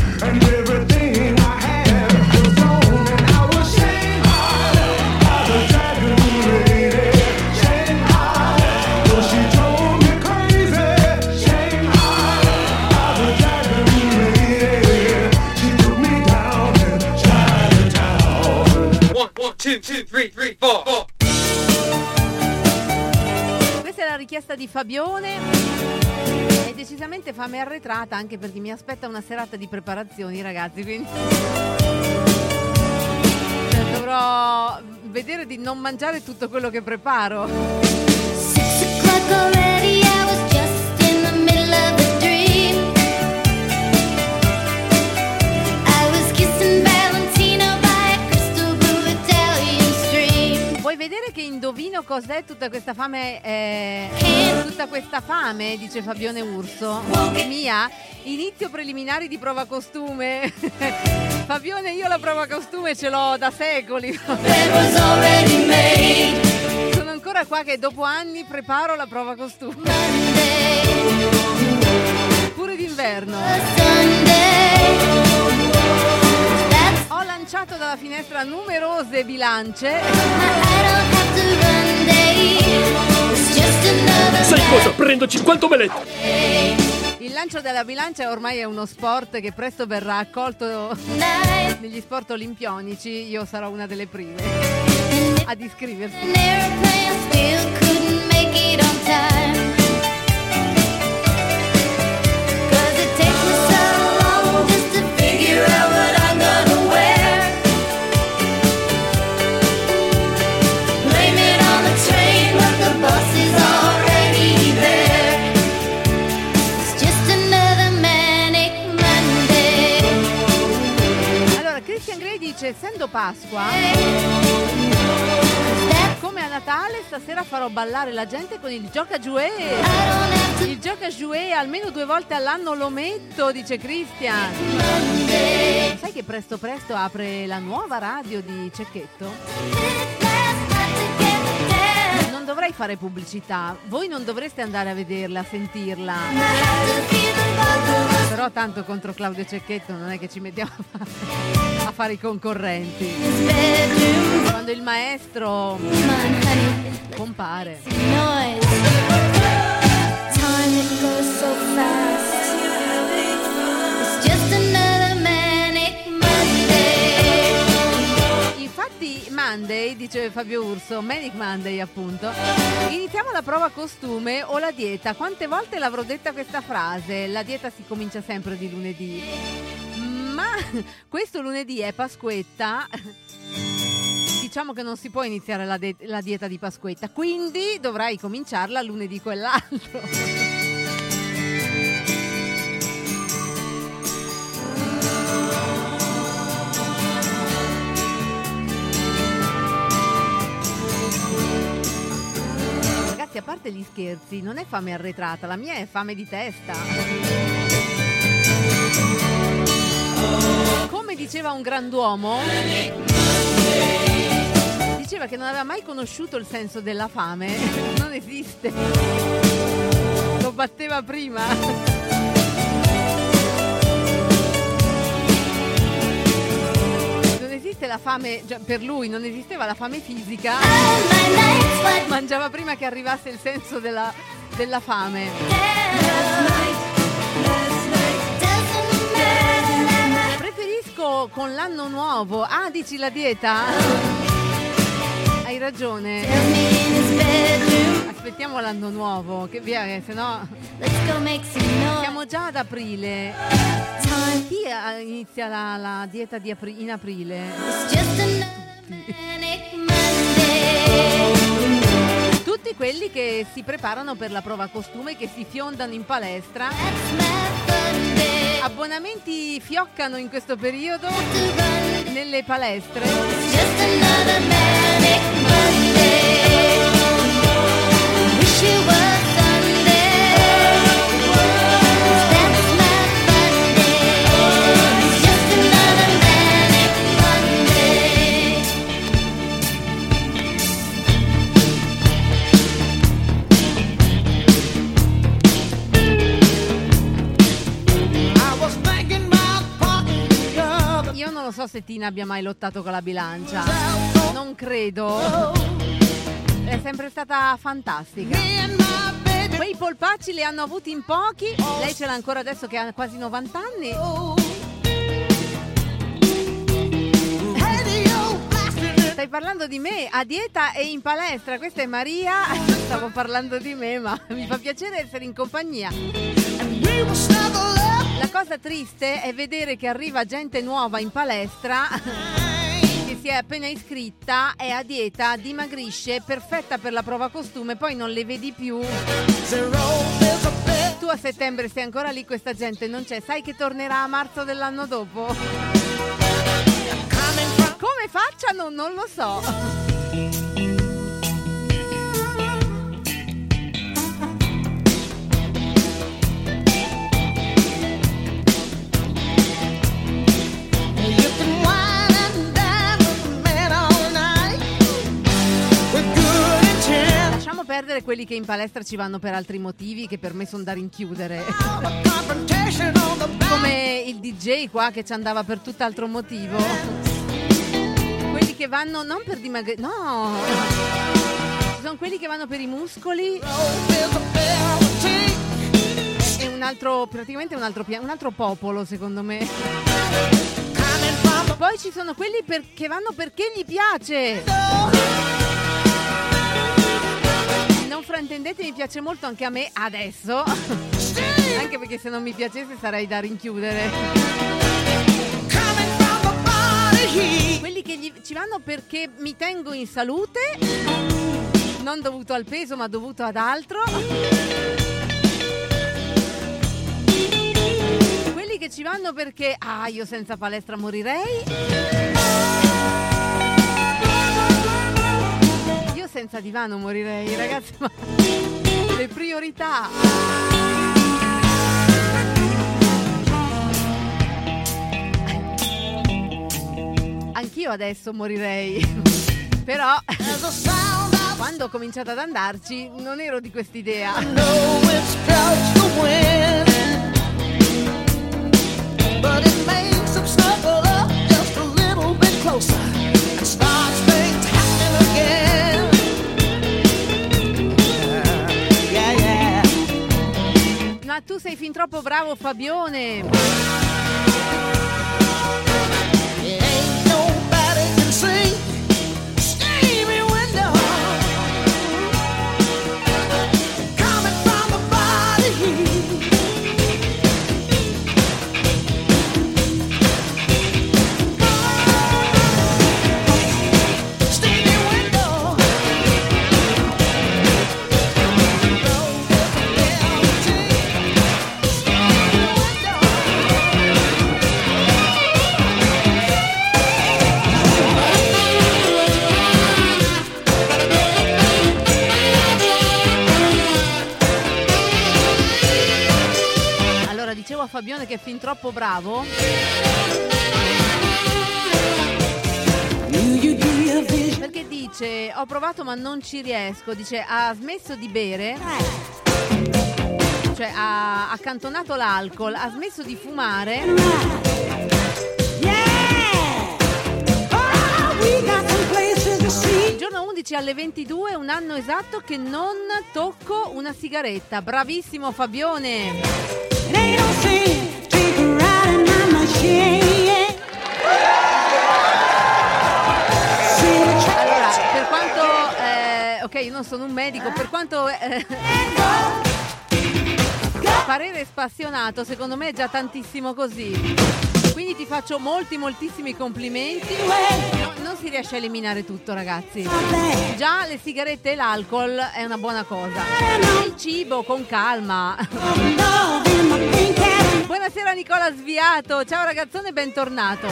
Speaker 17: Two, two, three, three, four, four.
Speaker 4: Questa è la richiesta di Fabione. È decisamente fame arretrata, anche perché mi aspetta una serata di preparazioni, ragazzi, quindi cioè, dovrò vedere di non mangiare tutto quello che preparo. Six o'clock already, I was just in the middle of a dream. I was kissing Valentino by a crystal blue Italian stream. Vuoi vedere che indovino cos'è tutta questa fame? Eh, tutta questa fame, dice Fabione Urso. Mia? Inizio preliminari di prova costume. Fabione, io la prova costume ce l'ho da secoli. Sono ancora qua che dopo anni preparo la prova costume. Pure d'inverno. Ho lanciato dalla finestra numerose bilance.
Speaker 19: Sai cosa? Prendo cinquanta omelette.
Speaker 4: Il lancio della bilancia ormai è uno sport che presto verrà accolto negli sport olimpionici. Io sarò una delle prime ad iscriversi. Essendo Pasqua, come a Natale, stasera farò ballare la gente con il Gioca Jouet. Il Gioca Jouet almeno due volte all'anno lo metto, dice Christian. Sai che presto presto apre la nuova radio di Cecchetto? Non dovrei fare pubblicità, voi non dovreste andare a vederla, a sentirla. Però tanto contro Claudio Cecchetto non è che ci mettiamo a fare i concorrenti. Quando il maestro compare. Infatti Monday, dice Fabio Urso, Manic Monday appunto. Iniziamo la prova costume o la dieta. Quante volte l'avrò detta questa frase? La dieta si comincia sempre di lunedì. Ma questo lunedì è Pasquetta. Diciamo che non si può iniziare la, de- la dieta di Pasquetta, quindi dovrai cominciarla lunedì quell'altro. Ragazzi, a parte gli scherzi, non è fame arretrata, la mia è fame di testa. Come diceva un granduomo, diceva che non aveva mai conosciuto il senso della fame. Non esiste. Lo batteva prima. Non esiste la fame, cioè per lui non esisteva la fame fisica. Mangiava prima che arrivasse il senso della, della fame. proprio con l'anno nuovo. Ah, dici la dieta? Hai ragione. Aspettiamo l'anno nuovo, che via, se no siamo già ad aprile. Chi inizia la, la dieta di apri- in aprile? Tutti quelli che si preparano per la prova costume, che si fiondano in palestra. Abbonamenti fioccano in questo periodo nelle palestre. Io non lo so se Tina abbia mai lottato con la bilancia, non credo, è sempre stata fantastica. Quei polpacci li hanno avuti in pochi, lei ce l'ha ancora adesso che ha quasi novanta anni. Stai parlando di me, a dieta e in palestra, questa è Maria, stavo parlando di me, ma mi fa piacere essere in compagnia. La cosa triste è vedere che arriva gente nuova in palestra che si è appena iscritta, è a dieta, dimagrisce, è perfetta per la prova costume, poi non le vedi più. Tu a settembre sei ancora lì, questa gente non c'è, sai che tornerà a marzo dell'anno dopo? Come facciano? Non lo so. Lasciamo perdere quelli che in palestra ci vanno per altri motivi, che per me sono da rinchiudere. Come il D J qua che ci andava per tutt'altro motivo. Quelli che vanno non per dimagrire, no, ci sono quelli che vanno per i muscoli. È un altro, praticamente un altro, un altro popolo, secondo me. Poi ci sono quelli per, che vanno perché gli piace. Non fraintendete, mi piace molto anche a me adesso. Anche perché se non mi piacesse sarei da rinchiudere. Quelli che gli, ci vanno perché mi tengo in salute, non dovuto al peso ma dovuto ad altro. Quelli che ci vanno perché ah, io senza palestra morirei. Io senza divano morirei, ragazzi, ma le priorità. Anch'io adesso morirei, però quando ho cominciato ad andarci non ero di quest'idea. Ma tu sei fin troppo bravo, Fabione. A Fabione che è fin troppo bravo. Perché dice ho provato ma non ci riesco. Dice ha smesso di bere, cioè ha accantonato l'alcol, ha smesso di fumare. Il giorno undici alle ventidue, un anno esatto che non tocco una sigaretta. Bravissimo Fabione. ok, io non sono un medico, per quanto eh, parere spassionato, secondo me è già tantissimo così. Quindi ti faccio molti moltissimi complimenti. No, non si riesce a eliminare tutto, ragazzi. Già le sigarette e l'alcol è una buona cosa. Il cibo con calma. Buonasera Nicola Sviato. Ciao ragazzone, bentornato.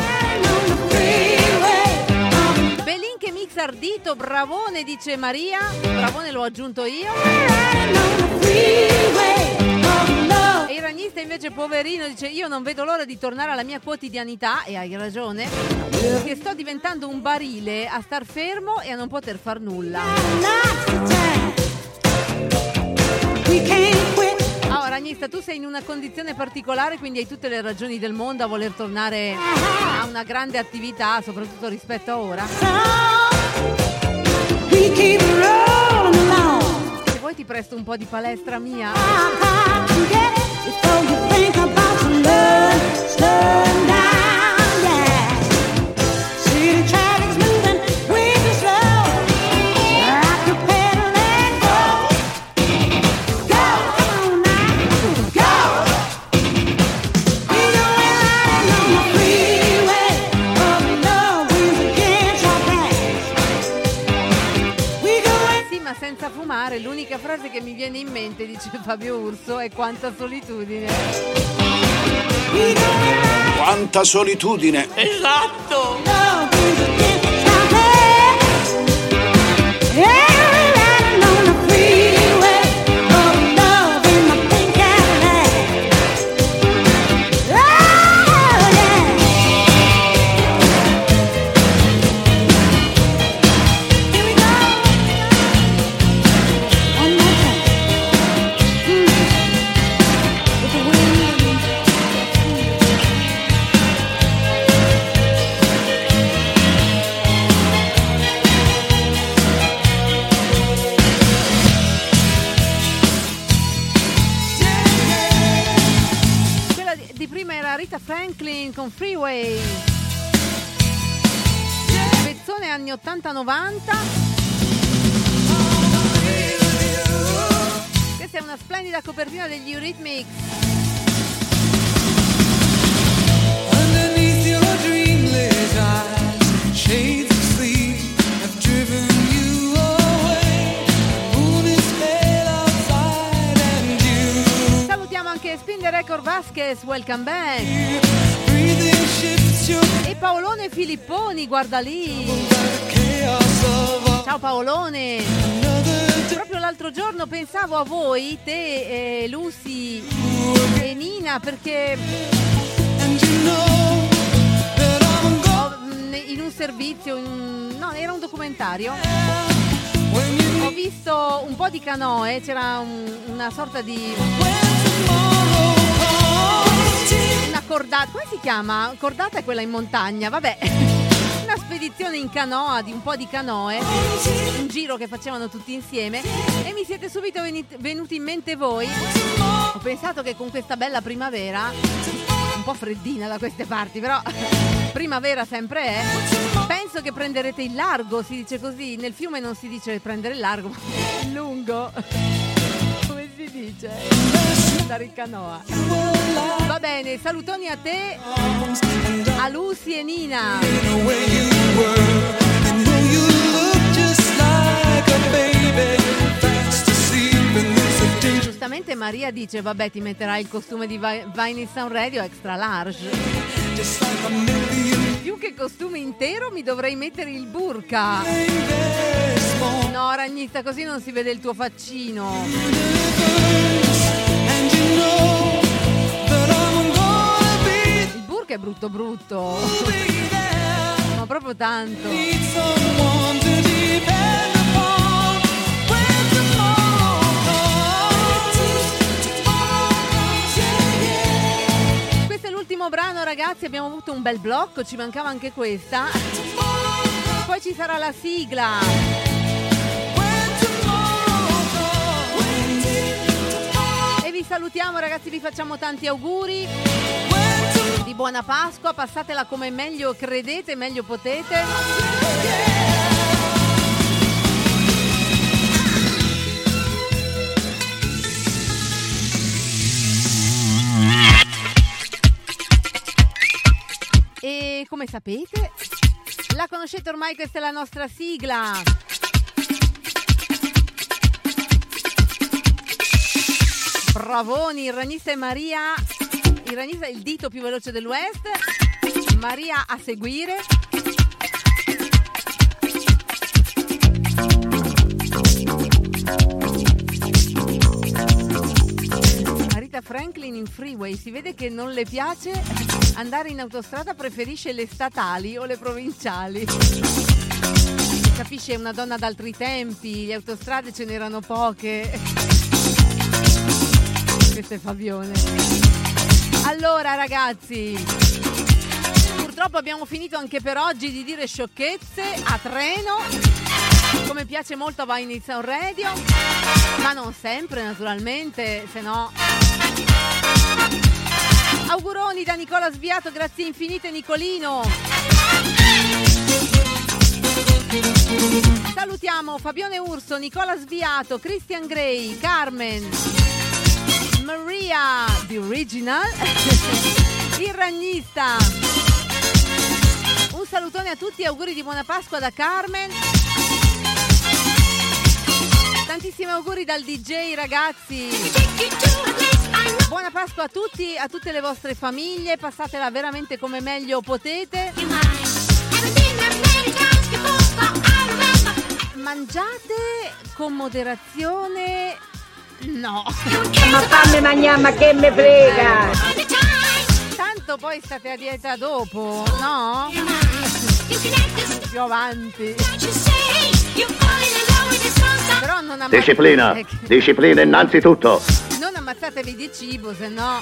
Speaker 4: Belinche mix ardito, bravone, dice Maria. Bravone l'ho aggiunto io. E il ragnista invece poverino dice: io non vedo l'ora di tornare alla mia quotidianità, e hai ragione, che sto diventando un barile a star fermo e a non poter far nulla. Ah, oh, ragnista, tu sei in una condizione particolare, quindi hai tutte le ragioni del mondo a voler tornare a una grande attività, soprattutto rispetto a ora. Se vuoi ti presto un po' di palestra mia. Senza fumare, l'unica frase che mi viene in mente, dice Fabio Urso, è quanta solitudine.
Speaker 20: Quanta solitudine.
Speaker 3: Esatto.
Speaker 4: Rita Franklin con Freeway, pezzone anni ottanta novanta. Questa è una splendida copertina degli Eurythmics.
Speaker 3: Underneath your dreamless eyes, shades of sleep have driven you away. Moon is pale outside and you.
Speaker 4: Salutiamo anche Spin the Record Vasquez, welcome back. E Paolone Filipponi, guarda lì. Ciao Paolone. Proprio l'altro giorno pensavo a voi, te, eh, Lucy e Nina, perché ho, in un servizio, in, no, era un documentario, ho visto un po' di canoe, c'era un, una sorta di una cordata, come si chiama? Cordata è quella in montagna, vabbè, una spedizione in canoa di un po' di canoe, un giro che facevano tutti insieme, e mi siete subito venuti in mente voi. Ho pensato che con questa bella primavera, un po' freddina da queste parti, però primavera sempre è, penso che prenderete il largo, si dice così, nel fiume non si dice prendere il largo, ma il lungo, come si dice? Stare in canoa. Va bene, salutoni a te, a Lucy e Nina. Giustamente Maria dice: vabbè, ti metterai il costume di Vine in Sound Radio extra large. Più che costume intero mi dovrei mettere il burka. No, ragnista, così non si vede il tuo faccino. Il burka è brutto brutto, ma proprio tanto. Questo è l'ultimo brano, ragazzi, abbiamo avuto un bel blocco, ci mancava anche questa. Poi ci sarà la sigla. Vi salutiamo, ragazzi, vi facciamo tanti auguri di buona Pasqua, passatela come meglio credete, meglio potete. come sapete. La conoscete ormai, questa è la nostra sigla. Bravoni, il ranista è Maria. Il ranista è il dito più veloce del West. Maria a seguire. Rita Franklin in Freeway, si vede che non le piace andare in autostrada, preferisce le statali o le provinciali. Si capisce, è una donna d'altri tempi, le autostrade ce n'erano poche. Questo è Fabione. Allora ragazzi, purtroppo abbiamo finito anche per oggi di dire sciocchezze a treno, come piace molto a Vai Inizia un Radio, ma non sempre naturalmente, se no. Auguroni da Nicola Sviato, grazie infinite Nicolino. Salutiamo Fabione Urso, Nicola Sviato, Christian Grey, Carmen, Maria The Original, il ragnista. Un salutone a tutti, auguri di buona Pasqua da Carmen. Tantissimi auguri dal D J, ragazzi. Buona Pasqua a tutti, a tutte le vostre famiglie, passatela veramente come meglio potete. Mangiate con moderazione. No.
Speaker 5: Ma fammi mangiare, ma che me frega.
Speaker 4: Tanto poi state a dieta dopo, no? Più avanti. Però non ammazzate...
Speaker 14: Disciplina, disciplina innanzitutto.
Speaker 4: Non ammazzatevi di cibo, se no...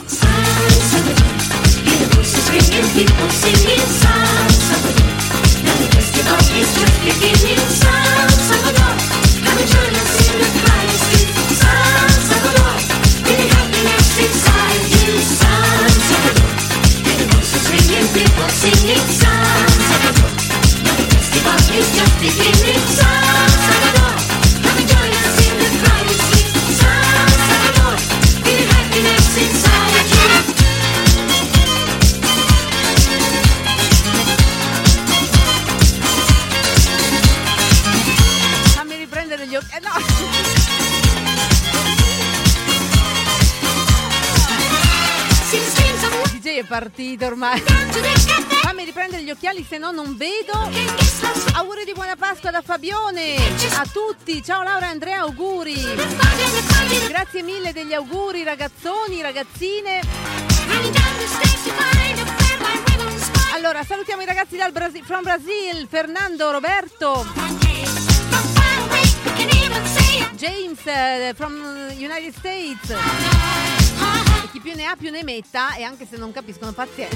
Speaker 4: Fammi riprendere gli occhi. Eh, no! D J è partito ormai. Fammi riprendere gli occhiali, se no non vedo. Auguri di buona Pasqua da Fabione a tutti. Ciao Laura e Andrea, auguri. Grazie mille degli auguri, ragazzoni, ragazzine. Allora, salutiamo i ragazzi dal Brasil, from Brazil, Fernando, Roberto, James uh, from United States. E chi più ne ha più ne metta, e anche se non capiscono, pazienza.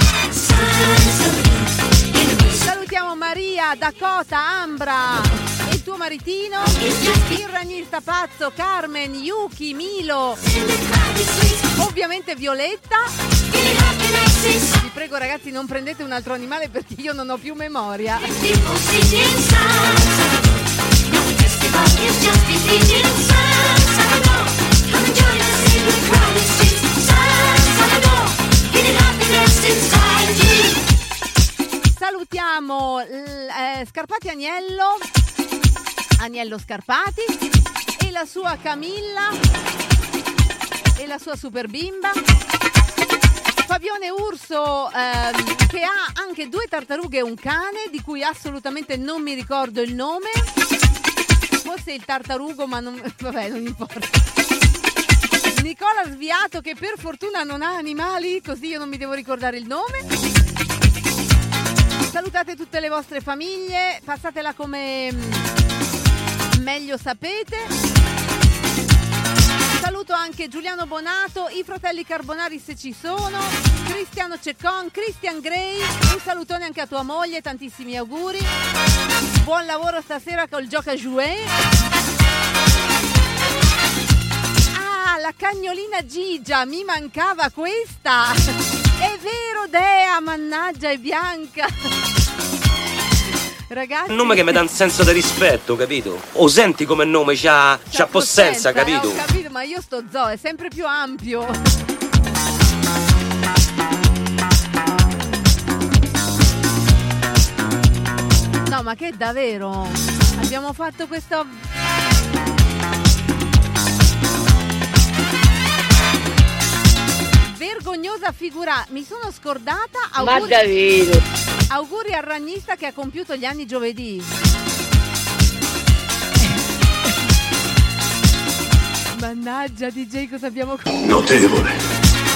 Speaker 4: Salutiamo Maria, Dakota, Ambra e il tuo maritino, il ragnista pazzo, Carmen, Yuki, Milo, ovviamente Violetta. Vi prego ragazzi, non prendete un altro animale perché io non ho più memoria. Salutiamo eh, Scarpati Agnello, Agnello Scarpati e la sua Camilla e la sua super bimba. Fabione Urso ehm, che ha anche due tartarughe e un cane di cui assolutamente non mi ricordo il nome. Forse il tartarugo, ma non, vabbè, non importa. Nicola Sviato che per fortuna non ha animali, così io non mi devo ricordare il nome. Salutate tutte le vostre famiglie, passatela come meglio sapete. Saluto anche Giuliano Bonato, i fratelli Carbonari se ci sono, Cristiano Ceccon, Christian Grey, un salutone anche a tua moglie, tantissimi auguri. Buon lavoro stasera col gioca jouet. Ah, la cagnolina Gigia, mi mancava questa. È vero Dea, mannaggia, è bianca. Ragazzi,
Speaker 21: un nome che mi dà un senso di rispetto, capito? O senti come nome c'ha, c'ha, c'ha possenza, capito?
Speaker 4: Eh, ho capito, ma io sto zoo, è sempre più ampio. No, ma che davvero? Abbiamo fatto questo... vergognosa figura. Mi sono scordata. Auguri...
Speaker 5: Ma davvero?
Speaker 4: Auguri al ragnista che ha compiuto gli anni giovedì. Mannaggia D J, cosa abbiamo compiuto?
Speaker 20: Notevole.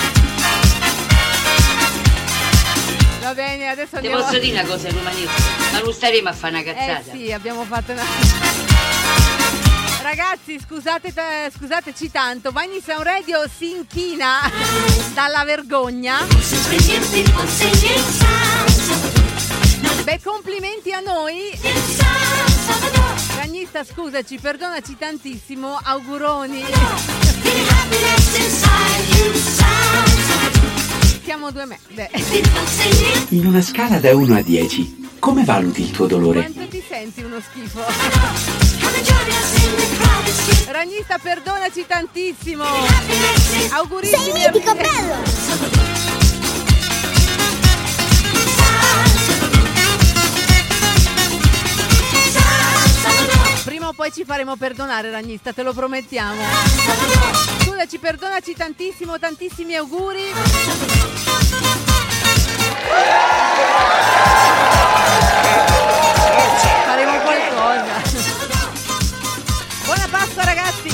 Speaker 4: Va bene, adesso
Speaker 18: Ti
Speaker 4: andiamo...
Speaker 18: posso dire una cosa in umanista? Ma non staremo a fare una cazzata.
Speaker 4: Eh sì, abbiamo fatto una... Ragazzi, scusate, scusateci tanto, Vine Sound Radio si inchina dalla vergogna. Beh, complimenti a noi. Ragnista, scusaci, perdonaci tantissimo, auguroni. Siamo due me. Beh.
Speaker 2: In una scala da uno a dieci, come valuti il tuo dolore?
Speaker 4: Quanto ti senti uno schifo? Ragnista, perdonaci tantissimo. Augurissimi.
Speaker 3: Sei mitico, bello.
Speaker 4: Prima o poi ci faremo perdonare, Ragnista, te lo promettiamo. Scusaci, perdonaci tantissimo, tantissimi auguri. Faremo qualcosa. Buona Pasqua, ragazzi.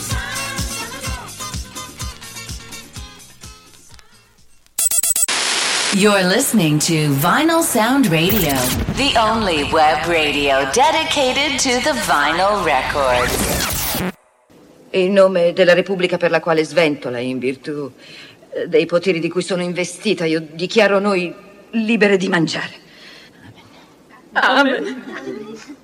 Speaker 22: You're listening to Vinyl Sound Radio, the only web radio dedicated to the vinyl record.
Speaker 23: In nome della Repubblica per la quale sventola, in virtù dei poteri di cui sono investita, io dichiaro noi libere di mangiare. Amen. Amen.